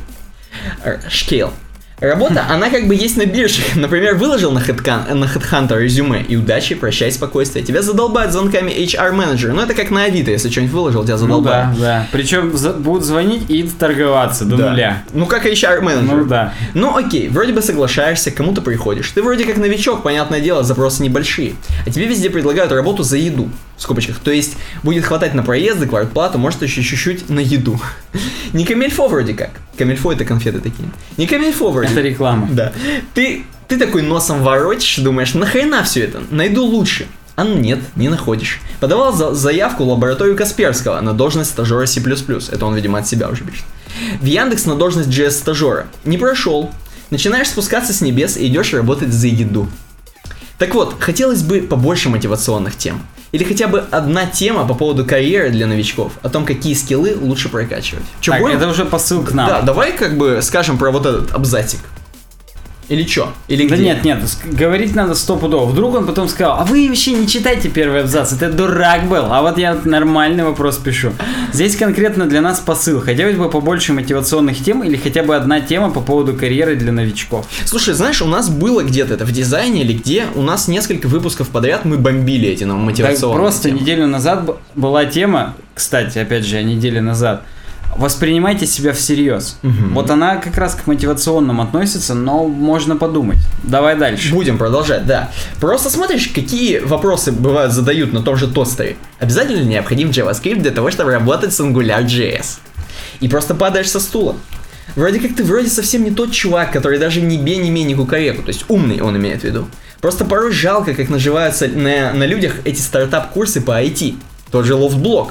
S2: Шкейл. Работа, она как бы есть на биржах. Например, выложил на Headcan, на Headhunter резюме, и удачи, прощай, спокойствие. Тебя задолбают звонками эйч ар-менеджера. Ну, это как на Авито, если что-нибудь выложил, тебя задолбают.
S1: Ну да, да. Причем за- будут звонить и торговаться до
S2: да.
S1: нуля.
S2: Ну, как эйч ар-менеджер.
S1: Ну да.
S2: Ну, окей, вроде бы соглашаешься, к кому-то приходишь. Ты вроде как новичок, понятное дело, запросы небольшие. А тебе везде предлагают работу за еду. В скобочках. То есть, будет хватать на проезды, квартплату, может еще чуть-чуть на еду. Не камильфо вроде как. Камильфо это конфеты такие. Не камильфо вроде.
S1: Это реклама.
S2: Да. Ты, ты такой носом воротишь, думаешь, нахрена все это? Найду лучше. А нет, не находишь. Подавал за- заявку в лабораторию Касперского на должность стажера си плюс плюс. Это он, видимо, от себя уже пишет. В Яндекс на должность джей эс стажера. Не прошел. Начинаешь спускаться с небес и идешь работать за еду. Так вот, хотелось бы побольше мотивационных тем. Или хотя бы одна тема по поводу карьеры для новичков, о том, какие скиллы лучше прокачивать. Чё,
S1: так,
S2: будем?
S1: это уже посыл к нам.
S2: Да, давай как бы скажем про вот этот абзацик. Или чё? Или
S1: Да
S2: где?
S1: нет, нет, говорить надо стопудово. Вдруг он потом сказал, а вы вообще не читайте первый абзац, это дурак был. А вот я нормальный вопрос пишу. Здесь конкретно для нас посыл. Хотелось бы побольше мотивационных тем или хотя бы одна тема по поводу карьеры для новичков.
S2: Слушай, знаешь, у нас было где-то это в дизайне или где, у нас несколько выпусков подряд мы бомбили эти ну, мотивационные
S1: Так просто
S2: темы.
S1: неделю назад б- была тема, кстати, опять же, недели назад. Воспринимайте себя всерьез.
S2: Угу.
S1: Вот она как раз к мотивационным относится, но можно подумать. Давай дальше.
S2: Будем продолжать, да. Просто смотришь, какие вопросы бывают задают на том же тостере. Обязательно необходим JavaScript для того, чтобы работать с AngularJS. И просто падаешь со стула. Вроде как ты вроде совсем не тот чувак, который даже ни бе, ни ме, ни кукареку. То есть умный он имеет в виду. Просто порой жалко, как наживаются на, на людях эти стартап-курсы по ай ти. Тот же LoftBlog.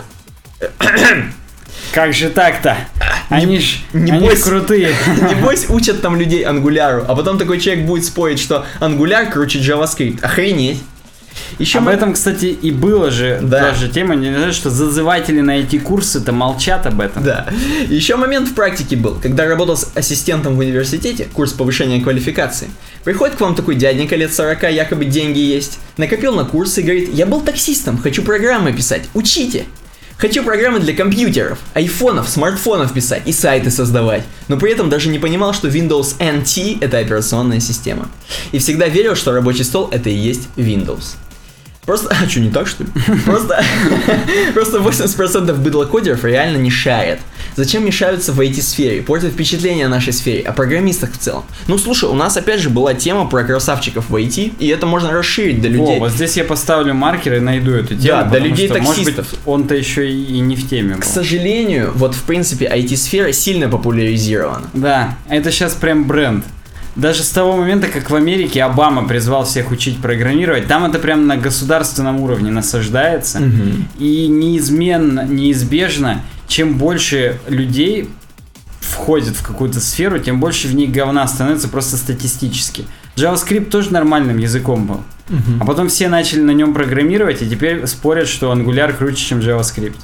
S1: Как же так-то? Они ж,
S2: не
S1: они
S2: бойся.
S1: ж крутые.
S2: Небось учат там людей ангуляру, а потом такой человек будет спорить, что ангуляр круче JavaScript. Охренеть. Еще
S1: об
S2: мы...
S1: этом, кстати, и было же
S2: Да.
S1: тоже тема, не знаю, что зазыватели на эти курсы-то молчат об этом.
S2: Да. Еще момент в практике был, когда работал с ассистентом в университете, курс повышения квалификации. Приходит к вам такой дяденька лет сорока, якобы деньги есть, накопил на курсы и говорит, я был таксистом, хочу программы писать, учите. Хочу программы для компьютеров, айфонов, смартфонов писать и сайты создавать, но при этом даже не понимал, что Windows эн ти это операционная система. И всегда верил, что рабочий стол это и есть Windows. Просто, а что, не так, что ли? Просто, просто восемьдесят процентов быдлокодеров реально не шарят. Зачем мешаются в ай ти-сфере? Портят впечатление о нашей сфере, о программистах в целом. Ну, слушай, у нас опять же была тема про красавчиков в ай ти, и это можно расширить до людей.
S1: О, вот здесь я поставлю маркер и найду эту тему.
S2: Да, до
S1: потому
S2: людей
S1: что, может
S2: таксистов.
S1: быть, он-то еще и не в теме был.
S2: К сожалению, вот в принципе ай ти-сфера сильно популяризирована.
S1: Да, это сейчас прям бренд. Даже с того момента, как в Америке Обама призвал всех учить программировать, там это прям на государственном уровне насаждается.
S2: Мгм.
S1: И неизменно, неизбежно, чем больше людей входит в какую-то сферу, тем больше в ней говна становится просто статистически. JavaScript тоже нормальным языком был.
S2: Мгм.
S1: А потом все начали на нем программировать, и теперь спорят, что Angular круче, чем JavaScript.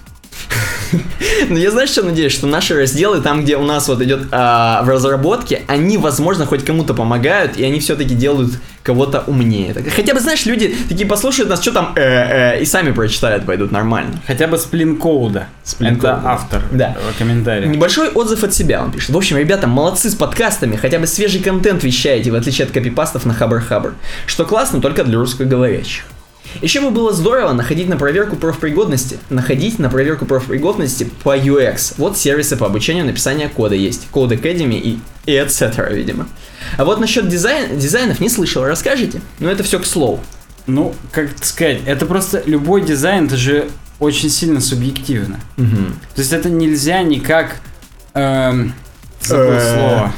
S2: Ну, я знаешь, что надеюсь, что наши разделы, там, где у нас вот идет а, в разработке, они, возможно, хоть кому-то помогают, и они все-таки делают кого-то умнее. Так, хотя бы, знаешь, люди такие послушают нас, что там, э-э, и сами прочитают, пойдут нормально.
S1: Хотя бы сплин-коуда.
S2: Сплин-коуда.
S1: Это автор
S2: Да.
S1: этого комментария.
S2: Небольшой отзыв от себя он пишет. В общем, ребята, молодцы с подкастами, хотя бы свежий контент вещаете, в отличие от копипастов на Хабр-Хабр. Что классно только для русскоговорящих. Еще бы было здорово находить на проверку профпригодности, находить на проверку профпригодности по ю экс. Вот сервисы по обучению написания кода есть. Code Academy и, и et cetera, видимо. А вот насчет дизайн, дизайнов не слышал, расскажете? Ну это все к слову.
S1: Ну, как сказать, это просто любой дизайн, это же очень сильно субъективно.
S2: Угу.
S1: То есть это нельзя никак эм, забыл
S2: Э.
S1: слово.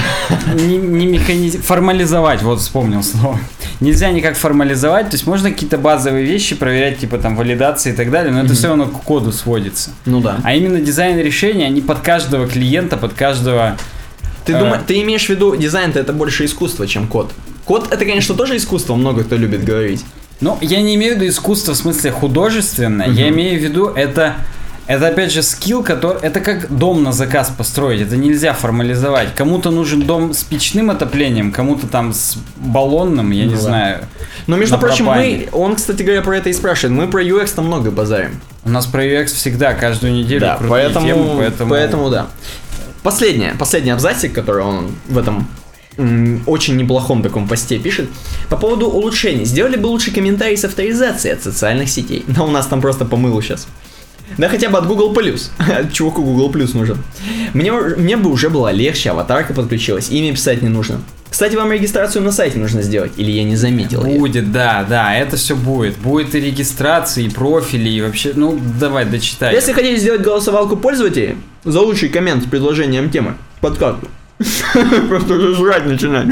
S1: Не, не механиз... формализовать, вот вспомнил слово. Нельзя никак формализовать, то есть можно какие-то базовые вещи проверять, типа там валидации и так далее, но это
S2: Мгм.
S1: все равно к коду сводится.
S2: Ну да.
S1: А именно дизайн решения, они под каждого клиента, под каждого...
S2: Ты,
S1: э,
S2: думаешь, ты имеешь в виду, дизайн-то это больше искусство, чем код? Код это, конечно, тоже искусство, много кто любит говорить.
S1: Ну, я не имею в виду искусство в смысле художественное,
S2: Мгм.
S1: я имею в виду это... Это, опять же, скилл, который... Это как дом на заказ построить, это нельзя формализовать. Кому-то нужен дом с печным отоплением, кому-то там с баллонным, я
S2: Ну
S1: не
S2: да.
S1: знаю.
S2: Но, между
S1: на
S2: прочим,
S1: пропане.
S2: мы, он, кстати говоря, про это и спрашивает, мы про ю экс там много базарим.
S1: У нас про ю экс всегда, каждую неделю
S2: Да,
S1: крутые
S2: поэтому,
S1: темы, поэтому...
S2: поэтому да. Последнее, последний абзацик, который он в этом м, очень неплохом таком посте пишет. По поводу улучшений. Сделали бы лучше комментарий с авторизацией от социальных сетей. Да у нас там просто по мылу сейчас. Да хотя бы от Google+. Чуваку Google Plus нужен. Мне, мне бы уже было легче, аватарка подключилась, имя писать не нужно. Кстати, вам регистрацию на сайте нужно сделать, или я не заметил её?
S1: Будет, да, да, это все будет. Будет и регистрация, и профили, и вообще... Ну, давай, дочитай.
S2: Если хотите сделать голосовалку пользователей, за лучший коммент с предложением темы, подкасту. Просто уже жрать начинать.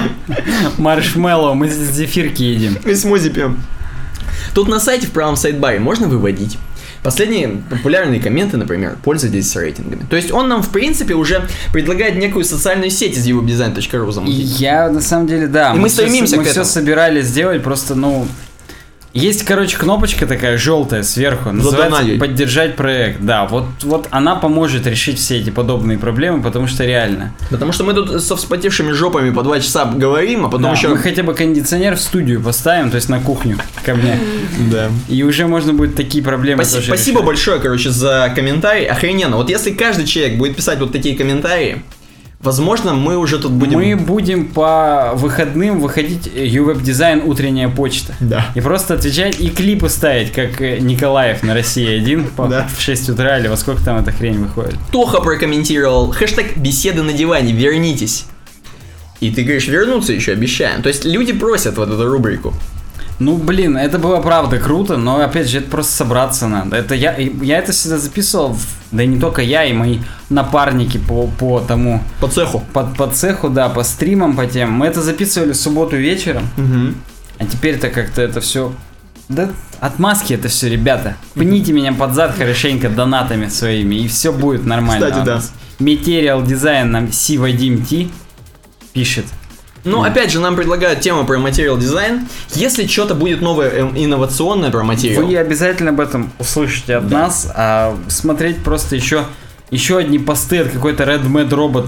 S1: Маршмеллоу, мы здесь зефирки едим.
S2: И смузи пьем. Тут на сайте в правом сайдбаре можно выводить. Последние популярные комменты, например, пользуйтесь с рейтингами. То есть он нам, в принципе, уже предлагает некую социальную сеть из uwebdesign точка ру
S1: И
S2: замутить.
S1: я, на самом деле, да.
S2: И мы
S1: всё-
S2: стремимся
S1: мы
S2: к
S1: все
S2: этому.
S1: собирались сделать, просто, ну... Есть, короче, кнопочка такая желтая сверху, называется
S2: Задонатить.
S1: «Поддержать проект». Да, вот, вот она поможет решить все эти подобные проблемы, потому что реально.
S2: Потому что мы тут со вспотевшими жопами по два часа говорим, а потом
S1: Да,
S2: еще...
S1: мы хотя бы кондиционер в студию поставим, то есть на кухню ко мне.
S2: Да.
S1: И уже можно будет такие проблемы
S2: Спасибо,
S1: тоже
S2: спасибо
S1: решать.
S2: большое, короче, за комментарий. Охрененно. Вот если каждый человек будет писать вот такие комментарии, возможно, мы уже тут будем...
S1: Мы будем по выходным выходить ю-веб-дизайн «Утренняя почта».
S2: Да.
S1: И просто отвечать и клипы ставить, как э, Николаев на России один по-
S2: Да.
S1: в шесть утра или во сколько там эта хрень выходит.
S2: Тоха прокомментировал хэштег «Беседы на диване», вернитесь. И ты говоришь, вернуться еще обещаем. То есть люди просят вот эту рубрику.
S1: Ну, блин, это было правда круто, но, опять же, это просто собраться надо. Это я, я это всегда записывал, в- да и не только я, и мои напарники по, по тому,
S2: По цеху.
S1: по, по цеху, да, по стримам, по тем. Мы это записывали в субботу вечером,
S2: Угу.
S1: а теперь-то как-то это все... Да, отмазки это все, ребята. Пните меня под зад хорошенько донатами своими, и все будет нормально.
S2: Кстати,
S1: у
S2: да.
S1: нас. Material Design нам Си Вадим Ти пишет.
S2: Ну, опять же, нам предлагают тему про материал дизайн. Если что-то будет новое, эм, инновационное про материал...
S1: Вы обязательно об этом услышите от нас, а смотреть просто еще, еще одни посты от какой-то Red Mad Robot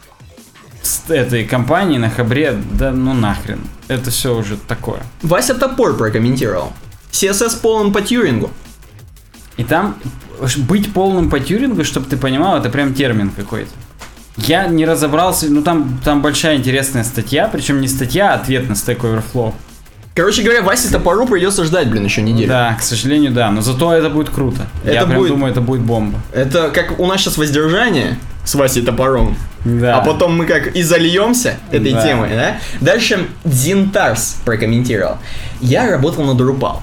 S1: с этой компании на Хабре, да ну нахрен. Это все уже такое.
S2: Вася Топор прокомментировал. си эс эс полон по тьюрингу.
S1: И там ш- быть полным по тьюрингу, чтобы ты понимал, это прям термин какой-то. Я не разобрался, ну там, там большая интересная статья, причем не статья, а ответ на Stack Overflow.
S2: Короче говоря, Васе Топору придется ждать, блин, еще неделю.
S1: Да, к сожалению, да, но зато это будет круто. Я
S2: Это
S1: прям
S2: будет-
S1: думаю, это будет бомба.
S2: Это как у нас сейчас воздержание с Васей Топором.
S1: Да.
S2: А потом мы как и зальемся этой
S1: Да.
S2: темой, да? Дальше Дзинтарс прокомментировал. Я работал на Drupal.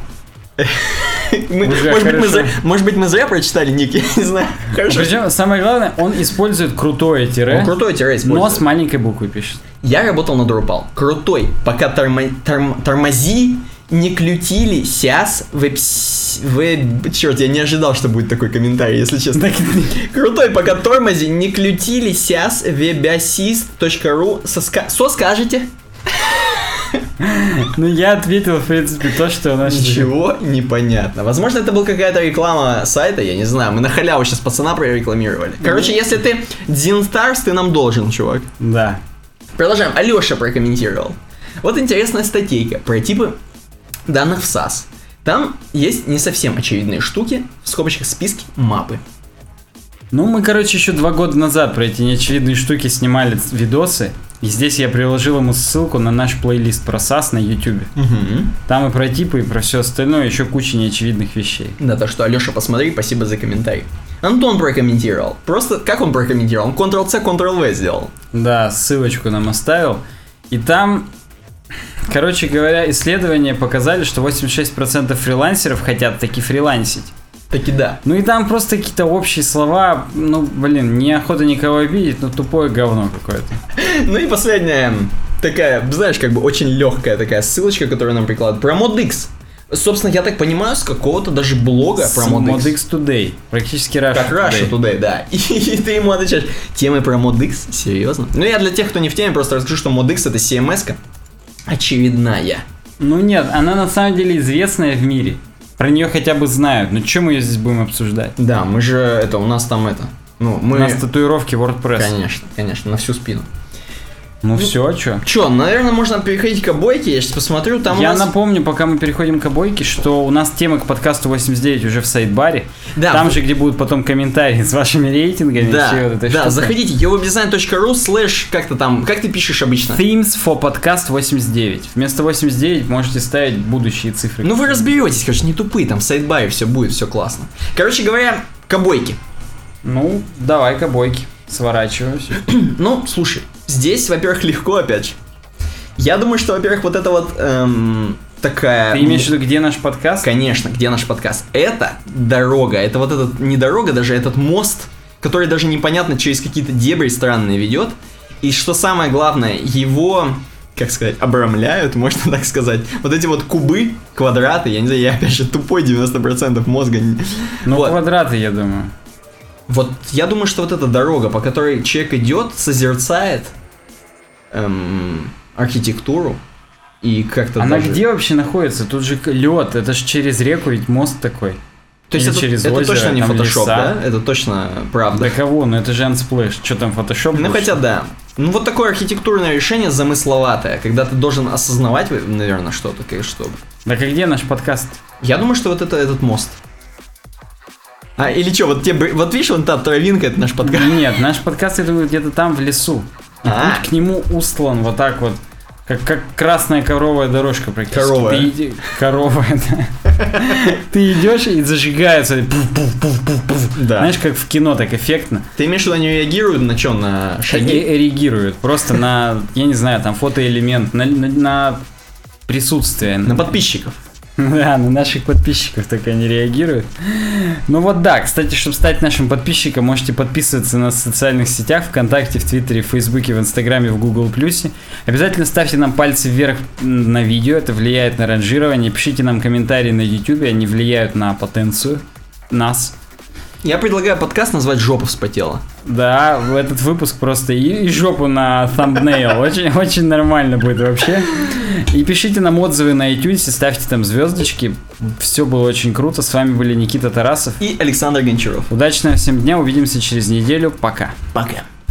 S2: Мы-
S1: Уже
S2: может, быть, мы
S1: хорошо.
S2: зря, может быть, мы зря прочитали ник, я не знаю. Хорошо.
S1: Причем самое главное, он использует крутое тире,
S2: Он крутой тире
S1: но
S2: использует.
S1: с маленькой буквы пишет.
S2: Я работал на Drupal. Крутой. Пока тормо- торм- тормози, не клютили, сяс, веб... веб... Черт, я не ожидал, что будет такой комментарий, если честно. Крутой, пока тормози, не клютили, сяс, вебасист.ру соска... Со скажете?
S1: Ну, я ответил, в принципе, то, что у нас...
S2: Ничего непонятно. Возможно, это была какая-то реклама сайта, я не знаю. Мы на халяву сейчас пацана прорекламировали. Короче, если ты Дзинстарс, ты нам должен, чувак.
S1: Да.
S2: Продолжаем. Алёша прокомментировал. Вот интересная статейка про типы данных в сас. Там есть не совсем очевидные штуки, в скобочках списки, мапы.
S1: Ну, мы, короче, еще два года назад про эти неочевидные штуки снимали видосы. И здесь я приложил ему ссылку на наш плейлист про сас на ютубе.
S2: Угу.
S1: Там и про типы, и про все остальное, еще куча неочевидных вещей.
S2: Да, то, что Алёша, посмотри, спасибо за комментарий. Антон прокомментировал. Просто, как он прокомментировал? Он контрол-C, контрол-V сделал.
S1: Да, ссылочку нам оставил. И там, короче говоря, исследования показали, что восемьдесят шесть процентов фрилансеров хотят таки фрилансить.
S2: Таки да.
S1: Ну и там просто какие-то общие слова, ну, блин, неохота никого обидеть, но тупое говно какое-то.
S2: Ну и последняя такая, знаешь, как бы очень легкая такая ссылочка, которую нам прикладывают. Про ModX. Собственно, я так понимаю, с какого-то даже блога про ModX.
S1: ModX Today, практически Russia
S2: Как Russia Today, да. И, и ты ему отвечаешь, темы про ModX? Серьезно? Ну я для тех, кто не в теме, просто расскажу, что ModX это си эм эс-ка очевидная.
S1: Ну нет, она на самом деле известная в мире. Про нее хотя бы знают, но чем мы ее здесь будем обсуждать?
S2: Да, мы же, это, у нас там это, ну, мы...
S1: У нас татуировки WordPress.
S2: Конечно, конечно, на всю спину.
S1: Ну все, а чё?
S2: Чё, наверное, можно переходить к обойке, я сейчас посмотрю, там
S1: Я
S2: у нас...
S1: напомню, пока мы переходим к обойке, что у нас тема к подкасту восемьдесят девять уже в сайт-баре.
S2: Да,
S1: Там
S2: вы-
S1: же, где будут потом комментарии с вашими рейтингами.
S2: Да,
S1: всей вот этой
S2: да,
S1: штукой.
S2: заходите, ewebdesign.ru слэш, как-то там, как ты пишешь обычно?
S1: Themes for podcast восемьдесят девять. Вместо восемьдесят девять можете ставить будущие цифры.
S2: Ну вы разберетесь, короче, не тупые, там в сайт-баре все будет, все классно. Короче говоря, к обойке.
S1: Ну, давай к обойке. Сворачиваемся.
S2: Ну, слушай, здесь, во-первых, легко опять же. Я думаю, что, во-первых, вот это вот эм, такая...
S1: Ты имеешь в виду, где наш подкаст?
S2: Конечно, где наш подкаст? Это дорога, это вот этот, не дорога, даже этот мост, который даже непонятно через какие-то дебри странные ведет. И что самое главное, его, как сказать, обрамляют, можно так сказать. Вот эти вот кубы, квадраты, я не знаю, я опять же тупой, девяносто процентов мозга.
S1: Ну,
S2: Вот.
S1: квадраты, я думаю.
S2: Вот я думаю, что вот эта дорога, по которой человек идет, созерцает эм, архитектуру И как-то
S1: Она
S2: даже...
S1: где вообще находится? Тут же лед, это же через реку, ведь мост такой.
S2: То есть
S1: Или
S2: это,
S1: через
S2: это
S1: озеро,
S2: точно не
S1: там
S2: фотошоп,
S1: леса.
S2: да? Это точно правда.
S1: Да кого? Ну это же Unsplash. Что там, фотошоп?
S2: Ну
S1: был,
S2: хотя
S1: что?
S2: да. Ну вот такое архитектурное решение замысловатое, когда ты должен осознавать, наверное, что-то, как что.
S1: Так а где наш подкаст?
S2: Я думаю, что вот это этот мост. А, или что, вот тебе, вот видишь, вон та травинка, это наш подкаст.
S1: Нет, наш подкаст это где-то там в лесу. И
S2: А.
S1: путь к нему устлан вот так вот. Как, как красная коровая дорожка практически.
S2: Коровая.
S1: Ты иди... Коровая, да. Ты идешь и зажигается. пуф-пуф-пуф-пуф-пуф.
S2: Да.
S1: Знаешь, как в кино, так эффектно.
S2: Ты имеешь в виду, они реагируют на что, на шаги?
S1: Э- Реагируют просто на, я не знаю, там фотоэлемент, на, на, на присутствие.
S2: На подписчиков.
S1: Да, на наших подписчиков так они реагируют. Ну вот да, кстати, чтобы стать нашим подписчиком, можете подписываться на социальных сетях, ВКонтакте, в Твиттере, в Фейсбуке, в Инстаграме, в Гугл Плюсе. Обязательно ставьте нам пальцы вверх на видео, это влияет на ранжирование. Пишите нам комментарии на Ютубе, они влияют на потенцию нас.
S2: Я предлагаю подкаст назвать «Жопа вспотела».
S1: Да, в этот выпуск просто и, и жопу на thumbnail. Очень, очень нормально будет вообще. И пишите нам отзывы на iTunes, ставьте там звездочки. Все было очень круто. С вами были Никита Тарасов
S2: И Александр Гончаров.
S1: Удачного всем дня, увидимся через неделю. Пока.
S2: Пока.